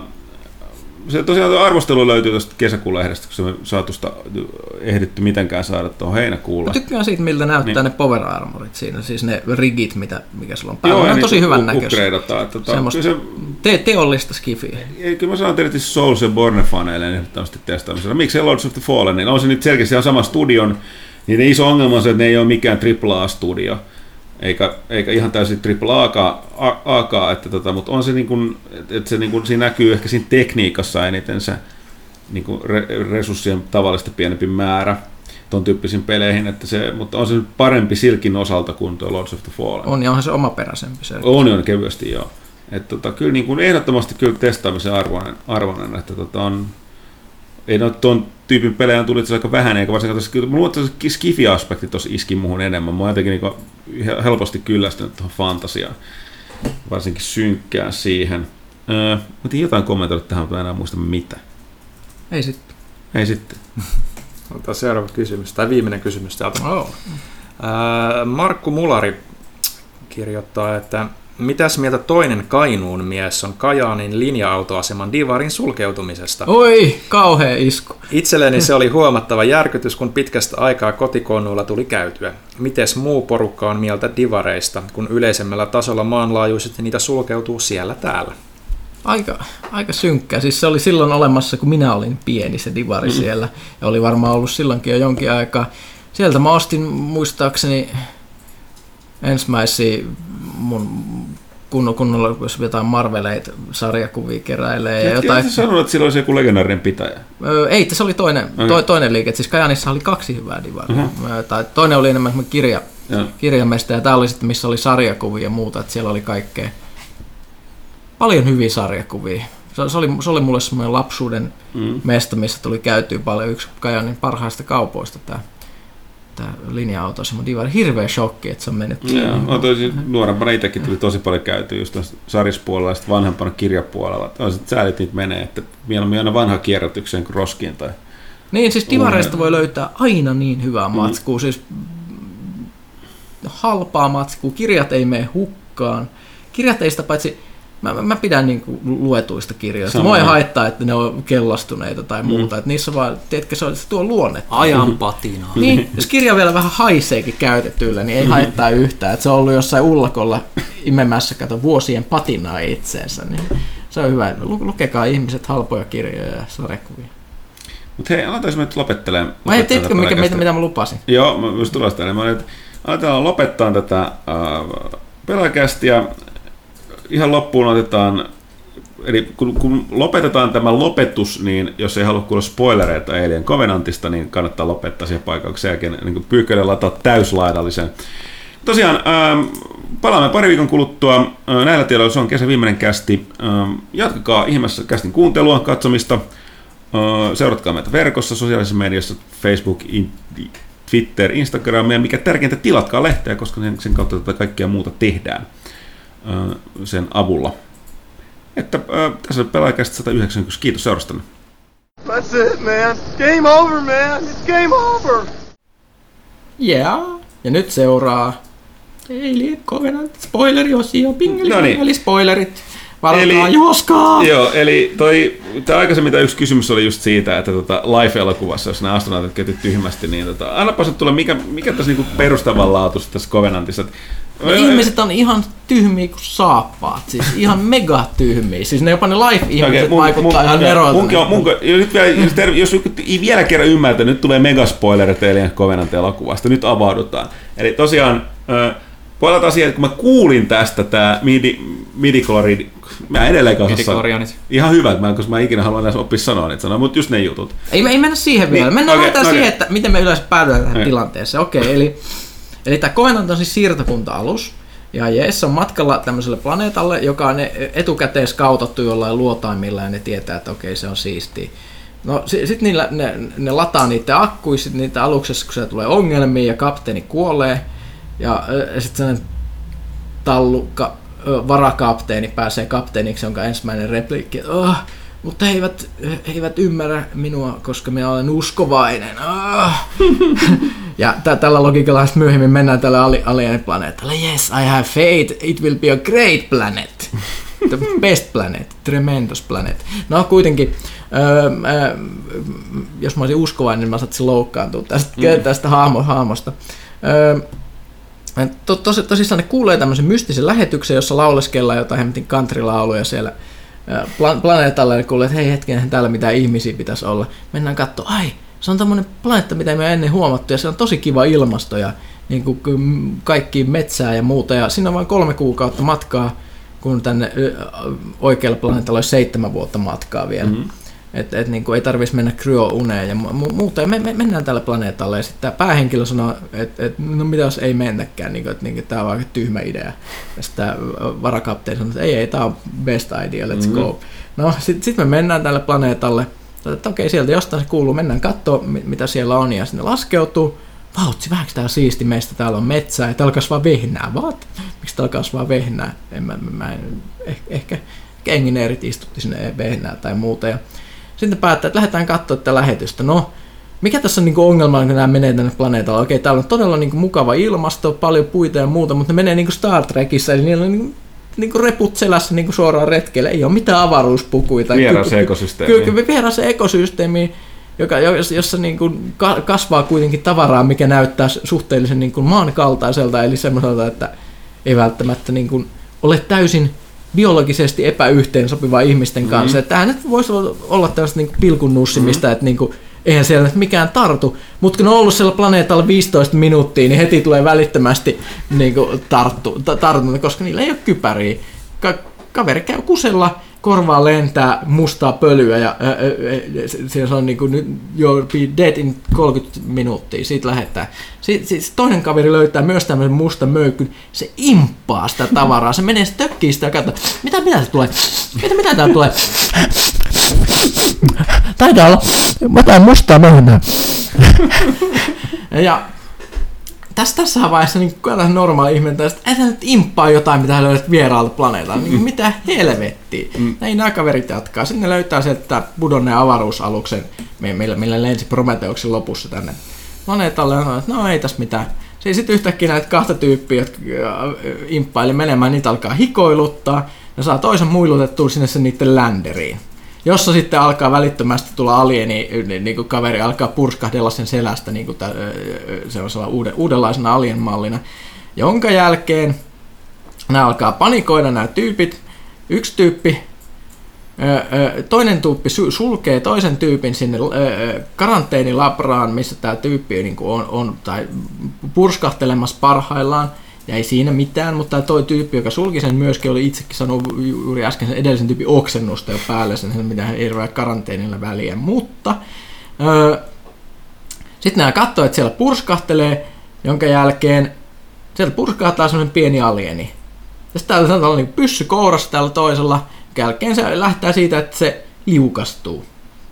se tosiaan arvostelu löytyy tuosta kesäkuun lehdestä, kun se on saatusta ehditty mitenkään saada tuohon heinäkuulle. Mä tykkään siitä, miltä näyttää niin. Ne power armorit siinä, siis ne rigit, mitä, mikä sulla on päällä. Joo, ne on tosi hyvän näköisiä. Tota, semmoista se, te- teollista skifiä. Kyllä mä sanon tietysti Souls ja Borne-faneille ehdottomasti testaamisella. Miksi Lords of the Fallen? Niin on se nyt selkeästi ihan sama studion, niin iso ongelma on se, että ne ei ole mikään triple A-studio. Eikä, eikä ihan täysin triple A-kaa, että tota, mutta on se, niin kuin, että se niin kuin, siinä näkyy ehkä siinä tekniikassa eniten se niin kuin re, resurssien tavallista pienempi määrä ton tyyppisiin peleihin, että se, mutta on se parempi silkin osalta kuin tuo Lords of the Fallen. On, ja onhan se omaperäisempi. Se on, on kevyesti, joo. Että tota, kyllä niin kuin ehdottomasti kyllä testaamisen arvoinen, arvoinen että tota, on, ei no tuon tyypin pelejä on tullut aika vähän, eikä varsinkaan tuossa, mä luulen, että se skifi-aspekti tuossa iski muuhun enemmän. Mä oon jotenkin niin helposti kyllästynyt tuohon fantasiaan, varsinkin synkkään siihen. Öö, mä tiedän jotain kommentoida tähän, mutta mä enää muista mitä. Ei sitten. Ei sitten. Otetaan seuraava kysymys, tai viimeinen kysymys täältä. Oh. Öö, Markku Mulari kirjoittaa, että mitäs mieltä toinen Kainuun mies on Kajaanin linja-autoaseman Divarin sulkeutumisesta? Oi, kauhea isku. Itselleni se oli huomattava järkytys, kun pitkästä aikaa kotikonnuilla tuli käytyä. Mites muu porukka on mieltä Divareista, kun yleisemmällä tasolla maanlaajuisesti niitä sulkeutuu siellä täällä? Aika, aika synkkää. Siis se oli silloin olemassa, kun minä olin pieni se Divari mm-hmm. siellä. Ja oli varmaan ollut silloinkin jo jonkin aikaa. Sieltä mä ostin muistaakseni ensimmäisiä mun kunnolla, jos jotain Marveleita sarjakuvia keräilee. Ja jotain... Sä sanoit, että sillä olisi joku legendaarinen pitäjä? Öö, ei, se oli toinen, okay. to, toinen liike. Siis Kajaanissa oli kaksi hyvää divaria. Uh-huh. Tai toinen oli enemmän kirja, kirjamestä ja tämä oli sitten, missä oli sarjakuvia ja muuta. Että siellä oli kaikkea, paljon hyviä sarjakuvia. Se, se, oli, se oli mulle semmoinen lapsuuden mm. mesta, missä tuli käytyä paljon. Yksi Kajaanin parhaista kaupoista tämä. Tämä linja-auto on semmoinen divari. Hirveä shokki, että se on mennyt. Joo, on tosi nuorempana itsekin tuli tosi paljon käytyä just tuossa sarispuolella ja sitten vanhempana kirjapuolella. On sitten säälit niitä menee, että mieluummin aina vanha kierrätykseen kuin roskiin. Tai niin, siis divareista voi löytää aina niin hyvää matskua. Mm. Siis halpaa matskua. Kirjat ei mene hukkaan. Kirjat ei sitä paitsi... Mä, mä pidän niinku luetuista kirjoista. Mua ei haittaa, että ne on kellastuneita tai muuta. Mm. Että niissä vaan, tiedätkö, se, se tuo luonnetta. Ajan patina. Niin, jos kirja vielä vähän haiseekin käytettyillä, niin ei haittaa yhtään. Että se on ollut jossain ullakolla imemässä, kato, vuosien patinaa itseensä. Niin se on hyvä. Lukekaa ihmiset halpoja kirjoja ja sarjakuvia. Mutta hei, aletaan nyt lopettelemaan. Mä en tiedätkö, mikä, mitä, mitä mä lupasin. Joo, mä myös tulosta enemmän. Aletaan lopettaa tätä äh, pelaajakästiä. Ihan loppuun otetaan, eli kun, kun lopetetaan tämä lopetus, niin jos ei halua kuulla spoilereita Alien Covenantista, niin kannattaa lopettaa siihen paikkaan, kun sen jälkeen niin Pyykkönen lataa täyslaidallisen. Tosiaan, ähm, palaamme pari viikon kuluttua. Äh, näillä tiedoilla se on kesän viimeinen kästi. Ähm, jatkakaa ihmeessä kästin kuuntelua, katsomista. Seuratkaa meitä verkossa, sosiaalisessa mediassa, Facebook, Twitter, Instagram ja mikä tärkeintä, tilatkaa lehteä, koska sen kautta tätä kaikkea muuta tehdään sen avulla. Että tässä on Pelaajakästä sata yhdeksänkymmentä. Kiitos seurastanne. That's it, man. Game over, man. It's game over. Yeah. Ja nyt seuraa Alien Covenant spoileriosio. Pingeli, no niin. Eli spoilerit. Valkaa eli, joskaa! Joo, eli toi, tämä aikaisemmin yksi kysymys oli just siitä, että tota, Life-elokuvassa, jos nämä astronautit ketjut tyhmästi, niin tota, annapa se tulla, mikä, mikä tässä niinku perustavanlaatuista tässä Covenantissa. No, ihmiset on ihan tyhmiä kuin saappaat, siis ihan mega tyhmiä. Siis ne jopa ne Life-ihmiset okay, mun, vaikuttaa mun, ihan neroilta. Mun, mun, mun, nyt vielä, jos, jos vielä kerran ymmärtää, nyt tulee megaspoilerit Alien Covenant-elokuvasta, nyt avaudutaan. Eli tosiaan, äh, puolelta asiaa, kun mä kuulin tästä tää midi, midichlorian, mä edelleen kanssa ihan hyvä, mä, koska mä ikinä haluan edes oppia sanoa niitä sanoa, mutta just ne jutut. Ei, ei mennä siihen vielä, niin, mennään okay, okay, okay. siihen, että miten me yleensä päädytään tähän okay. tilanteeseen. Okei, okay, eli, eli tää Covenant on siis siirtokunta-alus, ja Jess on matkalla tämmöiselle planeetalle, joka on etukäteen skautattu jollain luotaimilla, ja ne tietää, että okei, okay, se on siistiä. No sit niillä, ne, ne lataa niitä akkuja, sit niitä aluksessa, kun se tulee ongelmia, ja kapteeni kuolee, ja, ja sitten sellainen tallu, ka, varakapteeni pääsee kapteeniksi, jonka ensimmäinen repliikki, oh, mutta he eivät, he eivät ymmärrä minua, koska minä olen uskovainen. Oh. Ja t- tällä logiikalla myöhemmin mennään tälle alien-planeetalle. Yes, I have faith, it will be a great planet. The best planet, tremendous planet. No kuitenkin, öö, öö, jos mä olisin uskovainen, niin mä saattaisin loukkaantua tästä, mm. tästä hahmo, hahmosta. Öö, To, tos, tosissaan ne kuulee tämmöisen mystisen lähetyksen, jossa lauleskellaan jotain hemmetin country-lauluja siellä plan- planeetalla, ja kuulee, että hei hetken, täällä mitään ihmisiä pitäisi olla. Mennään katsomaan, ai, se on tämmöinen planeetta, mitä me ei ennen huomattu, ja se on tosi kiva ilmasto, ja niin kuin kaikki metsää ja muuta, ja siinä on vain kolme kuukautta matkaa, kun tänne oikealle planeetalle olisi seitsemän vuotta matkaa vielä. Mm-hmm. Että et, niinku, ei tarvitsisi mennä kryo-uneen ja mu- muuta. Ja me, me mennään tälle planeetalle ja sitten tämä päähenkilö sanoo, että et, no mitä jos ei mennäkään, niinku, että niinku, tämä on aika tyhmä idea. Ja sitten tämä varakapteeni sanoo, että ei, ei, tämä on best idea, let's go. Mm-hmm. No sitten sit me mennään tälle planeetalle, että okei, sieltä jostain se kuuluu, mennään katsoa mitä siellä on ja sinne laskeutuu. Vautsi, vähänkö täällä siisti meistä, täällä on metsää ja täällä kasvaa vehnää. Vaat? Miksi täällä kasvaa vehnää? En mä, mä en, eh, ehkä engineerit istutti sinne vehnää tai muuta. Ja sitten päättää, että lähdetään katsoa tätä lähetystä. No, mikä tässä on niinku ongelma, kun nämä menee tänne planeetalle? Okei, täällä on todella niinku mukava ilmasto, paljon puita ja muuta, mutta ne menee niinku Star Trekissä, eli niillä on niinku, niinku reput selässä niinku suoraan retkelle. Ei ole mitään avaruuspukuita. Vieras ekosysteemi. Kyllä, vieras ekosysteemi, joka, jossa niinku kasvaa kuitenkin tavaraa, mikä näyttää suhteellisen niinku maan kaltaiselta, eli semmoiselta, että ei välttämättä niinku ole täysin biologisesti epäyhteensopivaa ihmisten kanssa. Mm-hmm. Tämä nyt voisi olla tällaista niinku pilkun nussimista, mm-hmm. että niinku, eihän siellä mikään tartu, mutta kun on ollut siellä planeetalla viisitoista minuuttia, niin heti tulee välittömästi niinku tarttu, tartunta, koska niillä ei ole kypäriä. Ka- kaveri käy kusella, korvaa lentää mustaa pölyä ja ää, ää, se on niinku nyt you'll be dead in kolmekymmentä minuuttia, siitä lähdetään. Sitten sit toinen kaveri löytää myös tämmöisen mustan möykkyn, se imppaa sitä tavaraa, se menee stökkiin sitä ja katsoo, mitä mitä se tulee, mitä mitä täällä tulee. Taitaa olla jotain mustaa möhnää. Ja tässä, tässä vaiheessa niin kukaan normaali ihmettä, että ei nyt imppaa jotain, mitä löydät vieraalta planeetalta. Niin, mitä helvettiä. Mm. Näin nämä kaverit jatkaa. Sitten ne löytää sieltä pudonneen avaruusaluksen, millä, millä lensi Prometheuksen lopussa tänne planeetalle. Ja sanoo, että no ei tässä mitään. Sitten yhtäkkiä näitä kahta tyyppiä, jotka imppaili menemään, niitä alkaa hikoiluttaa. Ne saa toisen muilutettua sinne sen niiden länderiin. Jossa sitten alkaa välittömästi tulla alieni, niin kuin kaveri alkaa purskahdella sen selästä niin kuin sellaisella uuden, uudenlaisena alien-mallina, jonka jälkeen nämä alkaa panikoida nämä tyypit. Yksi tyyppi, toinen tyyppi sulkee toisen tyypin sinne karanteenilabraan, missä tämä tyyppi niin kuin on, on tai purskahtelemassa parhaillaan. Ja ei siinä mitään, mutta toi tyyppi, joka sulki sen myöskin, oli itsekin sanonut juuri äsken sen edellisen tyypin oksennusta jo päälle, sen mitä ei ruveta karanteenilla väliä. Mutta öö, sitten nämä katsoo, että siellä purskahtelee, jonka jälkeen sieltä purskahtaa semmoinen pieni alieni. Ja sitten täällä sanotaan niin pyssy kourassa täällä toisella, jonka jälkeen se lähtee siitä, että se liukastuu.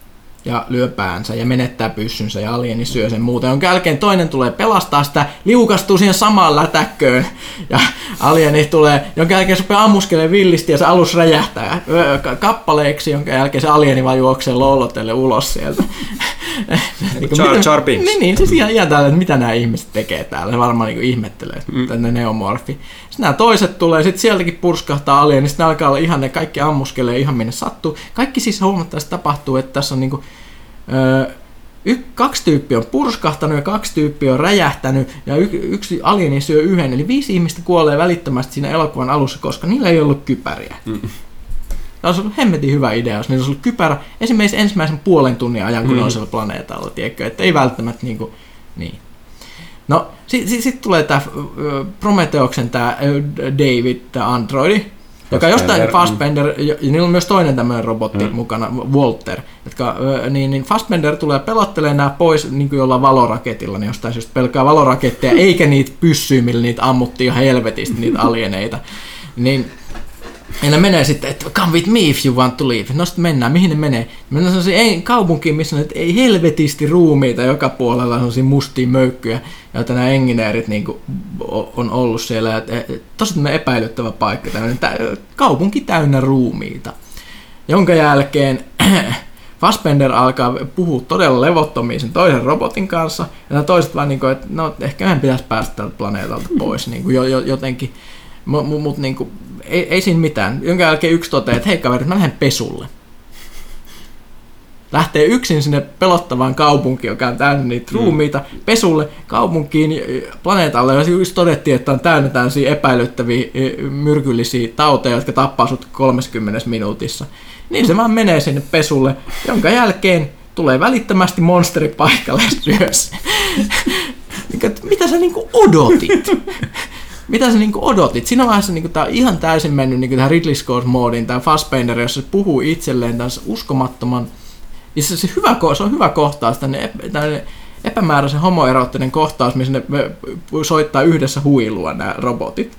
ja lyö päänsä ja menettää pyssynsä ja alieni syö sen muuta, jonka jälkeen toinen tulee pelastaa sitä, liukastuu siihen samaan lätäkköön ja alieni tulee, jonka jälkeen se rupeaa ammuskelemaan villisti ja se alus räjähtää kappaleeksi, jonka jälkeen se alieni vaan juoksee lollotelle ulos sieltä. Jar Jar Binks. Niin, niin siis ihan, ihan täällä, että mitä nämä ihmiset tekee täällä, se varmaan niin ihmettelee mm. tänne neomorfi. Sitten nämä toiset tulee, sitten sieltäkin purskahtaa alieni, sitten alkaa olla ihan, ne kaikki ammuskelee ihan minne sattuu. Kaikki siis huomattavasti tapahtuu, että tässä on niinku Öö, y- kaksi tyyppiä on purskahtanut ja kaksi tyyppiä on räjähtänyt ja y- yksi alieni syö yhden. Eli viisi ihmistä kuolee välittömästi siinä elokuvan alussa, koska niillä ei ollut kypäriä. Mm. Tämä olisi ollut hemmetin hyvä idea, jos niillä olisi ollut kypärä esimerkiksi ensimmäisen puolen tunnin ajan, kun mm. ne on siellä planeetalla, tiedätkö, että ei välttämättä niinku, niin. No, sitten sit, sit tulee tämä Prometheuksen tämä David, tämä androidi, joka jostain Fassbender, ja niillä on myös toinen tämmöinen robotti mm. mukana, Walter, jotka, niin, niin Fassbender tulee pelottelemaan nämä pois niin kuin jollain valoraketilla, niin jostain syystä pelkää valoraketteja, eikä niitä pyssyjä, millä niitä ammuttiin ihan helvetisti, niitä alieneita. Niin, ja ne menee sitten, että come with me if you want to leave. No sitten mennään, mihin ne menee? Mennään sellaisiin kaupunkiin, missä on ei helvetisti ruumiita joka puolella, sellaisia mustia möykkyjä, joita nämä engineerit niin kuin on ollut siellä. Ja tosi epäilyttävä paikka, tämmöinen kaupunki täynnä ruumiita. Jonka jälkeen Fassbender alkaa puhua todella levottomia sen toisen robotin kanssa, ja nämä toiset vaan niin kuin, että no ehkä meidän pitäisi päästä tältä planeetalta pois niin kuin jotenkin, mutta mut, niin kuin Ei, ei siinä mitään. Jonka jälkeen yksi toteaa, että hei kaverit, mä lähden pesulle. Lähtee yksin sinne pelottavaan kaupunkiin, joka on täynnä niitä ruumiita, pesulle kaupunkiin, planeetalle, ja just todettiin, että on täynnä tällaisia epäilyttäviä myrkyllisiä tauteja, jotka tappaa sut kolmekymmentä minuutissa. Niin se vaan menee sinne pesulle, jonka jälkeen tulee välittömästi monsteri paikalle työssä. Mitä sä niinku odotit? Mitä sä niinku odotit? Siinä vaiheessa niinku tää on ihan täysin mennyt niinku tähän Ridley Scott-moodiin, tää Fassbender, jossa se puhuu itselleen tässä uskomattoman. Ja se, se, hyvä, se on hyvä kohtaus, tämmönen epämääräisen homoeroottinen kohtaus, missä ne soittaa yhdessä huilua nämä robotit.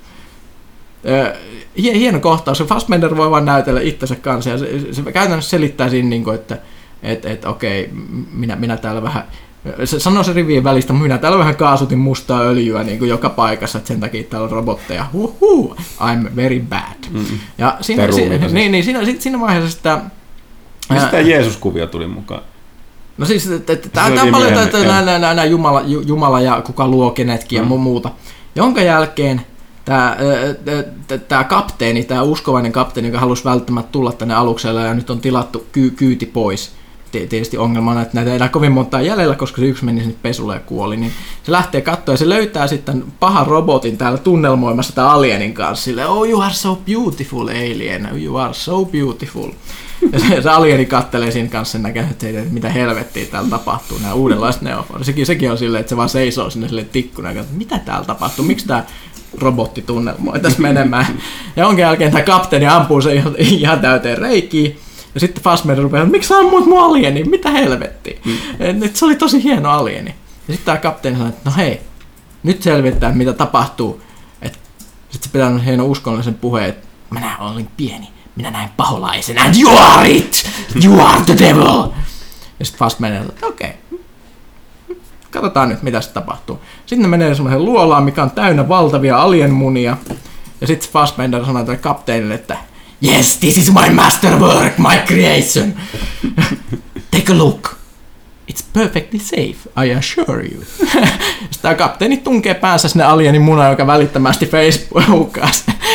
Hieno kohtaus, se Fassbender voi vaan näytellä itsensä kanssa, ja se, se käytännössä selittää siinä, niinku, että et, et, okei, minä, minä täällä vähän. Se sanoo se rivien välistä, mutta minä täällä vähän kaasutin mustaa öljyä niin kuin joka paikassa, että sen takia täällä on robotteja. Huhhuh, I'm very bad. Mm-hmm. Ja siinä, si, niin, niin, siinä, siinä vaiheessa sitä... Mistä tämä Jeesus-kuvio tuli mukaan? No siis, tämä on paljon nämä Jumala, Jumala ja kuka luo kenetkin mm. ja muuta. Jonka jälkeen tämä, tämä kapteeni, tämä uskovainen kapteeni, joka halusi välttämättä tulla tänne alukselle ja nyt on tilattu ky- kyyti pois. Tietysti ongelmana, että näitä ei enää kovin montaa jäljellä, koska se yksi meni sinne pesulle ja kuoli, niin se lähtee katsoa ja se löytää sitten pahan robotin täällä tunnelmoimassa tämän alienin kanssa silleen, oh you are so beautiful alien, you are so beautiful. Ja se, se alieni kattelee siinä kanssa sen näkee, että mitä helvettiä täällä tapahtuu, nämä uudenlaiset neoforit. Sekin, sekin on silleen, että se vaan seisoo sinne silleen tikkuna ja katsoo, mitä täällä tapahtuu, miksi tämä robotti tunnelmoi tässä menemään. Ja onkin jälkeen tämä kapteeni ampuu se ihan, ihan täyteen reikiin. Ja sitten Fassbender rupeaa, että miksi sä ammuit mun alieni? Mitä helvettiä? Mm. Et se oli tosi hieno alieni. Ja sitten tämä kapteeni sanoi, että no hei, nyt selvittää, mitä tapahtuu. Sitten se pitää hieno uskonnollisen puheen, että minä olin pieni, minä näin paholaisen, and you are it! You are the devil! Ja sitten Fassbender sanoi, että okei, okay. Katsotaan nyt, mitä se tapahtuu. Sitten ne menee semmoisen luolaan, mikä on täynnä valtavia alienmunia. Ja sitten Fassbender sanoi tälle kapteenille, että yes, this is my masterwork, my creation. Take a look. It's perfectly safe, I assure you. Sitten tämä kapteeni tunkee päänsä sinne alienin munaan, joka välittömästi Facebookaa.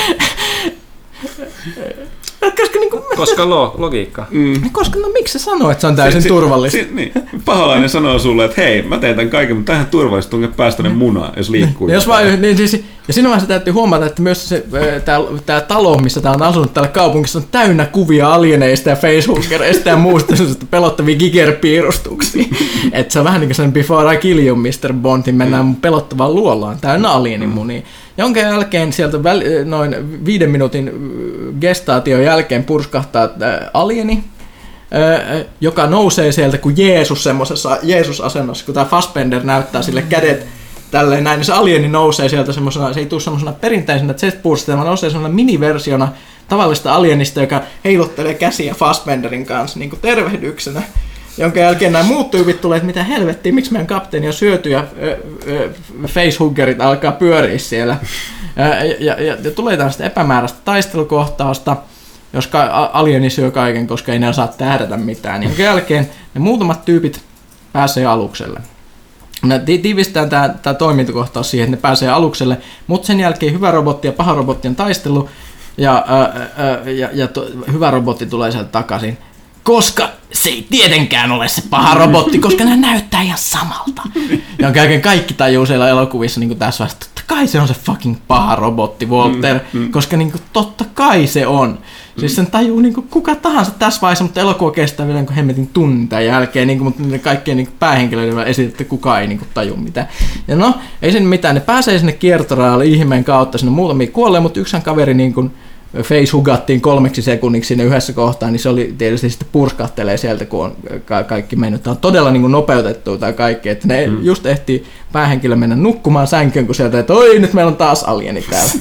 Koska, niin kuin, koska lo, logiikka. Mm. Koska no miksi se sanoo, että se on täysin si, turvallista? Si, niin. Paholainen sanoo sulle, että hei, mä teen tämän kaiken, mutta tähän turvallista tunke päästä ne munaan, jos liikkuu. Jos vaan, niin, siis, ja siinä vaiheessa täytyy huomata, että myös se, tämä talo, missä tämä on asunut täällä kaupungissa, on täynnä kuvia alieneista ja Facebookereista ja muusta pelottavia gigerpiirustuksia. Että se on vähän niin kuin sen Before I Kill You, mister Bondin, mennään pelottavaan luolaan, täynnä alienimunia. Jonka jälkeen sieltä väl, noin viiden minuutin gestaation jälkeen purskahtaa alieni, joka nousee sieltä kuin Jeesus semmoisessa Jeesus-asennossa, kun tämä Fassbender näyttää sille kädet tälleen näin, niin se alieni nousee sieltä semmoisena, se ei tule semmoisena perinteisenä jetboostista, vaan nousee semmoisena miniversiona tavallista alienista, joka heiluttelee käsiä Fassbenderin kanssa niin kuin tervehdyksenä. jonka jälkeen nämä muut tyypit tulee, että mitä helvettiä, miksi meidän kapteeni on syöty ja facehuggerit alkaa pyöriä siellä. Ja, ja, ja, ja tulee tällaista epämääräistä taistelukohtausta, jos alieni syö kaiken, koska ei ne osaa tähdätä mitään. Jonka jälkeen ne muutamat tyypit pääsee alukselle. Me tiivistetään tämä, tämä toimintakohtaus siihen, että ne pääsee alukselle, mutta sen jälkeen hyvä robotti ja paha robotti on taistelu, ja, ää, ää, ja, ja to, hyvä robotti tulee sieltä takaisin, koska se ei tietenkään ole se paha robotti, koska ne näyttää ihan samalta. Ja jälkeen kaikki tajuu siellä elokuvissa niin kuin tässä vaiheessa, totta kai se on se fucking paha robotti, Walter, mm, mm. koska niin kuin, totta kai se on. Siis sen tajuu niin kuin, kuka tahansa tässä vaiheessa, mutta elokuva kestää vielä niin hemmetin tunnin tämän jälkeen, niin kuin, mutta ne kaikkien niin kuin, päähenkilöiden esitettä kukaan ei niin kuin, taju mitään. Ja no, ei sinne mitään, ne pääsee sinne kiertorajalle ihmeen kautta, sinne muutamia kuolee, mutta yksän kaveri niin kuin, facehugattiin kolmeksi sekunniksi sinne yhdessä kohtaan, niin se oli tietysti sitten purskahtelee sieltä, kun on ka- kaikki mennyt. Tämä on todella niin kuin nopeutettu tämä kaikki, että ne mm. just ehtii päähenkilö mennä nukkumaan sänkyyn, kun sieltä, että oi, nyt meillä on taas alieni täällä.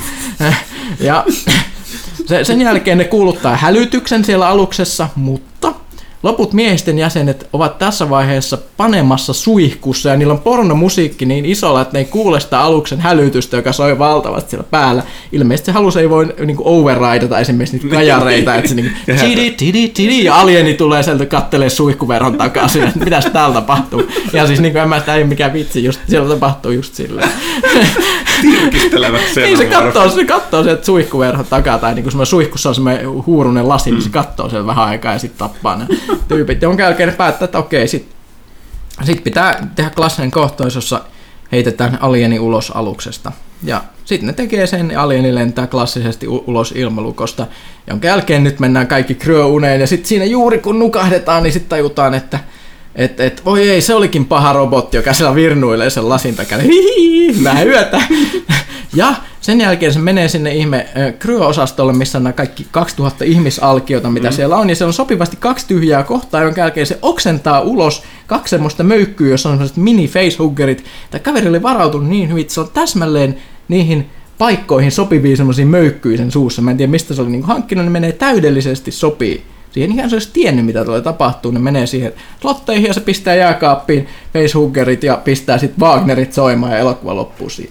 Ja se, sen jälkeen ne kuuluttaa hälytyksen siellä aluksessa, mutta loput miehisten jäsenet ovat tässä vaiheessa panemassa suihkussa ja niillä on pornomusiikki niin isolla, että ne ei kuule sitä aluksen hälytystä, joka soi valtavasti siellä päällä. Ilmeisesti se halus ei voi niinku overridata esimerkiksi niitä kajareita, että se niinku tidi, tidi, tidi, ja alieni tulee sieltä kattelee suihkuverhon takaisin, että mitäs täällä tapahtuu. Ja siis niinku en mä sitä ei ole mikään vitsi, just siellä tapahtuu just silleen. Tirkistelevät sen. Niin se kattoo, se kattoo sieltä suihkuverhon takaa, tai niinku semmoinen suihkussa on semmoinen huurunen lasi, niin se kattoo sieltä vähän aikaa ja sitten tappaa ne tyypit, jonka jälkeen ne päättää, että okei, sit, sit pitää tehdä klassinen kohtaus, jossa heitetään alieni ulos aluksesta. Ja sitten ne tekee sen, alieni lentää klassisesti u- ulos ilmalukosta, jonka jälkeen nyt mennään kaikki kryöuneen, ja sitten siinä juuri kun nukahdetaan, niin sitten tajutaan, että et, et, oi ei, se olikin paha robotti, joka siellä virnuilee sen lasin takana. Hihihi, mä yötä. Ja sen jälkeen se menee sinne ihme kryöosastolle, missä on nämä kaikki kaksituhatta ihmisalkiota, mitä mm. siellä on. Ja se on sopivasti kaksi tyhjää kohtaa, jonka jälkeen se oksentaa ulos kaksi semmoista möykkyä, jossa on sellaiset mini-facehuggerit. Tämä kaveri oli varautunut niin hyvin, että se on täsmälleen niihin paikkoihin sopivia semmoisia möykkyjä sen suussa. Mä en tiedä, mistä se oli niin hankkinut, ne menee täydellisesti sopii. Siihen ikään se olisi tiennyt, mitä tulee tapahtuu, ne menee siihen slotteihin ja se pistää jääkaappiin facehuggerit ja pistää sitten Wagnerit soimaan ja elokuva loppuu siihen.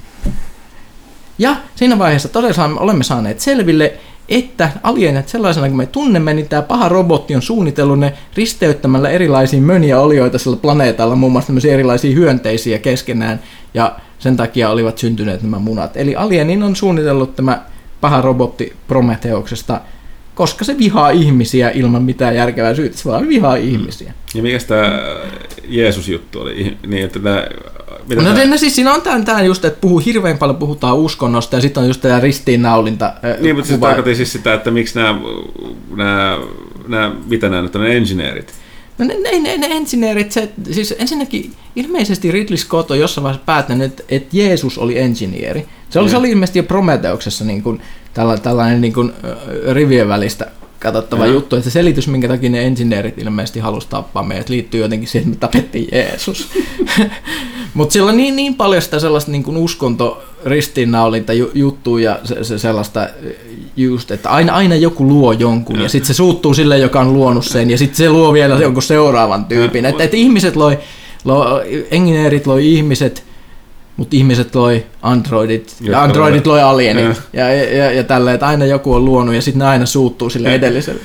Ja siinä vaiheessa todella olemme saaneet selville, että alienit sellaisena kuin me tunnemme, niin tämä paha robotti on suunnitellut ne risteyttämällä erilaisia möniä olioita sillä planeetalla, muun muassa tämmöisiä erilaisia hyönteisiä keskenään, ja sen takia olivat syntyneet nämä munat. Eli alienin on suunnitellut tämä paha robotti Prometheuksesta, koska se vihaa ihmisiä ilman mitään järkevää syytä, se vaan vihaa ihmisiä. Ja mikäs tämä Jeesus-juttu oli? Niin, että tämä, no tämä... No, siis siinä on tämä, tämä just, että puhuu, hirveän paljon puhutaan uskonnosta ja sitten on just tämä ristiinnaulinta. Niin, mutta se tarkoitti siis sitä, että miksi nämä, nämä, nämä mitä nämä nyt on, ne engineerit? No ne, ne, ne, ne engineerit, se, siis ensinnäkin ilmeisesti Ridley Scott on jossain vaiheessa päättänyt, että, että Jeesus oli engineeri. Se oli, mm. se oli ilmeisesti jo Prometheuksessa niin kuin, tällainen, tällainen niin kuin, rivien välistä katsottava mm. juttu, että se selitys, minkä takia ne engineerit ilmeisesti halusi tappaa meidät, liittyy jotenkin siihen, että me tapettiin Jeesus. Mutta sillä on niin, niin paljon sitä sellaista niin kuin uskonto ristiinnaulinta juttua ja se, se sellaista just, että aina, aina joku luo jonkun ja sitten se suuttuu sille, joka on luonut sen ja sitten se luo vielä jonkun seuraavan tyypin. Että et ihmiset loi, loi, engineerit loi ihmiset, mutta ihmiset loi androidit ja androidit loi alienit ja, ja, ja, ja tällä, että aina joku on luonut ja sitten ne aina suuttuu sille edelliselle.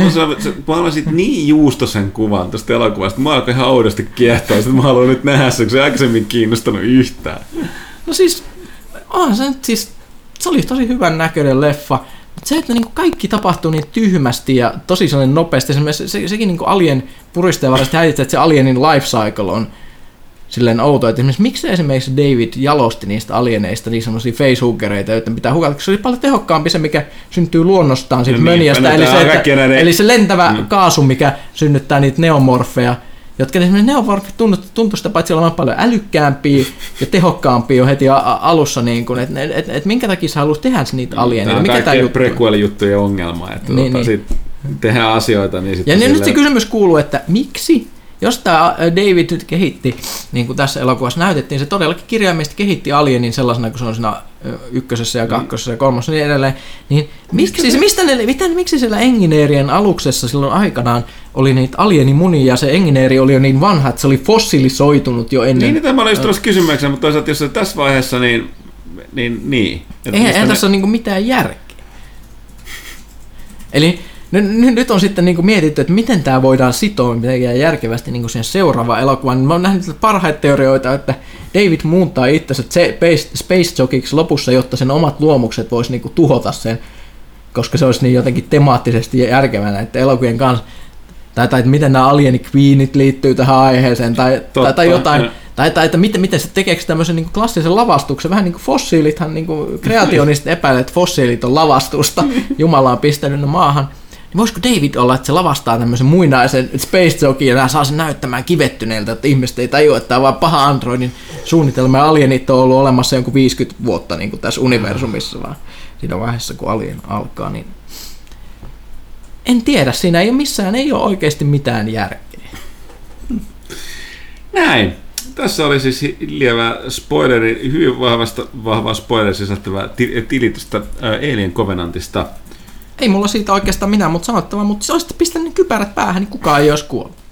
Mä haluan sitten niin juustosen kuvan tuosta elokuvasta, mä alkoin ihan oudosti kiehtoa, että mä haluan nyt nähdä sen, kun se ei aikaisemmin kiinnostanut yhtään. No siis, on se nyt siis, se oli tosi hyvän näköinen leffa, mutta se, että niinku kaikki tapahtuu niin tyhmästi ja tosi sellainen nopeasti, se, se, sekin niinku alien puristaa varmasti häiritsee, että se alienin life cycle on silleen outo, että esimerkiksi miksi esimerkiksi David jalosti niistä alieneista niin semmoisia facehuggereita, joita pitää hukata, koska se oli paljon tehokkaampi se, mikä syntyy luonnostaan siitä no möniästä, eli se, että, näiden... eli se lentävä mm. kaasu, mikä synnyttää niitä neomorfeja, jotka esimerkiksi neomorfit tuntuu sitä paitsi olemaan paljon älykkäämpiä ja tehokkaampia jo heti a- alussa, niin kuin, että et, et, et minkä takia sä haluat tehdä niitä alieneita. Tämä on kaikkien prequel-juttujen ongelma, että niin, tuota, niin. tehdään asioita. Niin ja sille... nyt se kysymys kuuluu, että miksi? Jos tämä David nyt kehitti, niin kuin tässä elokuvassa näytettiin, se todellakin kirjaimellisesti kehitti alienin sellaisena, kun se on siinä ykkösessä ja kakkosessa ja kolmosessa ja niin edelleen, niin miksi, siis, mistä ne, miten, miksi siellä engineerien aluksessa silloin aikanaan oli niitä alienimunia ja se Engineeri oli jo niin vanha, että se oli fossilisoitunut jo ennen. Niin, niin tämä oli just tuossa kysymyksenä, mutta toisaalta jos se tässä vaiheessa, niin niin. niin. Eihän ei tässä ne... ole niinku mitään järkeä. Eli nyt, nyt on sitten niinku mietitty, että miten tämä voidaan sitoa mitenkään järkevästi niinku sen seuraavaan elokuvaan. Mä oon nähnyt parhaita teorioita, että David muuntaa itsensä Space, Space Jockeyksi lopussa, jotta sen omat luomukset vois niinku tuhota sen, koska se olisi niin jotenkin temaattisesti järkevää näiden elokuvien kanssa. Tai, tai että miten nämä Alieni Queenit liittyy tähän aiheeseen, tai, tai, tai jotain. Ja. Tai, tai että miten, miten se tekeekö tämmöisen niin kuin klassisen lavastuksen, vähän niin kuin fossiilithan, niin kuin kreationistit epäilee, että fossiilit on lavastusta, Jumala on pistänyt ne maahan. Niin voisiko David olla, että se lavastaa tämmöisen muinaisen Space Jockey ja saa sen näyttämään kivettyneeltä, että ihmiset ei tajua, että tämä on vaan paha Androidin suunnitelma ja alienit on ollut olemassa jonkun viisikymmentä vuotta niin kuin tässä universumissa, vaan siinä vaiheessa kun Alien alkaa, niin en tiedä, siinä ei ole missään, ei ole oikeasti mitään järkeä. Näin. Tässä oli siis lievää spoileri, hyvin vahvasta, vahvaa spoileria sisältävää tilitystä Alien Covenantista. Ei mulla siitä oikeastaan minä, mutta sanottavaa, mutta se olisi pistänyt kypärät päähän, niin kukaan ei olisi kuollut.